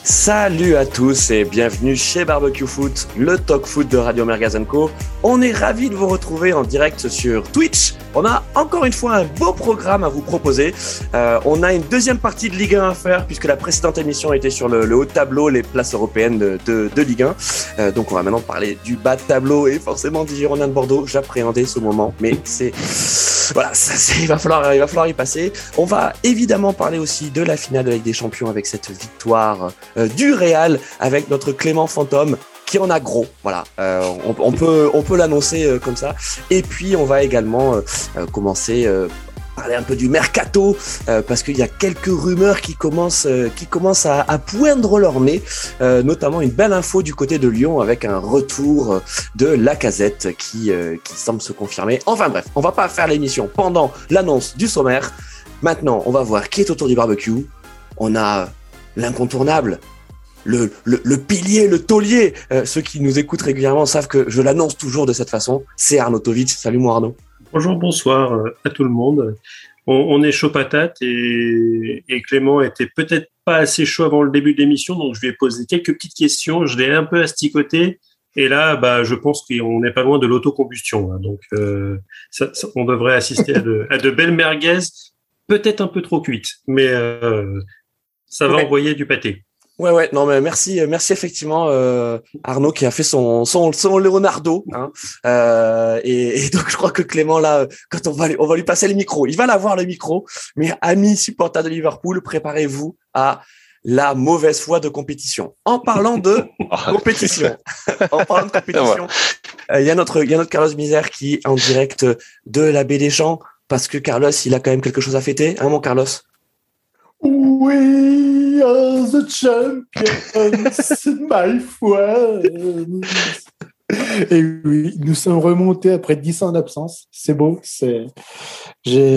Salut à tous et bienvenue chez Barbecue Foot, le talk foot de Radio Merguez & Co. On est ravis de vous retrouver en direct sur Twitch. On a encore une fois un beau programme à vous proposer. On a une deuxième partie de Ligue 1 à faire puisque la précédente émission était sur le haut de tableau, les places européennes de Ligue 1. Donc on va maintenant parler du bas de tableau et forcément du Girondins de Bordeaux. J'appréhendais ce moment, mais il va falloir y passer. On va évidemment parler aussi de la finale de la Ligue des Champions avec cette victoire du Real avec notre Clément Fantôme qui en a gros, voilà, on peut l'annoncer comme ça. Et puis on va également commencer parler un peu du mercato parce qu'il y a quelques rumeurs qui commencent à poindre leur nez, notamment une belle info du côté de Lyon avec un retour de Lacazette qui semble se confirmer. Enfin bref, on va pas faire l'émission pendant l'annonce du sommaire. Maintenant, on va voir qui est autour du barbecue. On a l'incontournable, le pilier, le taulier. Ceux qui nous écoutent régulièrement savent que je l'annonce toujours de cette façon. C'est Arnaud Tovic. Salut mon Arnaud. Bonjour, bonsoir à tout le monde. On est chaud patate et Clément était peut-être pas assez chaud avant le début de l'émission, donc je lui ai posé quelques petites questions. Je l'ai un peu asticoté et là, je pense qu'on n'est pas loin de l'autocombustion. Hein, donc, on devrait assister à de belles merguez, peut-être un peu trop cuites, mais ça va envoyer du pâté. Ouais, non mais merci effectivement Arnaud qui a fait son Leonardo, hein, et donc je crois que Clément là, quand on va lui passer le micro, il va l'avoir le micro, mais amis supporters de Liverpool, préparez-vous à la mauvaise foi de compétition. En parlant de compétition, il y a notre Carlos Misère qui est en direct de la Baie des Champs parce que Carlos il a quand même quelque chose à fêter, hein mon Carlos? We are the champions, my friends. Et oui, nous sommes remontés après 10 ans d'absence. C'est beau. J'ai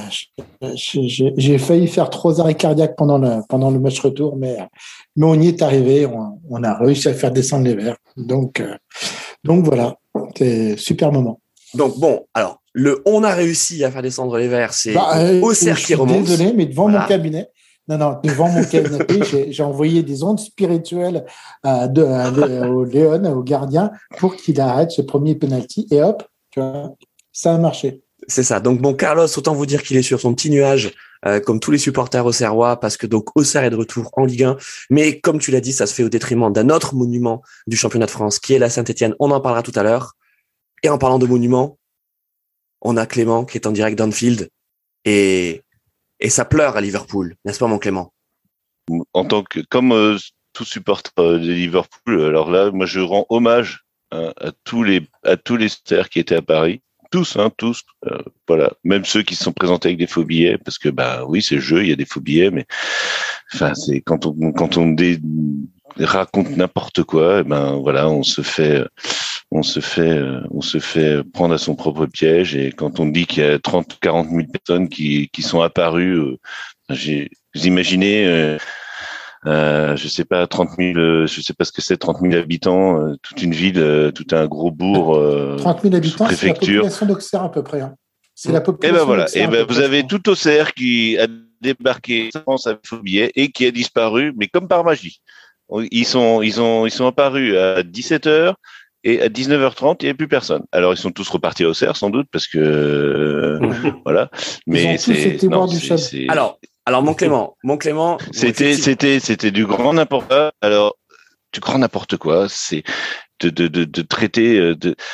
failli faire 3 arrêts cardiaques pendant le match retour, mais on y est arrivé. On a réussi à faire descendre les Verts. Donc voilà, c'est super moment. Donc bon, alors on a réussi à faire descendre les Verts, c'est Auxerre qui remonte. Désolé, mais devant mon cabinet. Devant mon canapé, j'ai envoyé des ondes spirituelles au Léon, au gardien, pour qu'il arrête ce premier penalty. Et hop, tu vois, ça a marché. C'est ça. Donc bon, Carlos, autant vous dire qu'il est sur son petit nuage, comme tous les supporters auxerrois, parce que donc Auxerre est de retour en Ligue 1. Mais comme tu l'as dit, ça se fait au détriment d'un autre monument du championnat de France, qui est la Saint-Etienne. On en parlera tout à l'heure. Et en parlant de monument, on a Clément qui est en direct d'Anfield et ça pleure à Liverpool, n'est-ce pas mon Clément? En tant que, comme tout supporter de Liverpool, alors là, moi je rends hommage à tous les supporters qui étaient à Paris, tous, voilà, même ceux qui se sont présentés avec des faux billets, parce que oui c'est le jeu, il y a des faux billets, mais enfin c'est quand on raconte n'importe quoi, voilà, on se fait prendre à son propre piège. Et quand on dit qu'il y a 40 000 personnes qui sont apparues, vous imaginez, je sais pas, 30 000, je sais pas ce que c'est, 30 000 habitants, toute une ville, tout un gros bourg, 30 000 habitants, préfecture. C'est la population d'Auxerre à peu près. Hein. C'est la population. Et voilà. Et vous avez tout Auxerre qui a débarqué en France avec faux billets et qui a disparu, mais comme par magie. Ils sont apparus à 17h. Et à 19h30, il n'y avait plus personne. Alors, ils sont tous repartis à Auxerre, sans doute, parce que, voilà. Mais Alors, mon Clément. C'était du grand n'importe quoi. Alors, du grand n'importe quoi. C'est de traiter,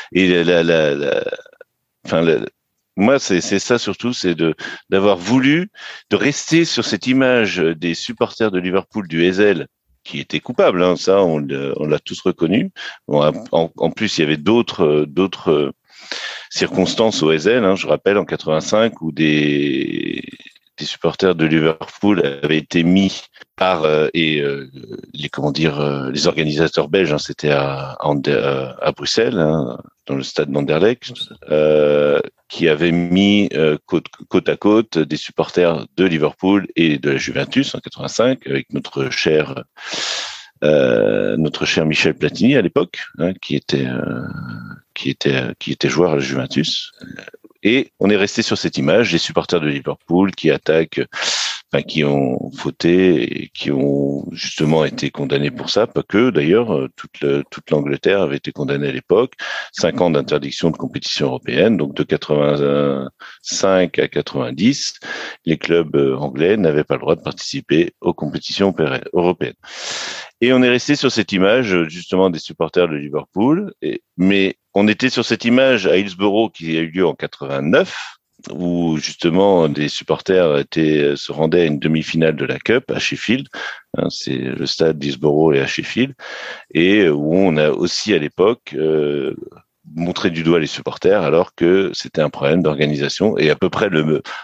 moi, c'est ça surtout, c'est d'avoir voulu de rester sur cette image des supporters de Liverpool du Heysel, qui était coupable, hein, ça on l'a tous reconnu. Bon, en plus, il y avait d'autres circonstances au Heysel, hein, je rappelle en 85 où des supporters de Liverpool avaient été mis par les organisateurs belges, hein, c'était à Bruxelles, hein, dans le stade d'Anderlecht, qui avaient mis côte à côte des supporters de Liverpool et de la Juventus en 85 avec notre cher Michel Platini à l'époque, hein, qui était joueur à la Juventus. Et on est resté sur cette image des supporters de Liverpool qui attaquent, qui ont fauté et qui ont justement été condamnés pour ça. Pas que, d'ailleurs, toute l'Angleterre avait été condamnée à l'époque. 5 ans d'interdiction de compétition européenne, donc de 85 à 90, les clubs anglais n'avaient pas le droit de participer aux compétitions européennes. Et on est resté sur cette image, justement, des supporters de Liverpool. Mais on était sur cette image à Hillsborough qui a eu lieu en 89, où justement des supporters se rendaient à une demi-finale de la Cup à Sheffield. C'est le stade d'Hillsborough et à Sheffield. Et où on a aussi à l'époque montré du doigt les supporters alors que c'était un problème d'organisation et à peu près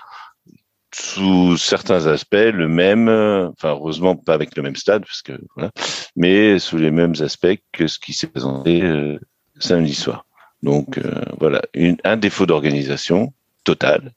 sous certains aspects, le même, heureusement pas avec le même stade, parce que voilà, mais sous les mêmes aspects que ce qui s'est présenté samedi soir. Donc voilà, un défaut d'organisation totale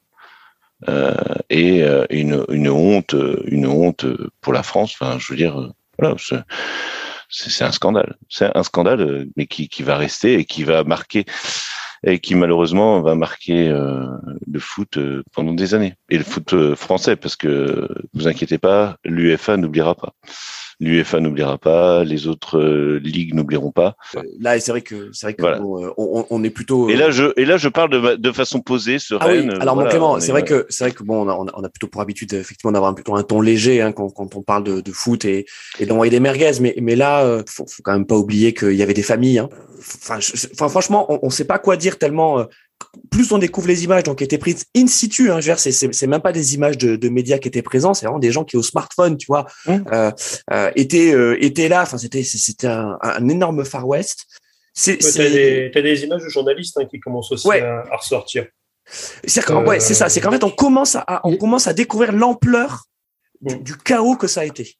et une honte pour la France. Enfin, je veux dire, voilà, c'est un scandale. C'est un scandale, mais qui va rester et qui va marquer. Et qui malheureusement va marquer le foot pendant des années. Et le foot français, parce que vous inquiétez pas, l'UEFA n'oubliera pas. L'UEFA n'oubliera pas, les autres ligues n'oublieront pas. Là, c'est vrai que voilà. On est plutôt. Et là, je parle de façon posée, sereine. Ah oui. Alors, voilà, mon Clément, c'est vrai que bon, on a plutôt pour habitude effectivement d'avoir plutôt un ton léger quand on parle de foot et d'envoyer des merguez. Mais là, faut quand même pas oublier qu'il y avait des familles. Franchement, on sait pas quoi dire tellement. Plus on découvre les images donc qui étaient prises in situ, c'est même pas des images de médias qui étaient présents, c'est vraiment des gens qui au smartphone, tu vois, étaient là. Enfin, c'était un énorme Far West. T'as des images de journalistes qui commencent aussi à ressortir. C'est ça. C'est qu'en fait, on commence à découvrir l'ampleur du chaos que ça a été.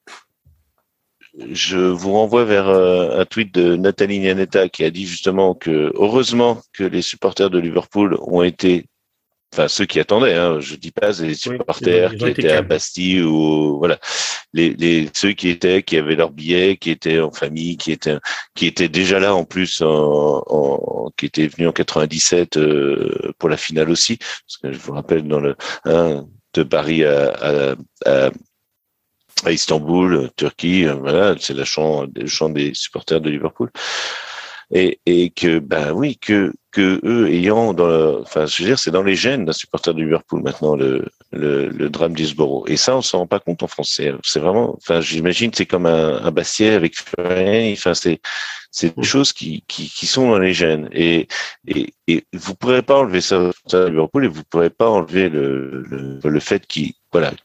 Je vous renvoie vers un tweet de Nathalie Nianetta qui a dit justement que heureusement que les supporters de Liverpool ont été, ceux qui attendaient, je dis pas les supporters qui étaient à Bastille ou voilà, ceux qui avaient leur billet, qui étaient en famille, qui étaient déjà là en plus, qui étaient venus en 97 pour la finale aussi, parce que je vous rappelle de Paris à Istanbul, Turquie, voilà, c'est le chant des supporters de Liverpool. Et que, que eux ayant je veux dire, c'est dans les gènes d'un supporter de Liverpool maintenant, le drame d'Hillsborough. Et ça, on s'en rend pas compte en France. C'est vraiment, j'imagine, c'est comme un Bastiais avec Fury. C'est des choses qui sont dans les gènes. Et vous pourrez pas enlever ça à Liverpool et vous pourrez pas enlever le fait qui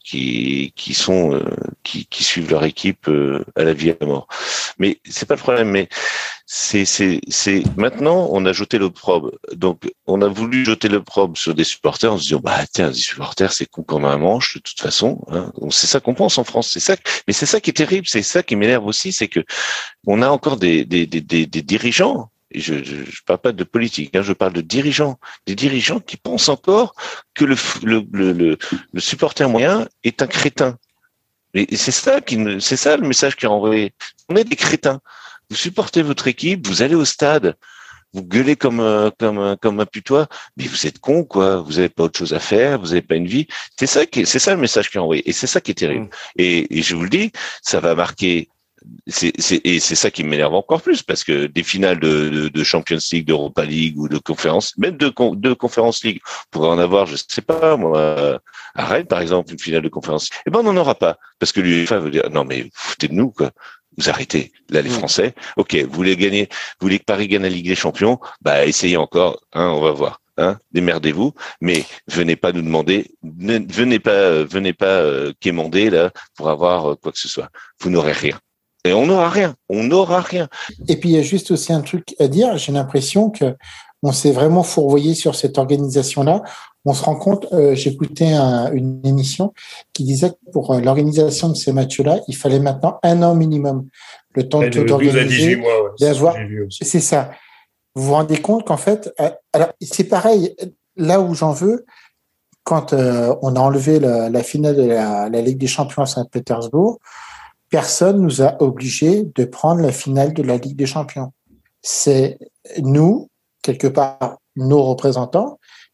suivent leur équipe à la vie et à la mort. Mais c'est pas le problème. Mais c'est maintenant on a jeté l'opprobre. Donc on a voulu jeter l'opprobre sur des supporters en se disant des supporters c'est con comme un manche de toute façon. C'est ça qu'on pense en France. Mais c'est ça qui est terrible. C'est ça qui m'énerve aussi, c'est que on a encore des dirigeants. Et je parle pas de politique, je parle de dirigeants, des dirigeants qui pensent encore que le supporter moyen est un crétin. Et c'est ça le message qui est renvoyé. On est des crétins. Vous supportez votre équipe, vous allez au stade, vous gueulez comme un putois, mais vous êtes con, quoi. Vous avez pas autre chose à faire, vous avez pas une vie. C'est ça le message qui est envoyé. Et c'est ça qui est terrible. Et je vous le dis, ça va marquer. Et c'est ça qui m'énerve encore plus, parce que des finales de Champions League, d'Europa League ou de conférence, même de Conference League, on pourrait en avoir, je sais pas moi, à Rennes par exemple, une finale de conférence. Eh ben on n'en aura pas, parce que l'UEFA veut dire non mais vous foutez de nous quoi. Vous arrêtez. Là, les Français, ok, vous voulez que Paris gagne la Ligue des Champions, essayez encore, on va voir. Démerdez-vous, mais venez pas nous demander, venez pas quémander là pour avoir quoi que ce soit. Vous n'aurez rien. Et on n'aura rien. Et puis, il y a juste aussi un truc à dire. J'ai l'impression que on s'est vraiment fourvoyé sur cette organisation-là. On se rend compte, j'écoutais une émission qui disait que pour l'organisation de ces matchs-là, il fallait maintenant 1 an minimum. Le temps de tout organiser, d'avoir. C'est ça. Vous vous rendez compte qu'en fait, alors c'est pareil. Là où j'en veux, quand on a enlevé la finale de la Ligue des Champions à Saint-Pétersbourg, personne nous a obligés de prendre la finale de la Ligue des Champions. C'est nous, quelque part, nos représentants,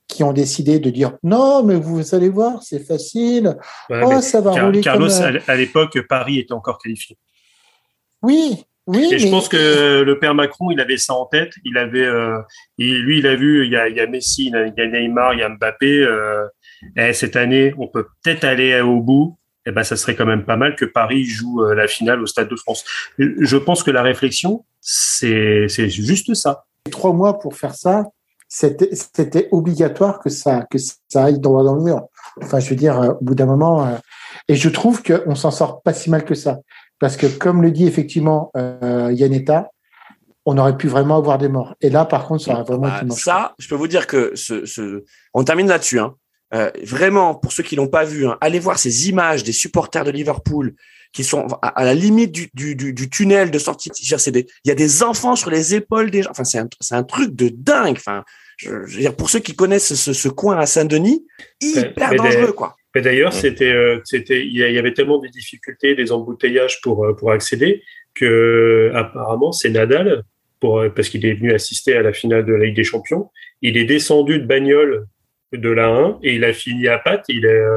qui ont décidé de dire non, mais vous allez voir, c'est facile. Ouais, ça va rouler Carlos, comme... à l'époque, Paris était encore qualifié. Oui. Et je pense que le père Macron, il avait ça en tête. Il avait, lui, il a vu, il y a Messi, il y a Neymar, il y a Mbappé. Cette année, on peut peut-être aller au bout. Eh ben, ça serait quand même pas mal que Paris joue la finale au Stade de France. Je pense que la réflexion, c'est juste ça. 3 mois pour faire ça, c'était obligatoire que ça aille droit dans le mur. Enfin, je veux dire, au bout d'un moment, et je trouve qu'on s'en sort pas si mal que ça. Parce que, comme le dit effectivement Yanetta, on aurait pu vraiment avoir des morts. Et là, par contre, ça aurait vraiment été moche. Ça, je peux vous dire que on termine là-dessus. Hein. Vraiment, pour ceux qui l'ont pas vu, hein, allez voir ces images des supporters de Liverpool qui sont à la limite du tunnel de sortie. Il y a des enfants sur les épaules des gens. Enfin, c'est un truc de dingue. Enfin, je veux dire, pour ceux qui connaissent ce coin à Saint-Denis, hyper dangereux, quoi. Mais d'ailleurs, il y avait tellement de difficultés, des embouteillages pour accéder que apparemment c'est Nadal, parce qu'il est venu assister à la finale de la Ligue des Champions. Il est descendu de bagnole de la 1 et il a fini à pattes.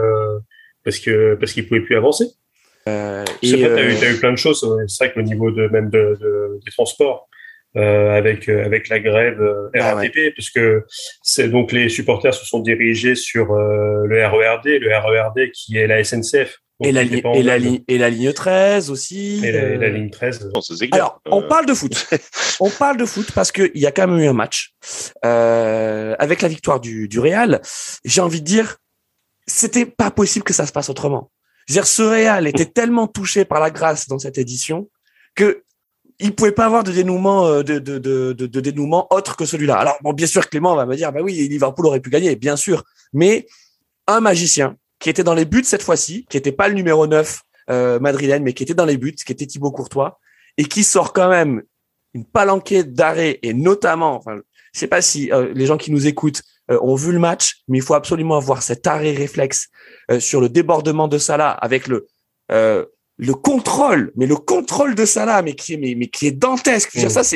Parce qu'il pouvait plus avancer. T'as eu plein de choses. C'est vrai que le niveau des transports. Avec la grève RATP, parce que c'est donc les supporters se sont dirigés sur le RERD qui est la SNCF. Et la ligne 13 aussi. Et la ligne 13. Alors, on parle de foot. On parle de foot parce qu'il y a quand même eu un match avec la victoire du Real. J'ai envie de dire, c'était pas possible que ça se passe autrement. Je veux dire, ce Real était tellement touché par la grâce dans cette édition que il pouvait pas avoir de dénouement de dénouement autre que celui-là. Alors bon, bien sûr, Clément va me dire, bah oui, Liverpool aurait pu gagner, bien sûr, mais un magicien qui était dans les buts cette fois-ci, qui était pas le numéro 9 madrilène, mais qui était dans les buts, qui était Thibaut Courtois, et qui sort quand même une palanquée d'arrêts, et notamment, enfin, je sais pas si les gens qui nous écoutent ont vu le match, mais il faut absolument avoir cet arrêt réflexe sur le débordement de Salah avec le contrôle de Salah, mais qui est dantesque. Je veux dire,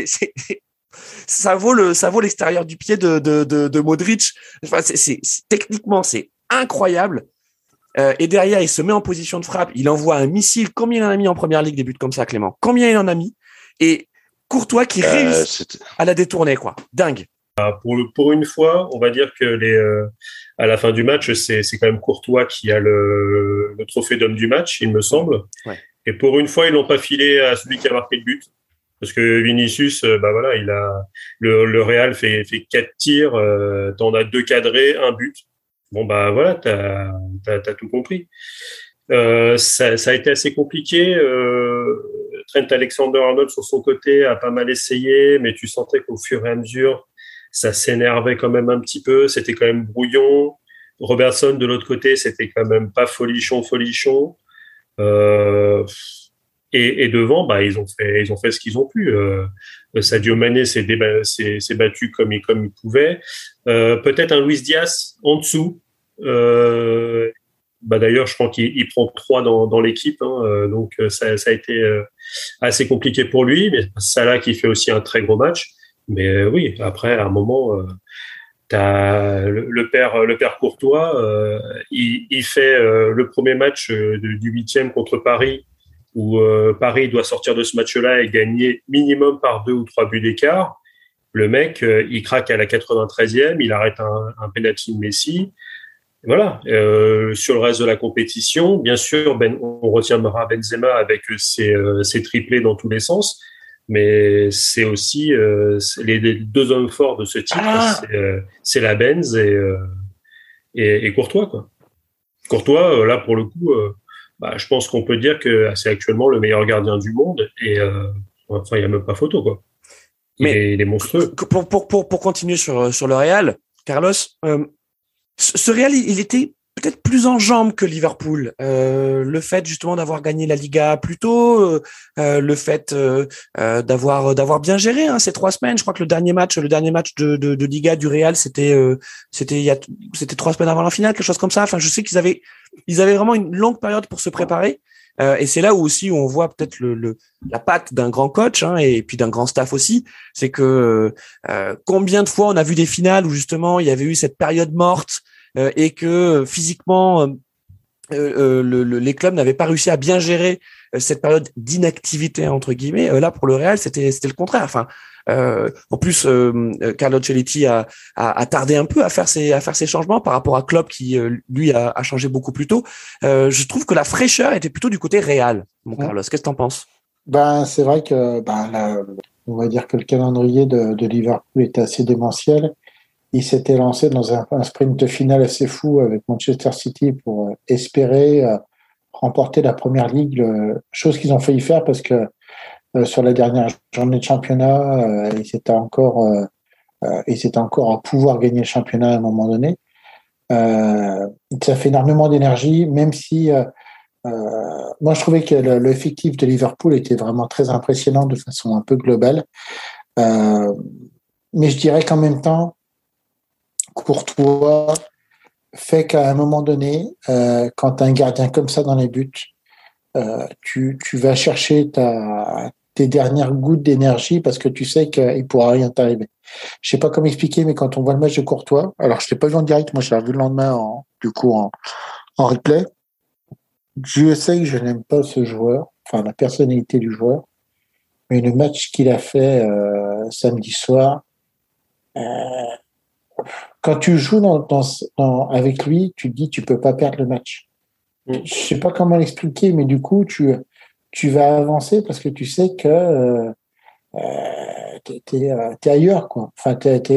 ça vaut l'extérieur du pied de Modric. Enfin, techniquement, c'est incroyable. Et derrière, il se met en position de frappe. Il envoie un missile. Combien il en a mis en première ligue des buts comme ça, Clément? Combien il en a mis? Et Courtois qui réussit à la détourner, quoi. Dingue. Pour une fois, on va dire que à la fin du match, c'est quand même Courtois qui a le trophée d'homme du match, il me semble. Ouais. Et pour une fois, ils l'ont pas filé à celui qui a marqué le but, parce que Vinicius, voilà, le Real fait 4 tirs, t'en as 2 cadrés, 1 but. Bon voilà, t'as tout compris. Ça a été assez compliqué. Trent Alexander-Arnold sur son côté a pas mal essayé, mais tu sentais qu'au fur et à mesure ça s'énervait quand même un petit peu, c'était quand même brouillon. Robertson de l'autre côté, c'était quand même pas folichon. Et devant, ils ont fait ce qu'ils ont pu. Sadio Mané s'est battu comme il pouvait. Peut-être un Luis Diaz en dessous. D'ailleurs, je crois qu'il prend 3 dans l'équipe, hein, donc ça a été assez compliqué pour lui. Mais Salah qui fait aussi un très gros match. Mais oui, après, à un moment, t'as le père Courtois, il fait le premier match du 8e contre Paris, où Paris doit sortir de ce match-là et gagner minimum par 2 ou 3 buts d'écart. Le mec, il craque à la 93e, il arrête un penalty de Messi. Voilà. Sur le reste de la compétition, bien sûr, on retiendra Benzema avec ses triplés dans tous les sens. Mais c'est aussi les 2 hommes forts de ce titre, c'est la Benz et Courtois, quoi. Courtois, là pour le coup, je pense qu'on peut dire que c'est actuellement le meilleur gardien du monde et il y a même pas photo, quoi. Il est monstrueux. Pour continuer sur le Real, Carlos, ce Real, il était peut-être plus en jambes que Liverpool. Le fait justement d'avoir gagné la Liga plus tôt, le fait d'avoir bien géré ces 3 semaines. Je crois que le dernier match de Liga du Real, c'était 3 semaines avant la finale, quelque chose comme ça. Enfin, je sais qu'ils avaient vraiment une longue période pour se préparer. Et c'est là où aussi on voit peut-être la patte d'un grand coach, hein, et puis d'un grand staff aussi. C'est que combien de fois on a vu des finales où justement il y avait eu cette période morte et que physiquement les clubs n'avaient pas réussi à bien gérer cette période d'inactivité entre guillemets. Là pour le Real c'était le contraire. Enfin en plus Carlo Ancelotti a tardé un peu à faire ses changements par rapport à Klopp qui lui a changé beaucoup plus tôt. Je trouve que la fraîcheur était plutôt du côté Real. Mon Carlos, qu'est-ce que t'en penses? Ben c'est vrai que on va dire que le calendrier de Liverpool était assez démentiel. Il s'était lancé dans un sprint final assez fou avec Manchester City pour espérer remporter la première ligue, chose qu'ils ont failli faire parce que sur la dernière journée de championnat, ils étaient encore à pouvoir gagner le championnat à un moment donné. Ça fait énormément d'énergie, même si moi je trouvais que l'effectif de Liverpool était vraiment très impressionnant de façon un peu globale. Mais je dirais qu'en même temps, Courtois fait qu'à un moment donné, quand tu as un gardien comme ça dans les buts, tu vas chercher tes dernières gouttes d'énergie parce que tu sais qu'il ne pourra rien t'arriver. Je sais pas comment expliquer, mais quand on voit le match de Courtois, alors je l'ai pas vu en direct, moi je l'ai vu le lendemain en replay. Je sais que je n'aime pas ce joueur, enfin la personnalité du joueur, mais le match qu'il a fait samedi soir, quand tu joues avec lui, tu te dis tu peux pas perdre le match. Je sais pas comment l'expliquer, mais du coup tu vas avancer parce que tu sais que t'es ailleurs, quoi. Enfin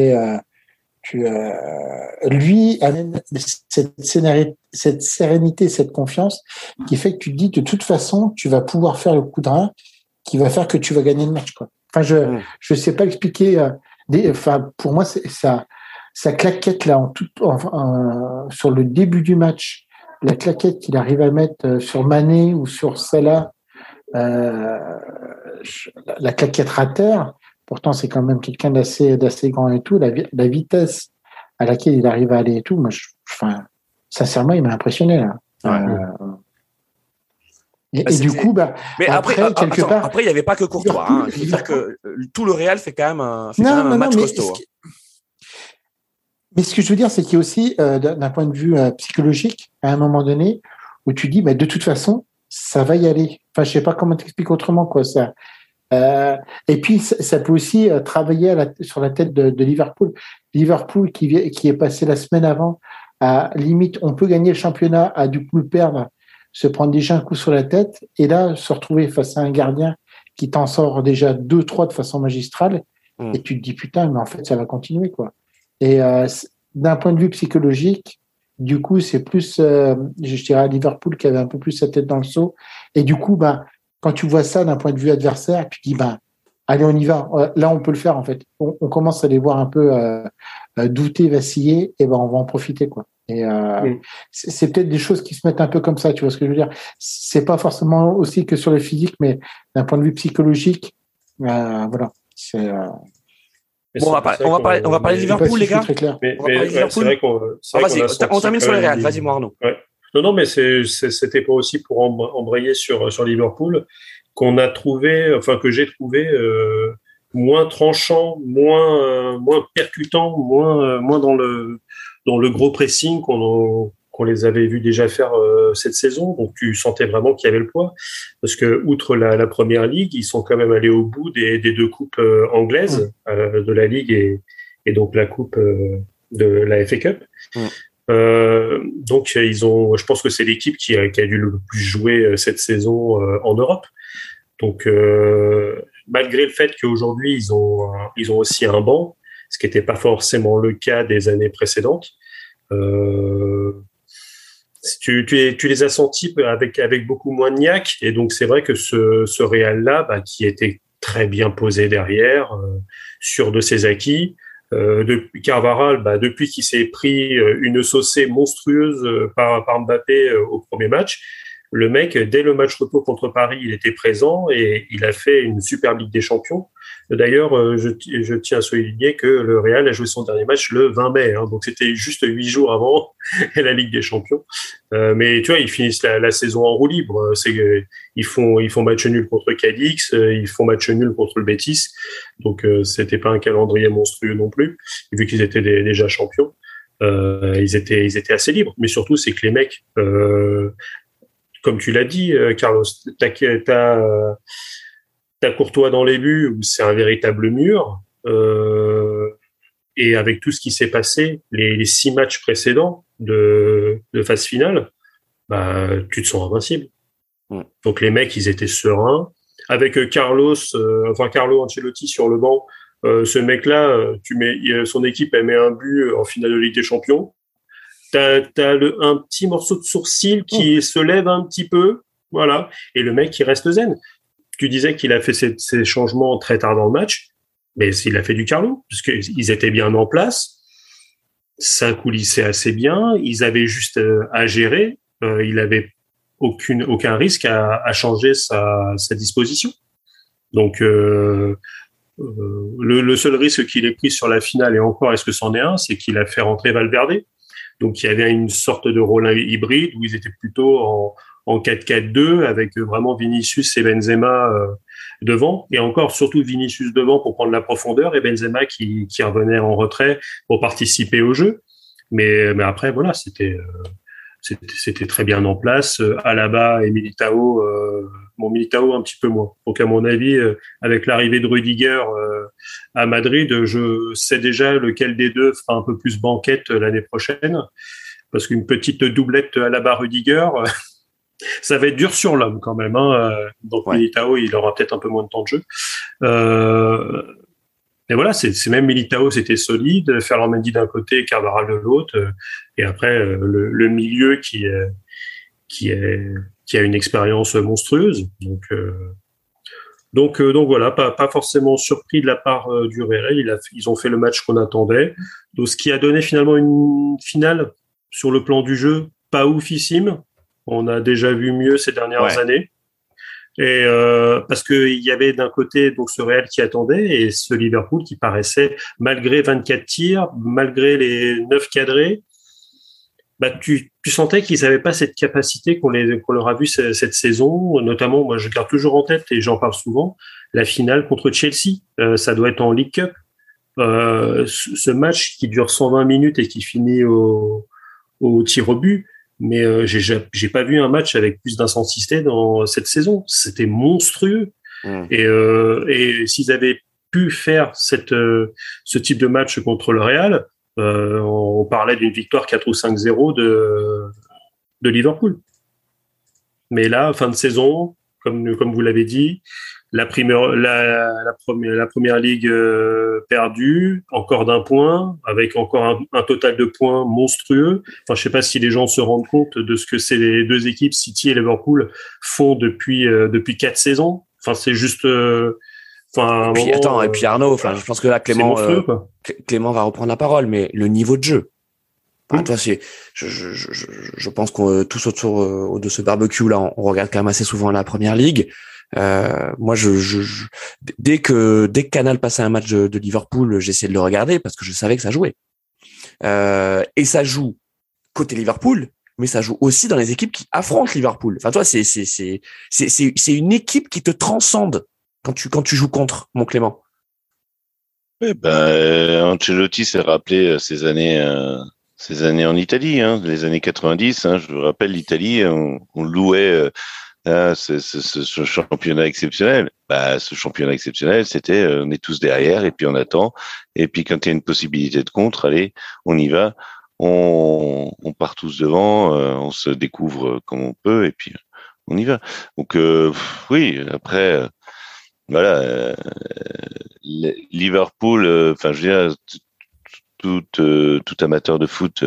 lui amène cette sérénité, cette confiance qui fait que tu te dis de toute façon tu vas pouvoir faire le coup de rein qui va faire que tu vas gagner le match, quoi. Enfin je sais pas expliquer. Pour moi c'est ça. Sa claquette là sur le début du match, la claquette qu'il arrive à mettre sur Mané ou sur Salah, la claquette rater, pourtant c'est quand même quelqu'un d'assez grand et tout, la vitesse à laquelle il arrive à aller et tout, moi sincèrement il m'a impressionné là. Et du coup, mais après il n'y avait pas que Courtois. Hein. Il faut dire que tout le Real fait quand même un match costaud. Mais ce que je veux dire, c'est qu'il y a aussi, d'un point de vue psychologique, à un moment donné, où tu dis, de toute façon, ça va y aller. Enfin, je sais pas comment t'expliquer autrement, quoi, ça. Et puis, ça peut aussi travailler sur la tête de Liverpool. Liverpool qui est passé la semaine avant à limite, on peut gagner le championnat, à du coup le perdre, se prendre déjà un coup sur la tête, et là, se retrouver face à un gardien qui t'en sort déjà 2-3 de façon magistrale, et tu te dis, putain, mais en fait, ça va continuer, quoi. Et d'un point de vue psychologique, du coup, c'est plus, je dirais, à Liverpool qui avait un peu plus sa tête dans le seau. Et du coup, quand tu vois ça d'un point de vue adversaire, tu dis, allez, on y va. Là, on peut le faire, en fait. On commence à les voir un peu douter, vaciller, et on va en profiter, quoi. Et c'est peut-être des choses qui se mettent un peu comme ça, tu vois ce que je veux dire. C'est pas forcément aussi que sur le physique, mais d'un point de vue psychologique, voilà. C'est Bon, on va parler de Liverpool, les gars. C'est vrai qu'on. On termine sur les Real. Vas-y, moi, Arnaud. Ouais. Non, mais c'était pas aussi pour embrayer sur Liverpool qu'on a trouvé, enfin que j'ai trouvé moins tranchant, moins percutant, moins dans le gros pressing qu'on les avait vus déjà faire cette saison. Donc tu sentais vraiment qu'il y avait le poids, parce que outre la première ligue, ils sont quand même allés au bout des deux coupes anglaises, de la ligue et donc la coupe de la FA Cup. Donc je pense que c'est l'équipe qui a dû le plus jouer cette saison en Europe. Donc malgré le fait qu'aujourd'hui ils ont aussi un banc, ce qui n'était pas forcément le cas des années précédentes. Tu les as sentis avec beaucoup moins de niaque, et donc c'est vrai que ce Real-là, qui était très bien posé derrière, sûr de ses acquis, depuis Carvajal, depuis qu'il s'est pris une saucée monstrueuse par Mbappé au premier match, Le mec, dès le match retour contre Paris, il était présent et il a fait une super Ligue des Champions. D'ailleurs, je tiens à souligner que le Real a joué son dernier match le 20 mai, hein, donc c'était juste 8 jours avant la Ligue des Champions. Mais tu vois, ils finissent la saison en roue libre. Ils font match nul contre Cadix, ils font match nul contre le Betis, donc c'était pas un calendrier monstrueux non plus, vu qu'ils étaient déjà champions. Ils étaient assez libres, mais surtout c'est que les mecs, comme tu l'as dit, Carlos, t'as Courtois dans les buts où c'est un véritable mur, et avec tout ce qui s'est passé les 6 matchs précédents de phase finale, bah tu te sens invincible. Donc les mecs, ils étaient sereins avec Carlo Ancelotti sur le banc. Ce mec-là, son équipe, elle met un but en finale de Ligue des Champions. T'as un petit morceau de sourcil qui se lève un petit peu, voilà, et le mec, il reste zen. Tu disais qu'il a fait ces changements très tard dans le match, mais il a fait du Carlo, parce qu'ils étaient bien en place, ça coulissait assez bien, ils avaient juste à gérer, il avait aucun risque à changer sa disposition. Donc, le seul risque qu'il ait pris sur la finale, et encore, est-ce que c'en est un, c'est qu'il a fait rentrer Valverde. Donc, il y avait une sorte de rôle hybride où ils étaient plutôt en 4-4-2 avec vraiment Vinicius et Benzema devant. Et encore, surtout Vinicius devant pour prendre la profondeur et Benzema qui revenait en retrait pour participer au jeu. Mais après, voilà, c'était très bien en place. Alaba et Militao, Militao un petit peu moins. Donc, à mon avis, avec l'arrivée de Rudiger à Madrid, je sais déjà lequel des deux fera un peu plus banquette l'année prochaine. Parce qu'une petite doublette Alaba-Rudiger, ça va être dur sur l'homme quand même. Hein. Donc, ouais. Militao, il aura peut-être un peu moins de temps de jeu. Et voilà, c'est même Militao, c'était solide. Ferland Mendy d'un côté, Carvajal de l'autre. Et après, le milieu qui a une expérience monstrueuse. Donc voilà, pas forcément surpris de la part du Real. Ils ont fait le match qu'on attendait. Donc, ce qui a donné finalement une finale sur le plan du jeu, pas oufissime. On a déjà vu mieux ces dernières années. Et parce qu'il y avait d'un côté donc ce Real qui attendait et ce Liverpool qui paraissait, malgré 24 tirs, malgré les 9 cadrés, bah tu sentais qu'ils n'avaient pas cette capacité qu'on leur a vu cette saison. Notamment, moi je garde toujours en tête et j'en parle souvent, la finale contre Chelsea. Ça doit être en League Cup. Ce match qui dure 120 minutes et qui finit au tir au but. Mais j'ai pas vu un match avec plus d'intensité dans cette saison. C'était monstrueux. Et s'ils avaient pu faire ce type de match contre le Real, on parlait d'une victoire 4 ou 5-0 de Liverpool. Mais là, fin de saison, comme vous l'avez dit, la première ligue perdue, encore d'un point, avec encore un total de points monstrueux. Enfin, je sais pas si les gens se rendent compte de ce que ces deux équipes, City et Liverpool, font depuis 4 saisons. Enfin, c'est juste. Et puis Arnaud, enfin, je pense que là Clément va reprendre la parole, mais le niveau de jeu. Enfin, toi, je pense qu'on tous autour de ce barbecue là, on regarde quand même assez souvent la première ligue. Moi, dès que Canal passait un match de Liverpool, j'essayais de le regarder parce que je savais que ça jouait. Et ça joue côté Liverpool, mais ça joue aussi dans les équipes qui affrontent Liverpool. Enfin, toi, c'est une équipe qui te transcende quand tu joues contre, mon Clément. Oui, Ancelotti s'est rappelé ces années en Italie, hein, les années 90. Hein, je vous rappelle, l'Italie, on louait. Ce championnat exceptionnel. Ce championnat exceptionnel, c'était on est tous derrière et puis on attend. Et puis quand il y a une possibilité de contre, allez, on y va. On part tous devant, on se découvre comme on peut et puis on y va. Donc oui, après voilà, Liverpool. Enfin, je veux dire, tout amateur de foot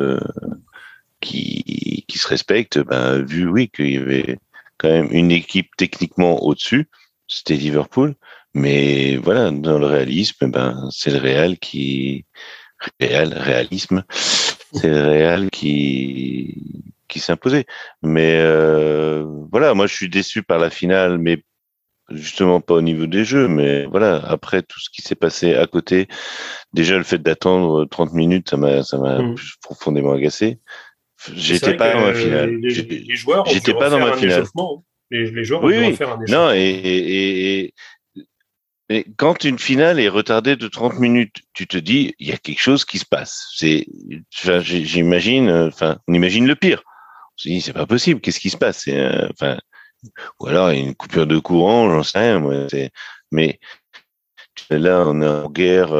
qui se respecte, vu oui qu'il y avait quand même une équipe techniquement au-dessus, c'était Liverpool, mais voilà, dans le réalisme, c'est le Real qui qui s'est imposé. Mais voilà, moi je suis déçu par la finale, mais justement pas au niveau des jeux, mais voilà, après tout ce qui s'est passé à côté, déjà le fait d'attendre 30 minutes, ça m'a profondément agacé. J'étais pas dans ma finale. Les joueurs ont dû J'étais pas dans ma refaire un finale. échauffement. Les joueurs ont dû refaire un échauffement. Non, et quand une finale est retardée de 30 minutes, tu te dis, il y a quelque chose qui se passe. J'imagine, on imagine le pire. On se dit, c'est pas possible, qu'est-ce qui se passe? Ou alors il y a une coupure de courant, j'en sais rien. Moi, mais là, on est en guerre.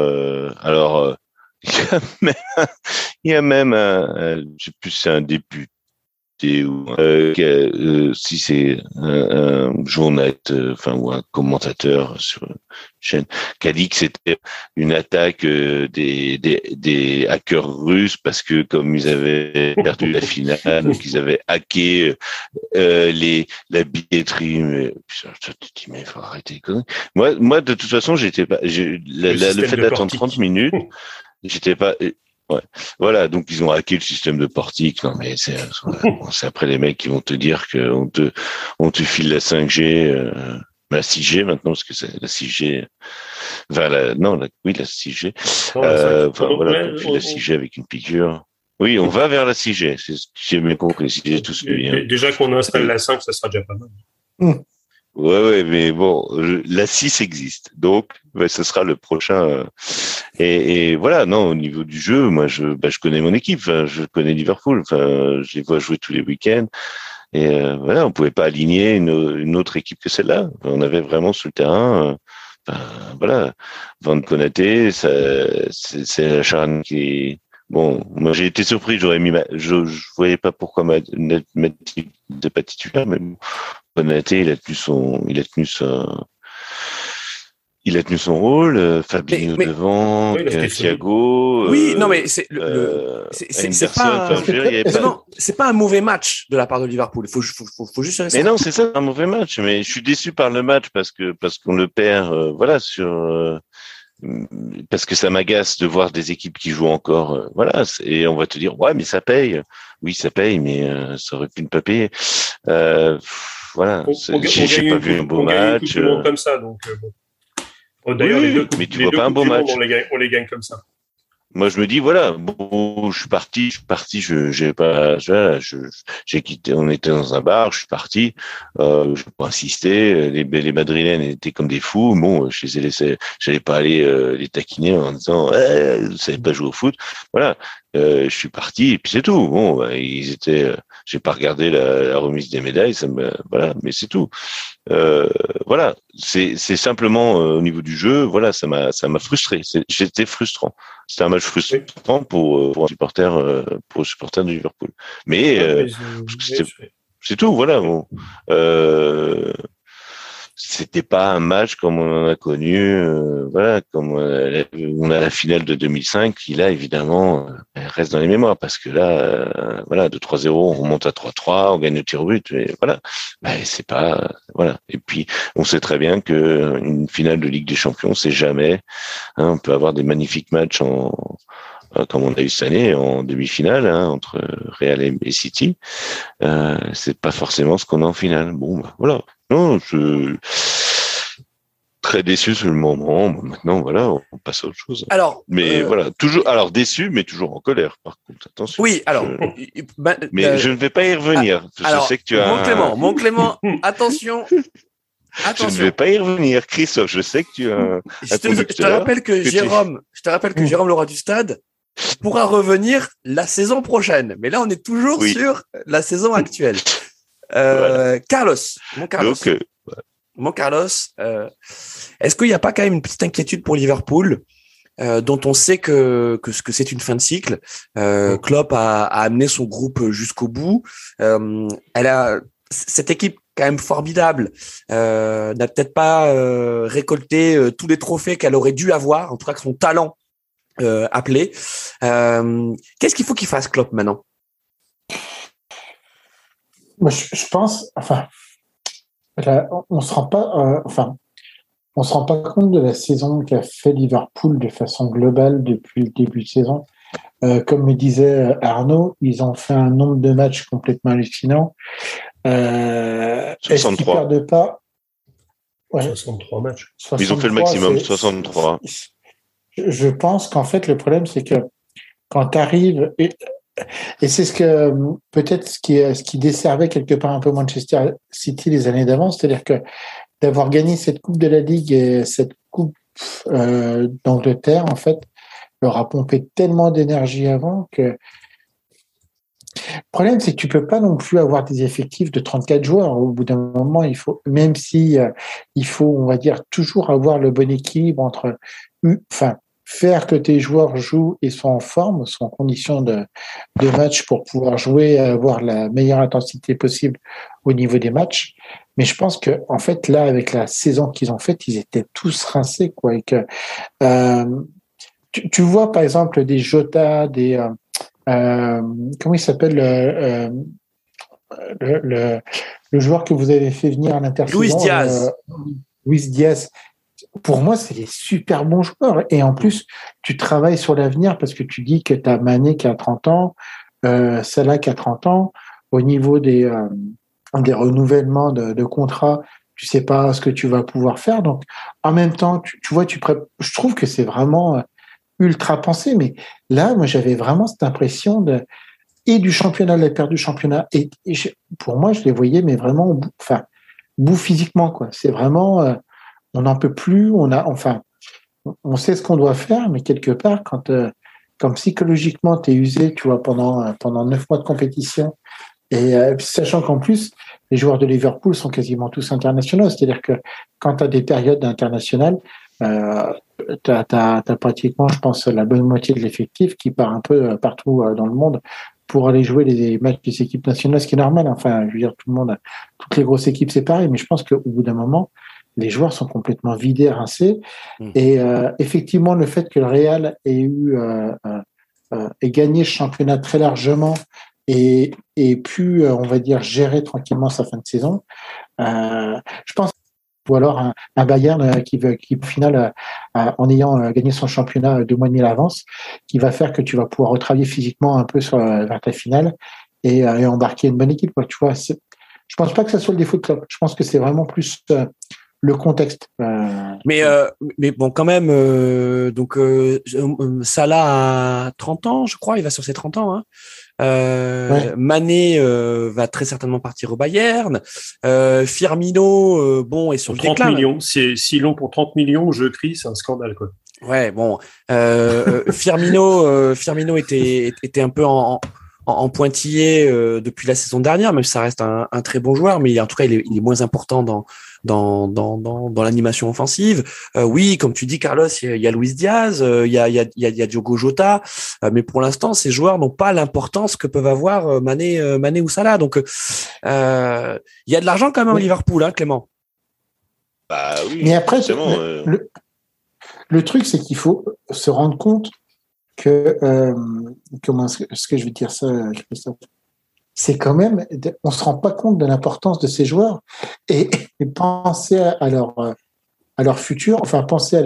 Il y a même je sais plus si c'est un député ou si c'est un journaliste, ou un commentateur sur une chaîne qui a dit que c'était une attaque des hackers russes parce que comme ils avaient perdu la finale, donc ils avaient hacké la billetterie. Mais tu te dis mais il faut arrêter les conneries. Moi de toute façon j'étais pas. Le fait d'attendre 30 minutes, j'étais pas. Ouais, voilà. Donc ils ont hacké le système de portique. Non mais c'est après les mecs qui vont te dire que on te file la 5G, la 6G maintenant parce que c'est la 6G. La 6G. Voilà, on te file la 6G avec une piqûre. Oui, on va vers la 6G. C'est ce que j'ai bien compris. Si j'ai tout suivi. Déjà qu'on installe la 5, ça sera déjà pas mal. Ouais, mais bon, la 6 existe, donc ce sera le prochain. Et voilà, non, au niveau du jeu, moi, je connais mon équipe, je connais Liverpool, je les vois jouer tous les week-ends. Et voilà, on pouvait pas aligner une autre équipe que celle-là. On avait vraiment sur le terrain, voilà, Van Konaté, c'est la charne qui. Bon, moi j'ai été surpris, je voyais pas pourquoi n'était pas titulaire, mais bon. Konaté, il a tenu son rôle, Fabinho devant, Thiago. Oui, non, mais c'est pas un mauvais match de la part de Liverpool. Il faut juste. Mais non, c'est ça, un mauvais match. Mais je suis déçu par le match parce qu'on le perd, parce que ça m'agace de voir des équipes qui jouent encore, et on va te dire, ouais, mais ça paye. Oui, ça paye, mais ça aurait pu ne pas payer. Voilà, j'ai pas vu un beau match. Comme ça, donc d'ailleurs, mais tu vois pas un beau match. On les gagne comme ça. Moi, je me dis voilà, bon, je suis parti, j'ai quitté, on était dans un bar, je suis parti, je vais pas insister, les Madrilènes étaient comme des fous, bon, je les ai laissés, j'allais pas aller les taquiner en disant, vous savez pas jouer au foot, voilà, je suis parti et puis c'est tout, bon, ils étaient, j'ai pas regardé la remise des médailles, voilà, mais c'est tout. Voilà, c'est simplement au niveau du jeu, voilà, ça m'a frustré. J'étais frustrant. C'était un match frustrant pour un supporter de Liverpool. Mais c'est tout, voilà. Bon. C'était pas un match comme on en a connu, voilà, comme on a la finale de 2005 qui là évidemment reste dans les mémoires parce que là, voilà, de 3-0 on remonte à 3-3, on gagne au tir au but, et voilà, c'est pas, voilà. Et puis on sait très bien que une finale de Ligue des Champions c'est jamais, on peut avoir des magnifiques matchs comme on a eu cette année en demi-finale entre Real et City, c'est pas forcément ce qu'on a en finale. Bon, voilà. Non, je très déçu sur le moment. Maintenant, voilà, on passe à autre chose. Alors, voilà, toujours. Alors déçu, mais toujours en colère. Par contre, attention. Oui, alors. Mais je ne vais pas y revenir. Je sais que tu as. Mon Clément, attention. Je ne vais pas y revenir, Christophe. Je sais que tu as. Je te rappelle que Jérôme le roi du stade pourra revenir la saison prochaine. Mais là, on est toujours sur la saison actuelle. Voilà. Carlos, mon Carlos. Donc, Mon Carlos, est-ce qu'il n'y a pas quand même une petite inquiétude pour Liverpool, dont on sait que c'est une fin de cycle. Klopp a amené son groupe jusqu'au bout. Cette équipe quand même formidable n'a peut-être pas récolté tous les trophées qu'elle aurait dû avoir, en tout cas que son talent appelé. Qu'est-ce qu'il faut qu'il fasse Klopp maintenant? Moi, je pense, on se rend pas, on se rend pas compte de la saison qu'a fait Liverpool de façon globale depuis le début de saison. comme me disait Arnaud, ils ont fait un nombre de matchs complètement hallucinant. 63. Est-ce qu'ils perdent pas 63 matchs. 63, ils ont fait le maximum, 63. Je pense qu'en fait, le problème, c'est que quand tu arrives, et c'est peut-être ce qui desservait quelque part un peu Manchester City les années d'avant, c'est-à-dire que d'avoir gagné cette Coupe de la Ligue et cette Coupe d'Angleterre, en fait, leur a pompé tellement d'énergie avant que. Le problème, c'est que tu peux pas non plus avoir des effectifs de 34 joueurs. Au bout d'un moment, il faut, même si il faut, on va dire, toujours avoir le bon équilibre entre, faire que tes joueurs jouent et soient en forme, soient en condition de match pour pouvoir jouer, avoir la meilleure intensité possible au niveau des matchs. Mais je pense que, en fait, là, avec la saison qu'ils ont faite, ils étaient tous rincés, quoi. Et que, tu vois, par exemple, des Jota, des, comment il s'appelle le joueur que vous avez fait venir à l'intersaison, Luis Diaz. Luis Diaz. Pour moi, c'est des super bons joueurs. Et en plus, tu travailles sur l'avenir parce que tu dis que tu as Mané qui a 30 ans, Salah qui a 30 ans. Au niveau des renouvellements de contrats, tu sais pas ce que tu vas pouvoir faire. Donc, en même temps, tu vois, je trouve que c'est vraiment ultra pensé. Mais là, moi, j'avais vraiment cette impression et du championnat, de la perte du championnat. Et pour moi, je les voyais, mais vraiment au bout physiquement, quoi. C'est vraiment, on n'en peut plus. On sait ce qu'on doit faire, mais quelque part, quand psychologiquement, tu es usé, tu vois, pendant 9 mois de compétition, et sachant qu'en plus, les joueurs de Liverpool sont quasiment tous internationaux, c'est-à-dire que quand tu as des périodes internationales, t'as pratiquement, je pense, la bonne moitié de l'effectif qui part un peu partout dans le monde pour aller jouer les matchs des équipes nationales, ce qui est normal. Enfin, je veux dire, toutes les grosses équipes, c'est pareil, mais je pense qu'au bout d'un moment, les joueurs sont complètement vidés, rincés. Et effectivement, le fait que le Real ait gagné ce championnat très largement et pu, on va dire, gérer tranquillement sa fin de saison, je pense, ou alors un Bayern qui au final, en ayant gagné son championnat 2 mois et demi à l'avance, qui va faire que tu vas pouvoir retravailler physiquement un peu vers ta finale et embarquer une bonne équipe, quoi. Tu vois, je pense pas que ça soit le défaut de Klopp. Je pense que c'est vraiment plus le contexte. Mais bon, quand même, Salah a 30 ans, je crois, il va sur ses 30 ans. Hein. Ouais. Mané va très certainement partir au Bayern. Firmino, bon, est sur le 30 déclin. millions, c'est si long pour 30 millions, je crie, c'est un scandale, quoi. Ouais, bon, Firmino était un peu en pointillé depuis la saison dernière, même si ça reste un très bon joueur, mais en tout cas il est moins important dans l'animation offensive. Oui, comme tu dis, Carlos, il y a Luis Diaz, il y a Diogo Jota, mais pour l'instant ces joueurs n'ont pas l'importance que peuvent avoir Mané ou Salah. Donc il y a de l'argent quand même à Liverpool, hein, Clément. Bah oui. Mais après, le truc, c'est qu'il faut se rendre compte que comment est-ce que je vais dire ça, Christophe, c'est quand même, on se rend pas compte de l'importance de ces joueurs et penser à leur futur, enfin penser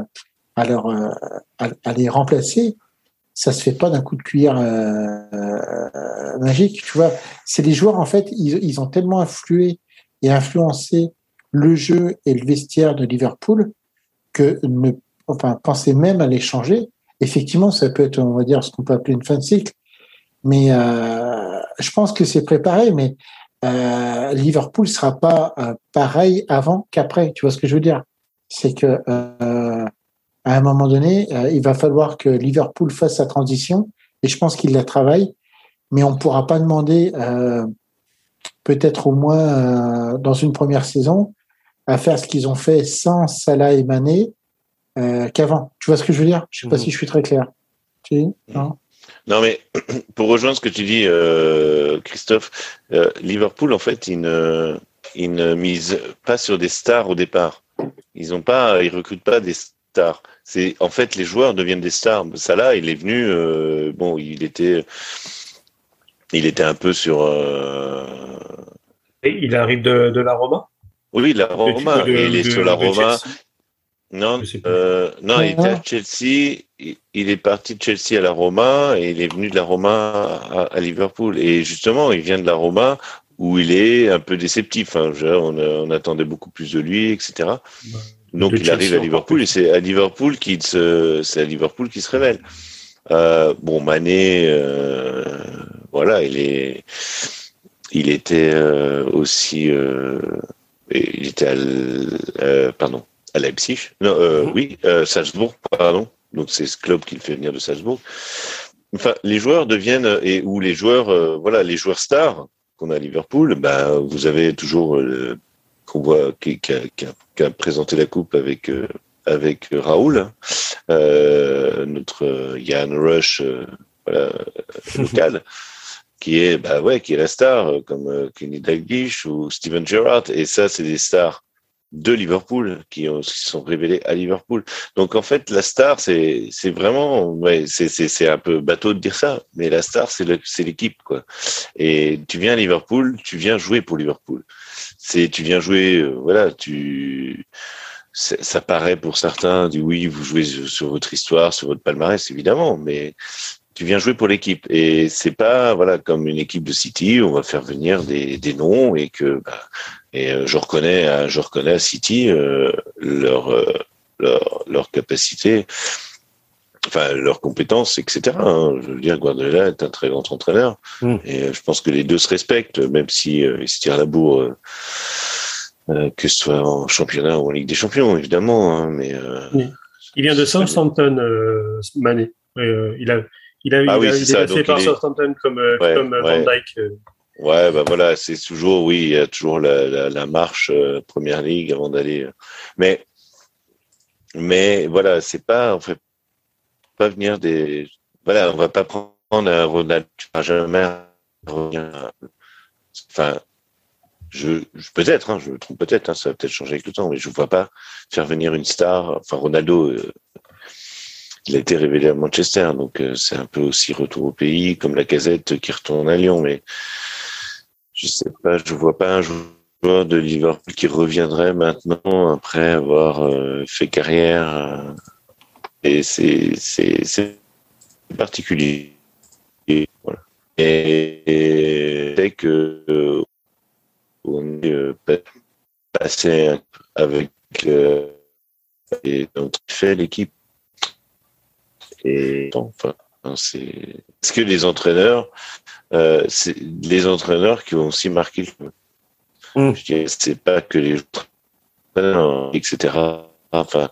à les remplacer, ça se fait pas d'un coup de cuillère magique, tu vois. C'est des joueurs, en fait, ils ont tellement influé et influencé le jeu et le vestiaire de Liverpool que penser même à les changer. Effectivement, ça peut être, on va dire, ce qu'on peut appeler une fin de cycle, mais je pense que c'est préparé, mais Liverpool sera pas pareil avant qu'après. Tu vois ce que je veux dire? C'est que à un moment donné, il va falloir que Liverpool fasse sa transition, et je pense qu'il la travaille, mais on pourra pas demander, peut-être au moins dans une première saison, à faire ce qu'ils ont fait sans Salah et Mané qu'avant. Tu vois ce que je veux dire? Je sais pas si je suis très clair. Non, mais pour rejoindre ce que tu dis, Christophe, Liverpool, en fait, ils ne misent pas sur des stars au départ. Ils recrutent pas des stars. En fait, les joueurs deviennent des stars. Salah, il est venu, il était un peu sur. Et il arrive de la Roma. Oui, la Roma. Et il est sur la Roma. Non, Je sais plus. non, il était à Chelsea. Il est parti de Chelsea à la Roma et il est venu de la Roma à Liverpool. Et justement, il vient de la Roma où il est un peu déceptif. Hein. On attendait beaucoup plus de lui, etc. Donc il arrive à Liverpool et c'est à Liverpool qu'il se révèle. Bon, Mané, voilà, il était aussi, il était à Leipzig. Non, oui, Salzbourg, pardon. Donc c'est ce club qui le fait venir de Salzbourg. Enfin, les joueurs deviennent ou les joueurs, voilà, les joueurs stars qu'on a à Liverpool. Ben, vous avez toujours qu'on voit qui a présenté la coupe avec Raoul, hein. Notre Ian Rush, voilà, local, qui est la star, comme Kenny Dalglish ou Steven Gerrard. Et ça, c'est des stars de Liverpool qui sont révélés à Liverpool. Donc en fait, la star, c'est vraiment, c'est un peu bateau de dire ça, mais la star, c'est l'équipe, quoi. Et tu viens à Liverpool, tu viens jouer pour Liverpool. Tu viens jouer, voilà, ça paraît pour certains, oui, vous jouez sur votre histoire, sur votre palmarès, évidemment, mais tu viens jouer pour l'équipe. Et c'est pas, voilà, comme une équipe de City, on va faire venir des noms et que, je reconnais à City leur capacité, enfin leurs compétences, etc. Hein. Je veux dire, Guardiola est un très grand entraîneur et je pense que les deux se respectent, même si ils se tirent la bourre, que ce soit en championnat ou en Ligue des Champions, évidemment. Hein, mais il vient de Southampton, Mané. Il a passé par Southampton comme Van Dijk. Ouais, bah voilà, c'est toujours, oui, il y a toujours la marche Première Ligue avant d'aller. Mais voilà, c'est pas, on fait pas venir des, voilà, on va pas prendre un Ronaldo, tu vas jamais revenir. Enfin, peut-être, hein, je me trompe peut-être, hein, ça va peut-être changer avec le temps, mais je ne vois pas faire venir une star. Enfin, Ronaldo, il a été révélé à Manchester, donc c'est un peu aussi retour au pays, comme Lacazette qui retourne à Lyon, mais je sais pas, je vois pas un joueur de Liverpool qui reviendrait maintenant après avoir fait carrière. Et c'est particulier. Et voilà. Et dès que on est passé avec et donc fait l'équipe et enfin c'est parce que les entraîneurs c'est les entraîneurs qui ont aussi marqué le club. Je dirais, c'est pas que les entraîneurs, etc. Enfin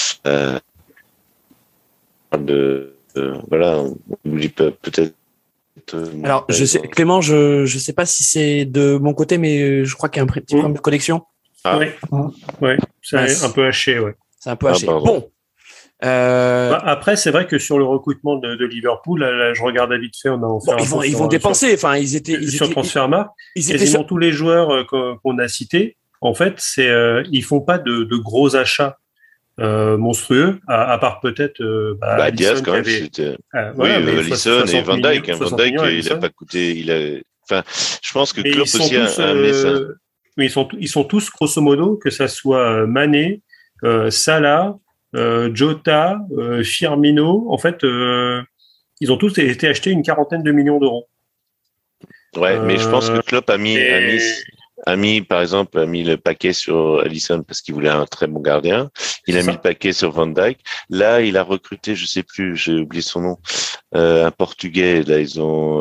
voilà, on oublie peut-être. Alors, je sais, Clément, je sais pas si c'est de mon côté, mais je crois qu'il y a un petit problème de connexion. Ah. Ouais, c'est un peu haché, ouais. C'est un peu haché. Bon. Après, c'est vrai que sur le recrutement de Liverpool, là, je regardais vite fait, ils vont dépenser. Enfin, ils étaient sur Transfermarkt. Quasiment tous les joueurs qu'on a cités, en fait, ils font pas de gros achats. Monstrueux, à part peut-être Diaz quand même, c'était Alisson et Van Dijk. Van Dijk, il a pas coûté. Enfin, je pense que Klopp aussi a amené ça. Oui, ils sont tous grosso modo, que ça soit Mané, Salah, Jota, Firmino. En fait, ils ont tous été achetés une 40aine de millions d'euros. Ouais, mais je pense que Klopp a mis par exemple, le paquet sur Alisson parce qu'il voulait un très bon gardien. Il a mis le paquet sur Van Dijk. Là, il a recruté, je sais plus, j'ai oublié son nom, un Portugais. Là, ils ont,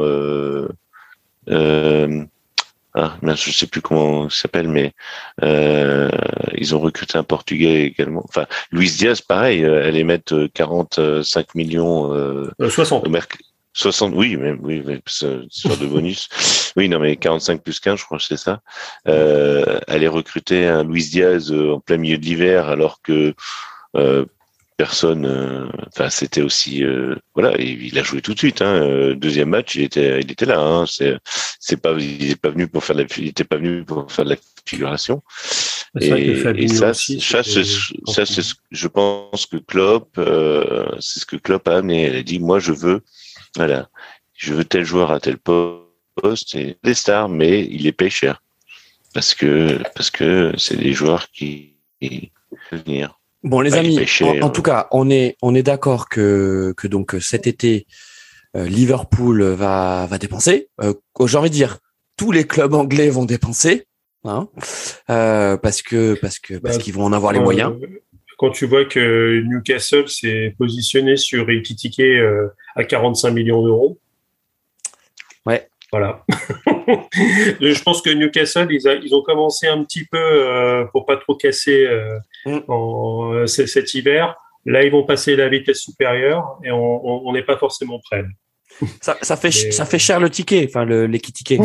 je sais plus comment il s'appelle, mais ils ont recruté un Portugais également. Enfin, Luis Diaz, pareil, allait mettre 45 millions. 60. 60, oui, sur de bonus. Oui, non, mais 45 plus 15, je crois que c'est ça. Aller recruter un Luis Diaz en plein milieu de l'hiver, alors que personne. Enfin, c'était aussi. Voilà, il a joué tout de suite. Hein. Deuxième match, il était là. Hein. Il n'était pas venu pour faire de la figuration. Et ça, je pense que Klopp, c'est ce que Klopp a amené. Elle a dit, moi, je veux tel joueur à tel poste et des stars, mais il les paye cher parce que c'est des joueurs qui peuvent venir. Bon, les amis, en tout cas, on est d'accord que donc cet été, Liverpool va dépenser. J'ai envie de dire, tous les clubs anglais vont dépenser, hein, parce qu'ils vont en avoir les moyens. Quand tu vois que Newcastle s'est positionné sur Ekitike à 45 millions d'euros. Ouais. Voilà. Je pense que Newcastle, ils ont commencé un petit peu pour pas trop casser cet hiver. Là, ils vont passer la vitesse supérieure et on n'est pas forcément prêt. Ça fait cher le ticket, enfin l'Ekitike.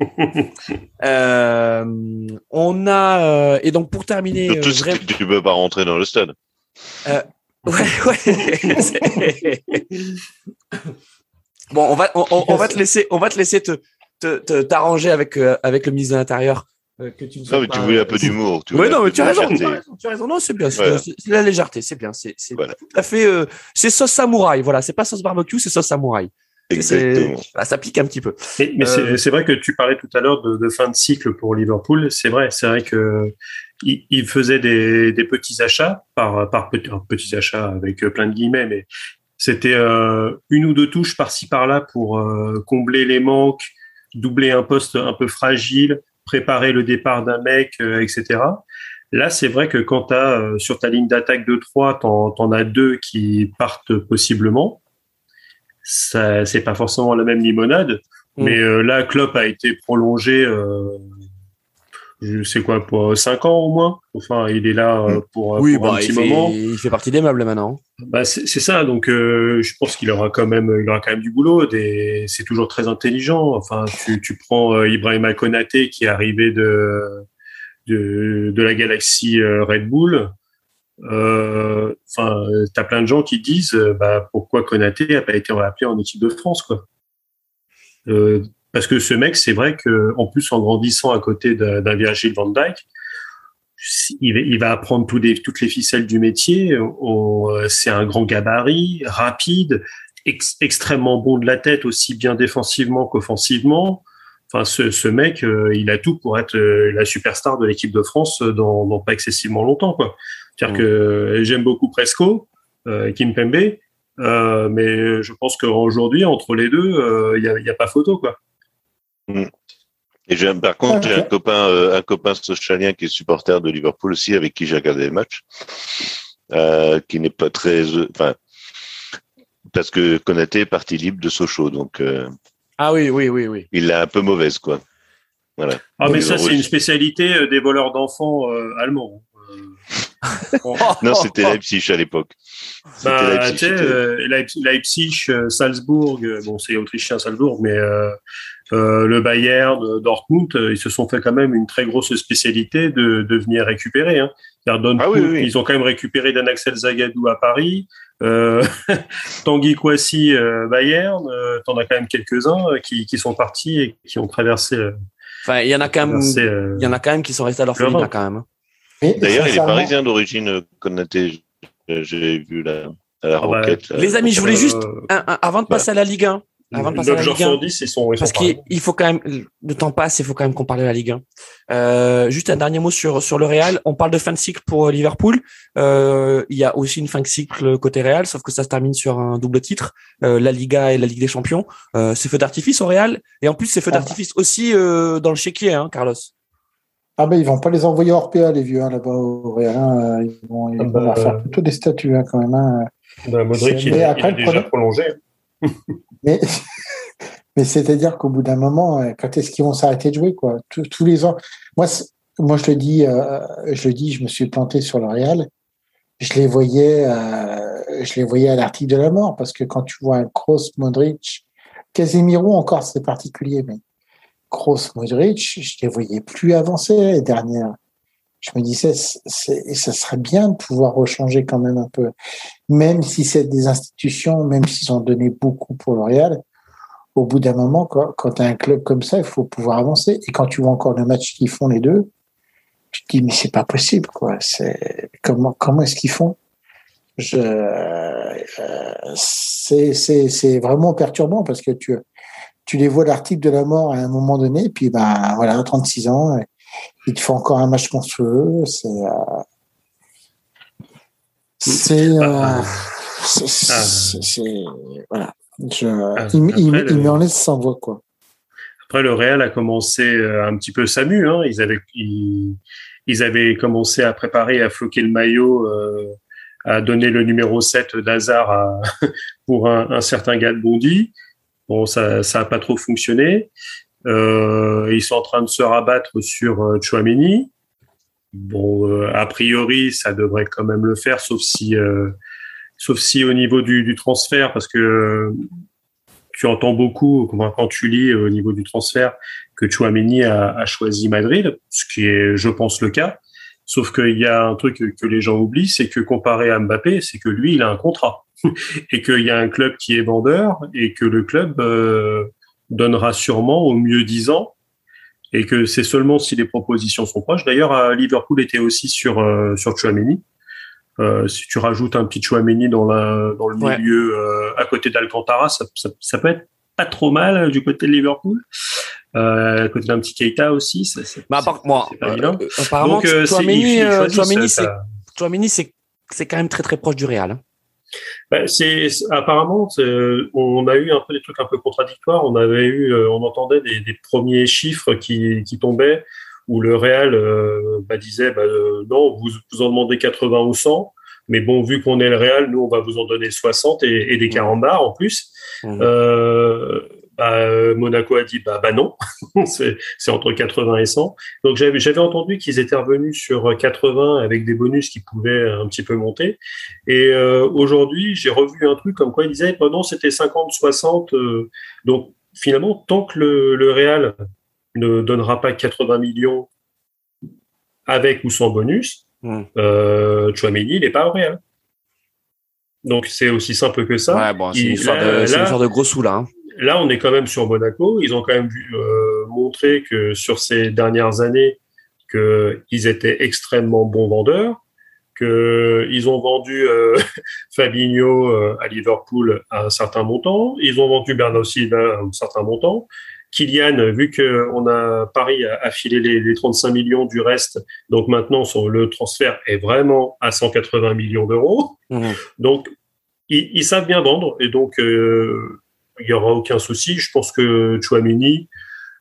On a et donc pour terminer, surtout si tu peux pas rentrer dans le stade. Ouais. Bon, on va te laisser t'arranger avec le ministre de l'Intérieur. Que tu non, mais tu voulais un peu d'humour. Oui, non, mais tu as raison. Non, c'est bien. Voilà. C'est la légèreté, c'est bien. C'est voilà. Tout à fait. C'est sauce samouraï. Voilà, c'est pas sauce barbecue, c'est sauce samouraï. Exactement. Ça pique un petit peu. Mais c'est vrai que tu parlais tout à l'heure de fin de cycle pour Liverpool. C'est vrai que il faisait des petits achats par petits achats avec plein de guillemets, mais c'était une ou deux touches par-ci par-là pour combler les manques, doubler un poste un peu fragile, préparer le départ d'un mec, etc. Là, c'est vrai que quand sur ta ligne d'attaque de 3, t'en as 2 qui partent possiblement. Ça, c'est pas forcément la même limonade, mais là, Klopp a été prolongé, je sais quoi, pour 5 ans au moins. Enfin, il est là pour un petit moment. Il fait partie des meubles maintenant. Bah, c'est ça. Donc, je pense qu'il aura quand même du boulot. C'est toujours très intelligent. Enfin, tu prends Ibrahima Konaté qui est arrivé de la galaxie Red Bull. T'as plein de gens qui disent pourquoi Konaté a pas été appelé en équipe de France, quoi. Parce que ce mec, c'est vrai que en plus en grandissant à côté d'un Virgil van Dijk, il va apprendre toutes les ficelles du métier. C'est un grand gabarit, rapide, extrêmement bon de la tête, aussi bien défensivement qu'offensivement. Enfin, ce mec, il a tout pour être la superstar de l'équipe de France dans pas excessivement longtemps, quoi. C'est-à-dire que j'aime beaucoup Presco, Kimpembe, mais je pense qu'aujourd'hui, entre les deux, il y a pas photo, quoi. Et par contre, j'ai un copain australien qui est supporter de Liverpool aussi, avec qui j'ai regardé les matchs, qui n'est pas très, parce que Konaté est parti libre de Sochaux, donc. Ah oui. Il l'a un peu mauvaise, quoi. Voilà. Ah, mais ça, c'est une spécialité des voleurs d'enfants allemands. Non, c'était Leipzig à l'époque. Leipzig, Salzbourg, bon, c'est autrichien Salzbourg, mais le Bayern, Dortmund, ils se sont fait quand même une très grosse spécialité de venir récupérer. Hein. Oui. Ils ont quand même récupéré d'un Axel Zagadou à Paris. Tanguy Kouassi, Bayern, t'en as quand même quelques-uns qui sont partis et qui ont traversé. Enfin, il y en a quand même qui sont restés à l'orphelinat quand même. D'ailleurs, il est parisien d'origine, Konaté. J'ai vu à la Roquette. Les amis, je voulais juste, avant de passer à la Ligue 1, parce qu'il faut quand même, le temps passe, il faut quand même qu'on parle de la Ligue 1. Juste un dernier mot sur le Real. On parle de fin de cycle pour Liverpool. Il y a aussi une fin de cycle côté Real, sauf que ça se termine sur un double titre, la Liga et la Ligue des Champions. C'est feu d'artifice au Real, et en plus c'est feu d'artifice aussi dans le chéquier, hein, Carlos. Ah ben ils vont pas les envoyer hors PA, les vieux, hein, là-bas au Real. Ils vont leur faire plutôt des statuts, hein, quand même. Hein. Modric, il a déjà prolongé. Mais c'est-à-dire qu'au bout d'un moment, quand est-ce qu'ils vont s'arrêter de jouer, quoi? Tous les ans. Moi, je le dis, je me suis planté sur le Real. Je les voyais à l'article de la mort, parce que quand tu vois un Kroos, Modric, Casemiro encore, c'est particulier, mais Kroos, Modric, je les voyais plus avancer les dernières. Je me disais, ça serait bien de pouvoir rechanger quand même un peu. Même si c'est des institutions, même s'ils ont donné beaucoup pour le Real, au bout d'un moment, quand tu as un club comme ça, il faut pouvoir avancer. Et quand tu vois encore le match qu'ils font les deux, tu te dis, mais c'est pas possible, quoi. Comment est-ce qu'ils font? C'est vraiment perturbant parce que tu les vois l'article de la mort à un moment donné, puis voilà, 36 ans, il te fait encore un match monstrueux. Voilà. Il m'en laisse sans voix, quoi. Après, le Real a commencé un petit peu sa mue. Hein. Ils avaient commencé à préparer, à floquer le maillot, à donner le numéro 7 d'Hazard pour un certain gars de Bondy. Bon, ça a pas trop fonctionné. Ils sont en train de se rabattre sur Tchouaméni. Bon, a priori, ça devrait quand même le faire, sauf si au niveau du transfert, parce que tu entends beaucoup quand tu lis au niveau du transfert que Tchouaméni a choisi Madrid, ce qui est, je pense, le cas. Sauf qu'il y a un truc que les gens oublient, c'est que comparé à Mbappé, c'est que lui, il a un contrat et qu'il y a un club qui est vendeur et que le club donnera sûrement au mieux 10 ans et que c'est seulement si les propositions sont proches. D'ailleurs, Liverpool était aussi sur Tchouaméni. Si tu rajoutes un petit Tchouaméni dans le milieu à côté d'Alcantara, ça peut être pas trop mal du côté de Liverpool. À côté d'un petit Keita aussi, c'est pas évident. Apparemment, Tchouaméni, c'est quand même très très proche du Real. Hein. Apparemment, on a eu un peu des trucs un peu contradictoires. On entendait des premiers chiffres qui tombaient où le Real disait non, vous en demandez 80 ou 100, mais bon, vu qu'on est le Real, nous on va vous en donner 60 et des carambars en plus. Monaco a dit non, c'est entre 80 et 100. Donc j'avais entendu qu'ils étaient revenus sur 80 avec des bonus qui pouvaient un petit peu monter. Et aujourd'hui, j'ai revu un truc comme quoi ils disaient non, c'était 50, 60. Donc finalement, tant que le Real ne donnera pas 80 millions avec ou sans bonus, Tchouaméni, il n'est pas au Real. Donc c'est aussi simple que ça. Ouais, bon, c'est une histoire de gros sous là. Hein. Là, on est quand même sur Monaco. Ils ont quand même montré que sur ces dernières années, qu'ils étaient extrêmement bons vendeurs, qu'ils ont vendu Fabinho à Liverpool à un certain montant. Ils ont vendu Bernardo Silva à un certain montant. Kylian, vu que Paris a filé les 35 millions du reste, donc maintenant le transfert est vraiment à 180 millions d'euros. Donc, ils savent bien vendre et donc il n'y aura aucun souci. Je pense que Tchouaméni,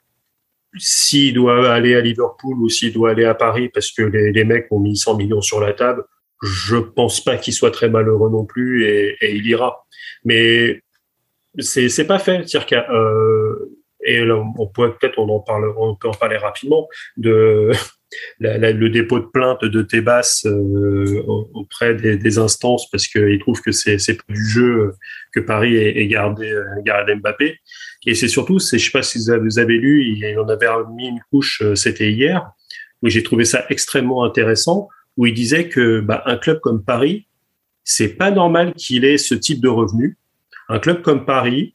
s'il doit aller à Liverpool ou s'il doit aller à Paris parce que les mecs ont mis 100 millions sur la table, je pense pas qu'il soit très malheureux non plus et il ira. Mais c'est pas fait. C'est-à-dire et là, on peut en parler rapidement de le dépôt de plainte de Tebas auprès des instances parce qu'il trouve que c'est pas du jeu que Paris ait gardé Mbappé. Et c'est surtout, je sais pas si vous avez lu, il en avait mis une couche, c'était hier, où j'ai trouvé ça extrêmement intéressant, où il disait que un club comme Paris, c'est pas normal qu'il ait ce type de revenus. Un club comme Paris,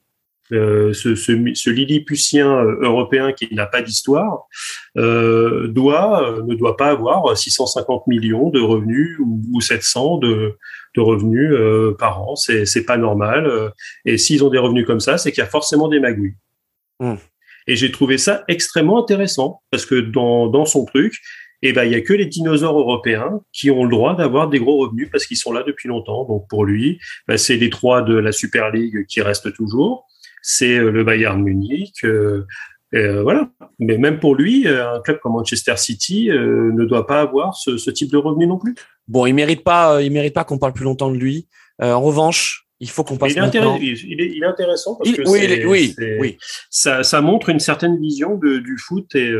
ce Lilliputien européen qui n'a pas d'histoire ne doit pas avoir 650 millions de revenus ou 700 de revenus par an. C'est pas normal. Et s'ils ont des revenus comme ça, c'est qu'il y a forcément des magouilles. Et j'ai trouvé ça extrêmement intéressant parce que dans son truc, il y a que les dinosaures européens qui ont le droit d'avoir des gros revenus parce qu'ils sont là depuis longtemps. Donc pour lui, c'est les 3 de la Super League qui restent toujours. C'est le Bayern Munich, voilà. Mais même pour lui, un club comme Manchester City ne doit pas avoir ce type de revenu non plus. Bon, il mérite pas qu'on parle plus longtemps de lui. En revanche, il faut qu'on passe maintenant. Il est intéressant parce que ça montre une certaine vision du foot et.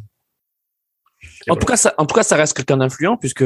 En tout cas, ça reste quelqu'un d'influent puisque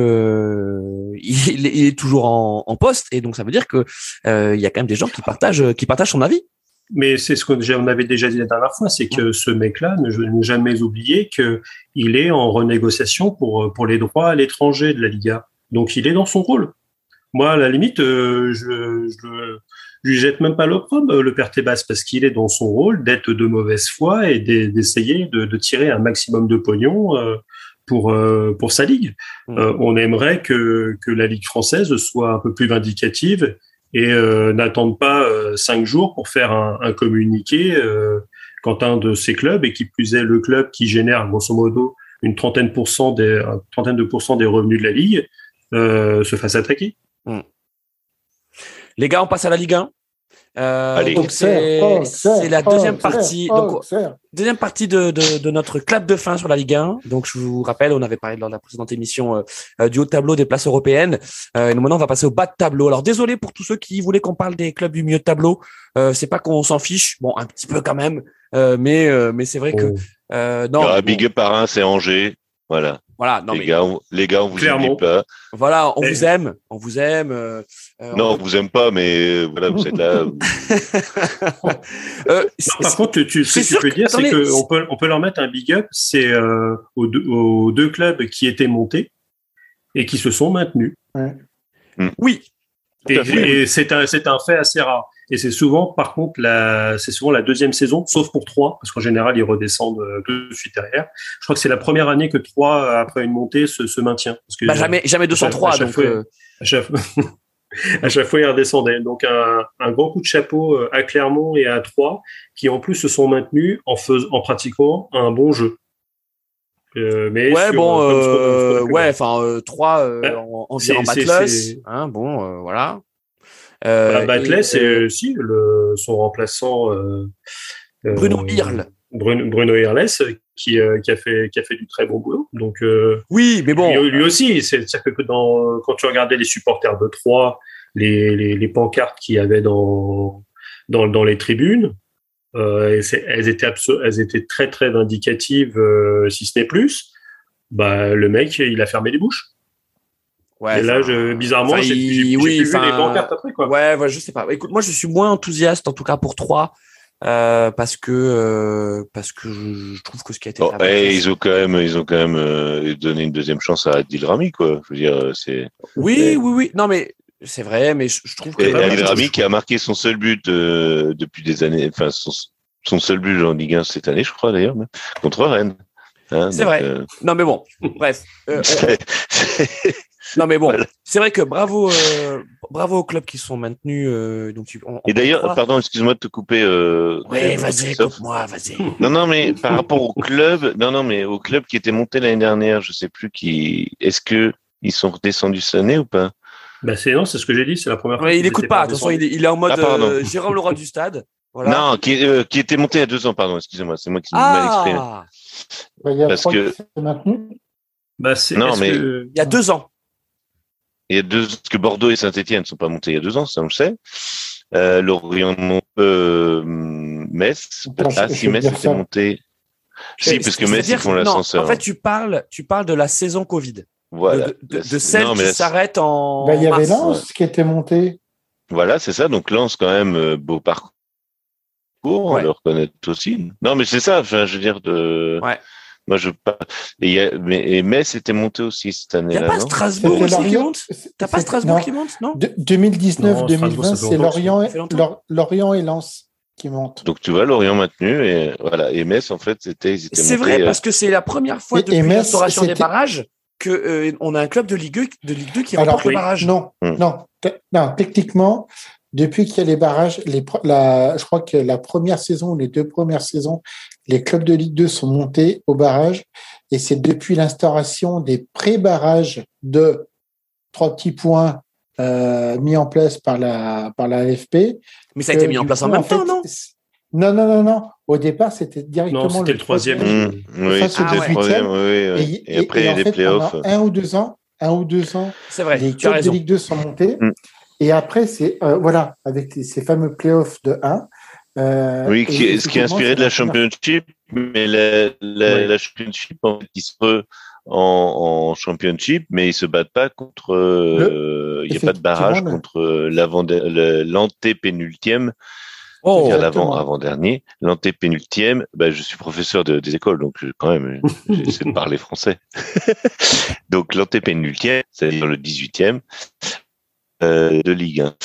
il est toujours en poste et donc ça veut dire que il y a quand même des gens qui partagent son avis. Mais c'est ce qu'on avait déjà dit la dernière fois, c'est que ce mec-là, ne jamais oublier qu'il est en renégociation pour les droits à l'étranger de la Liga. Donc il est dans son rôle. Moi, à la limite, je lui jette même pas l'opprobre, le père Tebas, parce qu'il est dans son rôle d'être de mauvaise foi et d'essayer de tirer un maximum de pognon pour sa ligue. On aimerait que la Ligue française soit un peu plus vindicative et n'attendent pas 5 jours pour faire un communiqué quand un de ces clubs, et qui plus est le club qui génère grosso modo une trentaine de pourcents des revenus de la Ligue, se fasse attaquer. Les gars, on passe à la Ligue 1. Allez. Donc c'est la deuxième partie. Deuxième partie de notre clap de fin sur la Ligue 1. Donc je vous rappelle, on avait parlé lors de la précédente émission du haut de tableau des places européennes. Et nous maintenant on va passer au bas de tableau. Alors désolé pour tous ceux qui voulaient qu'on parle des clubs du milieu de tableau. C'est pas qu'on s'en fiche, bon un petit peu quand même, mais c'est vrai que non. Big up par un, c'est Angers. Voilà. Non, les gars, on vous Clairement. oublie pas. Voilà, on vous aime. Non, on vous aime pas, mais voilà, vous êtes là. Par contre, ce que tu peux dire, c'est qu'on peut leur mettre un big up. C'est aux deux clubs qui étaient montés et qui se sont maintenus. Ouais. Oui. Et c'est un fait assez rare. Et c'est souvent, par contre, c'est souvent la deuxième saison, sauf pour Troyes, parce qu'en général, ils redescendent tout de suite derrière. Je crois que c'est la première année que Troyes, après une montée, se maintient. Parce que jamais 203. À chaque fois, ils redescendaient. Donc, un gros coup de chapeau à Clermont et à Troyes, qui en plus se sont maintenus en pratiquant un bon jeu. Mais Troyes en virant Batles. Voilà. Batles, c'est aussi son remplaçant Bruno Irle. Bruno Irles qui a fait du très bon boulot. Donc oui, mais bon, lui aussi, c'est-à-dire que quand tu regardais les supporters de Troyes, les pancartes qu'il y avait dans les tribunes, elles étaient très très vindicatives, si ce n'est plus. Bah le mec, il a fermé les bouches. Ouais, et là, bizarrement, j'ai plus vu les pancartes après, quoi. Ouais, je sais pas. Écoute, moi, je suis moins enthousiaste, en tout cas pour Troyes, parce que je trouve que ce qui a été fait. Ils ont quand même donné une deuxième chance à Adil Rami, quoi. Je veux dire, c'est. Oui. Non, mais c'est vrai, mais je trouve que. Adil Rami qui a marqué son seul but depuis des années, enfin son seul but en Ligue 1 cette année, je crois d'ailleurs, contre Rennes. C'est vrai. Non, mais bon, bref. Non mais bon, voilà. C'est vrai que bravo aux clubs qui sont maintenus. Et d'ailleurs, pardon, excuse-moi de te couper. Oui, vas-y, coupe-moi, vas-y. Non, mais par rapport aux clubs, aux clubs qui étaient montés l'année dernière, je sais plus est-ce que ils sont redescendus cette année ou pas? Bah c'est ce que j'ai dit, c'est la première fois. Ouais, il écoute pas. De toute façon, il est en mode Jérôme Leroy du Stade. Voilà. Non, qui était monté il y a 2 ans, pardon, excusez-moi, c'est moi qui mal exprimé. Parce que c'est maintenu. Il y a 2 ans. Parce que Bordeaux et Saint-Etienne ne sont pas montés il y a 2 ans, ça on le sait. Lorient, Metz. Si Metz était monté. Si, parce que Metz, ils font l'ascenseur. En fait, tu parles de la saison Covid. Voilà. De celle qui s'arrête en. Il y avait Lens qui était monté. Voilà, c'est ça. Donc Lens, quand même, beau parcours. On le reconnaît aussi. Non, mais c'est ça. Enfin, je veux dire Ouais. Moi, et Metz était monté aussi cette année-là. Il n'y a pas Strasbourg aussi qui monte? T'as pas Strasbourg qui monte, non? 2019-2020, c'est Lorient et Lens qui montent. Donc, tu vois, Lorient maintenu et voilà. Et Metz, en fait, ils étaient montés. C'est vrai, parce que c'est la première fois depuis l'instauration des barrages qu'on a un club de Ligue 2 qui remporte les barrages. Non, techniquement, depuis qu'il y a les barrages, je crois que la première saison ou les 2 premières saisons, les clubs de Ligue 2 sont montés au barrage et c'est depuis l'instauration des pré-barrages de 3 petits points mis en place par la LFP. Mais ça a été mis en place en même temps, non? Non. Au départ, c'était directement c'était le 3e. Oui, c'était le 3e. Oui. Et après, il y a des playoffs. Pendant un ou deux ans, c'est vrai, les clubs de Ligue 2 sont montés. Et après, c'est avec ces fameux playoffs de 1. Ce qui est inspiré de la Championship, mais la Championship, en fait, ils se en Championship, mais ils se battent pas contre. Il n'y a pas de barrage contre l'antépénultième. Avant-dernier, l'antépénultième. Je suis professeur des écoles, donc quand même, j'essaie de parler français. Donc l'antépénultième, c'est-à-dire le 18e. De Ligue 1.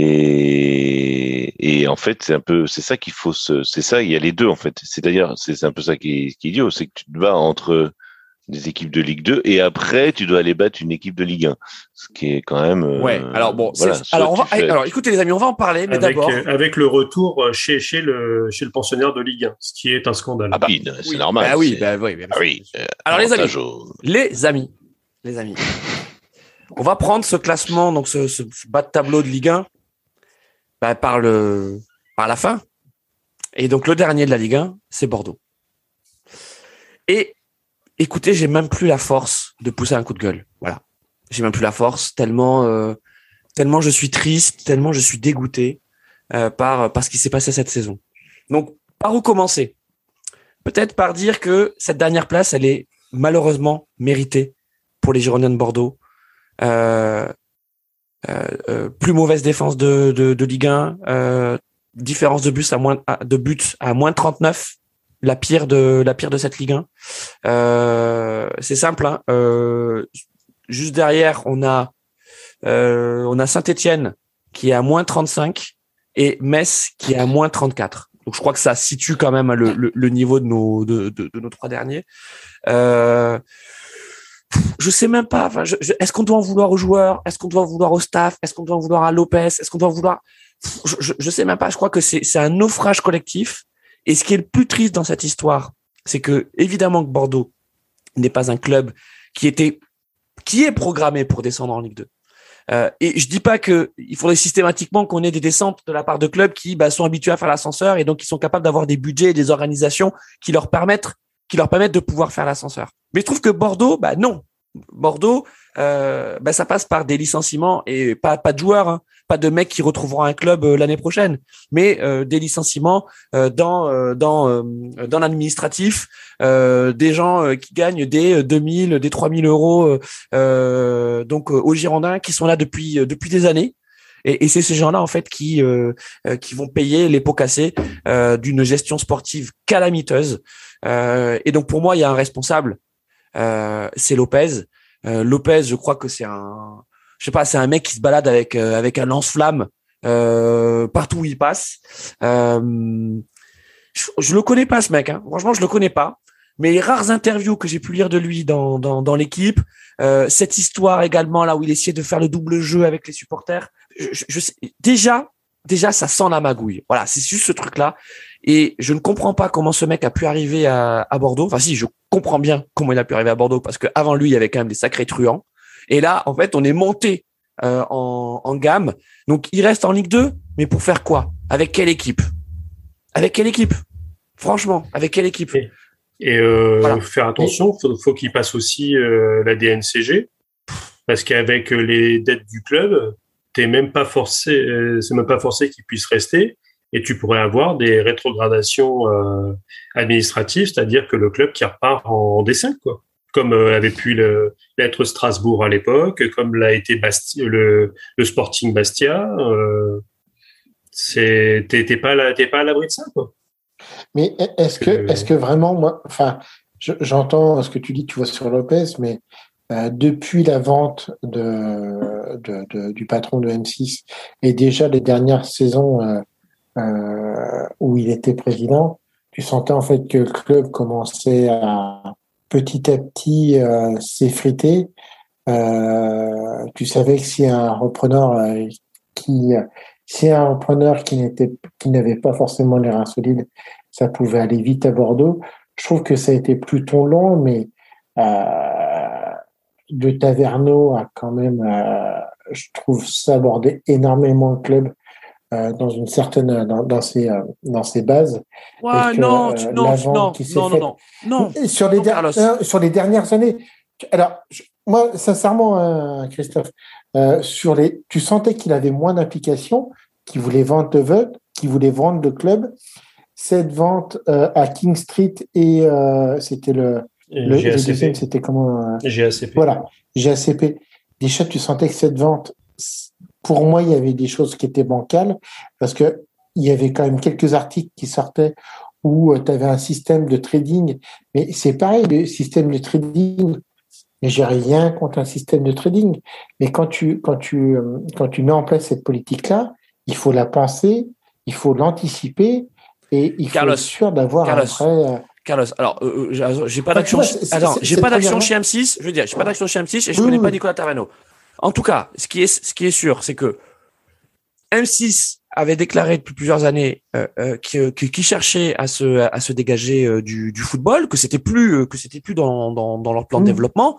Et en fait, c'est ça qu'il faut c'est ça, il y a les deux, en fait. C'est-à-dire, c'est un peu ça qui est idiot, c'est que tu te bats entre des équipes de Ligue 2 et après, tu dois aller battre une équipe de Ligue 1. Ce qui est quand même. Alors bon, alors écoutez les amis, on va en parler, mais d'abord. Avec le retour chez le pensionnaire de Ligue 1, ce qui est un scandale. Ah bah, c'est normal. Oui. Alors les amis. On va prendre ce classement, donc ce bas de tableau de Ligue 1, par la fin. Et donc, le dernier de la Ligue 1, c'est Bordeaux. Et écoutez, j'ai même plus la force de pousser un coup de gueule. Voilà. J'ai même plus la force, tellement je suis triste, tellement je suis dégoûté par ce qui s'est passé cette saison. Donc, par où commencer? Peut-être par dire que cette dernière place, elle est malheureusement méritée pour les Girondins de Bordeaux. Plus mauvaise défense de Ligue 1, différence de buts à moins 39, la pire de cette Ligue 1. C'est simple, hein. Juste derrière, on a Saint-Étienne qui est à moins 35 et Metz qui est à moins 34. Donc je crois que ça situe quand même le niveau de nos trois derniers. Je sais même pas. Enfin, est-ce qu'on doit en vouloir aux joueurs? Est-ce qu'on doit en vouloir au staff? Est-ce qu'on doit en vouloir à Lopez? Est-ce qu'on doit en vouloir? Je sais même pas. Je crois que c'est un naufrage collectif. Et ce qui est le plus triste dans cette histoire, c'est que évidemment que Bordeaux n'est pas un club qui est programmé pour descendre en Ligue 2. Et je dis pas que il faudrait systématiquement qu'on ait des descentes de la part de clubs qui sont habitués à faire l'ascenseur et donc qui sont capables d'avoir des budgets et des organisations qui leur permettent de pouvoir faire l'ascenseur. Mais je trouve que Bordeaux, non. Bordeaux, ça passe par des licenciements et pas de joueurs, hein, pas de mecs qui retrouveront un club l'année prochaine, mais des licenciements dans l'administratif, des gens qui gagnent des 2000, des 3000 euros donc aux Girondins qui sont là depuis des années. Et c'est ces gens-là en fait qui vont payer les pots cassés d'une gestion sportive calamiteuse. Et donc pour moi, il y a un responsable, c'est Lopez. Lopez, je crois que c'est un mec qui se balade avec un lance-flamme partout où il passe. Je le connais pas ce mec, hein. Franchement, je le connais pas. Mais les rares interviews que j'ai pu lire de lui dans l'équipe, cette histoire également là où il essayait de faire le double jeu avec les supporters, je sais, déjà ça sent la magouille. Voilà, c'est juste ce truc-là. Et je ne comprends pas comment ce mec a pu arriver à Bordeaux. Enfin si, je comprends bien comment il a pu arriver à Bordeaux parce que avant lui, il y avait quand même des sacrés truands. Et là, en fait, on est monté en gamme. Donc, il reste en Ligue 2, mais pour faire quoi? Avec quelle équipe? Franchement, avec quelle équipe? Et voilà. Faire attention, faut qu'il passe aussi la DNCG parce qu'avec les dettes du club, c'est même pas forcé qu'il puisse rester. Et tu pourrais avoir des rétrogradations administratives, c'est-à-dire que le club qui repart en D5, quoi. Comme avait pu l'être Strasbourg à l'époque, comme l'a été le Sporting Bastia. T'es pas à l'abri de ça, quoi. Mais est-ce que vraiment, moi, enfin, j'entends ce que tu dis, tu vois, sur Lopez, mais depuis la vente du patron de M6 et déjà les dernières saisons où il était président, tu sentais en fait que le club commençait à petit petit s'effriter. Tu savais que si un repreneur qui n'avait pas forcément les reins solides, ça pouvait aller vite à Bordeaux. Je trouve que ça a été plutôt long, mais de Taverneau a quand même, je trouve, ça abordé énormément le club dans une certaine dans ses bases. Ouais, non. Sur les dernières années. Alors, moi, sincèrement, Christophe, tu sentais qu'il avait moins d'implication, qu'il voulait vendre le club. Cette vente à King Street et c'était le deuxième, c'était comment GACP. Voilà, GACP. Déjà, tu sentais que cette vente, pour moi, il y avait des choses qui étaient bancales parce que il y avait quand même quelques articles qui sortaient où tu avais un système de trading. Mais c'est pareil, le système de trading. Mais j'ai rien contre un système de trading. Mais quand tu mets en place cette politique-là, il faut la penser, il faut l'anticiper et il faut être sûr d'avoir un vrai. Carlos, alors j'ai pas d'action. J'ai pas d'action chez M6. Je veux dire, j'ai pas d'action chez M6 et je connais pas Nicolas Taverneau. En tout cas, ce qui est sûr, c'est que M6 avait déclaré depuis plusieurs années qui cherchait à se dégager du football, que c'était plus dans leur plan de développement,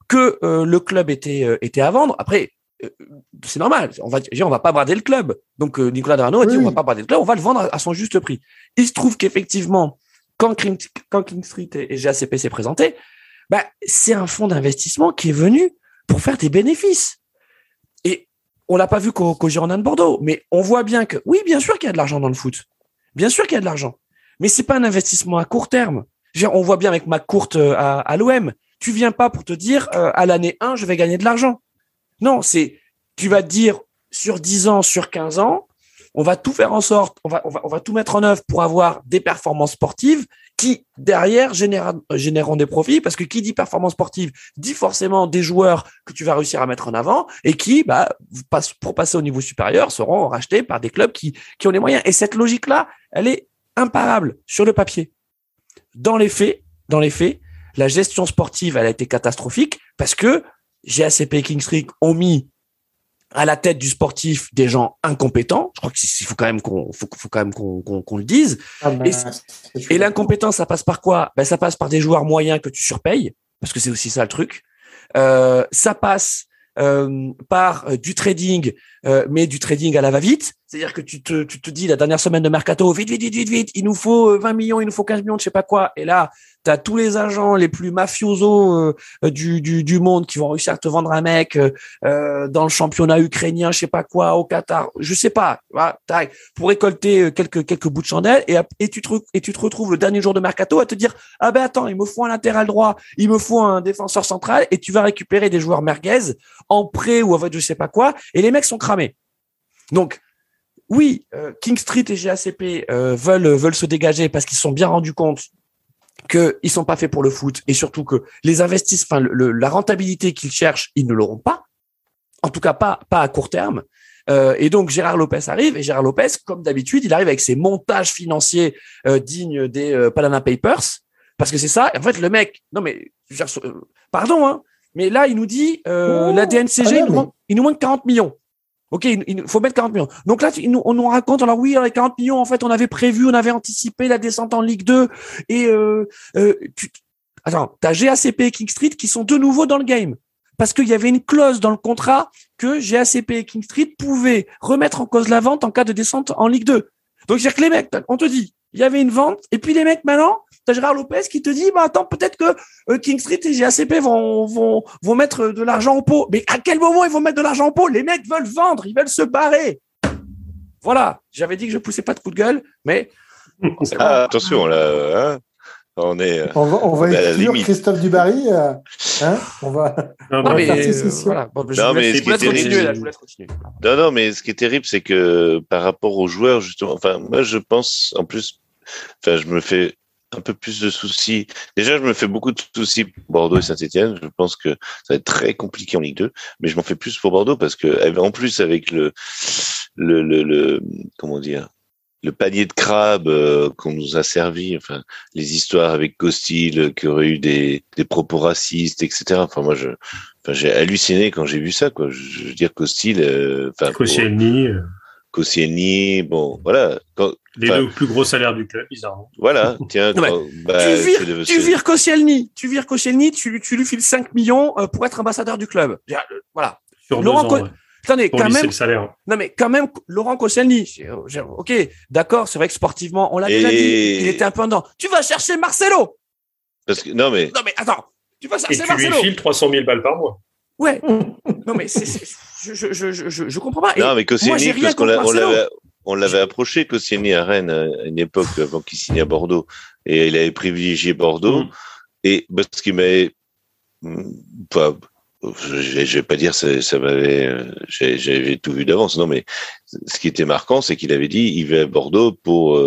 que le club était à vendre. Après, c'est normal. On va pas brader le club. Donc Nicolas Drano a dit on va pas brader le club, on va le vendre à son juste prix. Il se trouve qu'effectivement, quand King Street et GACP s'est présenté, c'est un fonds d'investissement qui est venu pour faire des bénéfices. Et on l'a pas vu qu'au Girondins de Bordeaux, mais on voit bien que oui, bien sûr qu'il y a de l'argent dans le foot. Bien sûr qu'il y a de l'argent. Mais c'est pas un investissement à court terme. On voit bien avec McCourt à l'OM. Tu viens pas pour te dire à l'année 1, je vais gagner de l'argent. Non, tu vas te dire sur 10 ans, sur 15 ans, on va tout faire en sorte, on va tout mettre en œuvre pour avoir des performances sportives qui, derrière, généreront des profits, parce que qui dit performance sportive dit forcément des joueurs que tu vas réussir à mettre en avant et qui, pour passer au niveau supérieur, seront rachetés par des clubs qui ont les moyens. Et cette logique-là, elle est imparable sur le papier. Dans les faits, la gestion sportive, elle a été catastrophique parce que GACP et King Street ont mis à la tête du sportif des gens incompétents. Je crois qu'il faut quand même qu'on le dise. Et l'incompétence, ça passe par quoi? Ça passe par des joueurs moyens que tu surpayes, parce que c'est aussi ça le truc. Ça passe par du trading, mais du trading à la va-vite. C'est-à-dire que tu te dis la dernière semaine de mercato, vite, il nous faut 20 millions, il nous faut 15 millions, je sais pas quoi. Et là, t'as tous les agents les plus mafiosos du monde qui vont réussir à te vendre un mec dans le championnat ukrainien, je sais pas quoi, au Qatar, je sais pas, voilà, pour récolter quelques bouts de chandelle et tu te retrouves le dernier jour de mercato à te dire attends, il me faut un latéral droit, il me faut un défenseur central et tu vas récupérer des joueurs merguez en prêt ou en fait je sais pas quoi et les mecs sont cramés. Donc oui, King Street et GACP veulent se dégager parce qu'ils se sont bien rendus compte qu'ils sont pas faits pour le foot et surtout que les investissements, la rentabilité qu'ils cherchent, ils ne l'auront pas. En tout cas, pas à court terme. Et donc Gérard Lopez arrive et Gérard Lopez, comme d'habitude, il arrive avec ses montages financiers dignes des Panama Papers, parce que c'est ça. En fait, le mec, non mais pardon, hein, mais là il nous dit la DNCG, il nous manque 40 millions. Ok, il faut mettre 40 millions. Donc là, on nous raconte, alors oui, les 40 millions, en fait, on avait anticipé la descente en Ligue 2 et t'as GACP et King Street qui sont de nouveau dans le game. Parce qu'il y avait une clause dans le contrat que GACP et King Street pouvaient remettre en cause la vente en cas de descente en Ligue 2. Donc, c'est-à-dire que les mecs, on te dit, il y avait une vente, et puis les mecs, maintenant, t'as Gérard Lopez qui te dit, attends, peut-être que King Street et GACP vont mettre de l'argent au pot. Mais à quel moment ils vont mettre de l'argent au pot? Les mecs veulent vendre, ils veulent se barrer. Voilà. J'avais dit que je poussais pas de coup de gueule, mais. Attention, là, on va exclure Christophe Dubarry. On va. Voilà. Bon, je vous laisse continuer. Non, mais ce qui est terrible, c'est que par rapport aux joueurs, justement, moi, je pense, en plus, je me fais un peu plus de soucis. Déjà, je me fais beaucoup de soucis pour Bordeaux et Saint-Etienne. Je pense que ça va être très compliqué en Ligue 2, mais je m'en fais plus pour Bordeaux parce que, en plus, avec le comment dire, le panier de crabes qu'on nous a servi, les histoires avec Costil qui aurait eu des propos racistes, etc. Moi, j'ai halluciné quand j'ai vu ça, quoi. Je veux dire, Costil, Koscielny, bon, voilà. Les deux plus gros salaires du club, bizarrement. Voilà, tiens. Tu vires Koscielny, tu lui files 5 millions pour être ambassadeur du club. Voilà. Sur Laurent 2 ans, Attendez, quand même. Le salaire. Non, mais quand même, Laurent Koscielny, ok, d'accord, c'est vrai que sportivement, on l'a déjà dit, il était un peu en dedans. Tu vas chercher Marcelo. Parce que, non, mais attends, tu vas chercher Marcelo. Et tu lui files 300 000 balles par mois. Ouais. Non, mais je comprends pas. Non, mais Koscielny, parce qu'on l'avait approché, Koscielny à Rennes, à une époque avant qu'il signe à Bordeaux. Et il avait privilégié Bordeaux. Et parce qu'il m'avait je vais pas dire ça m'avait j'avais tout vu d'avance, non, mais ce qui était marquant, c'est qu'il avait dit il va à Bordeaux pour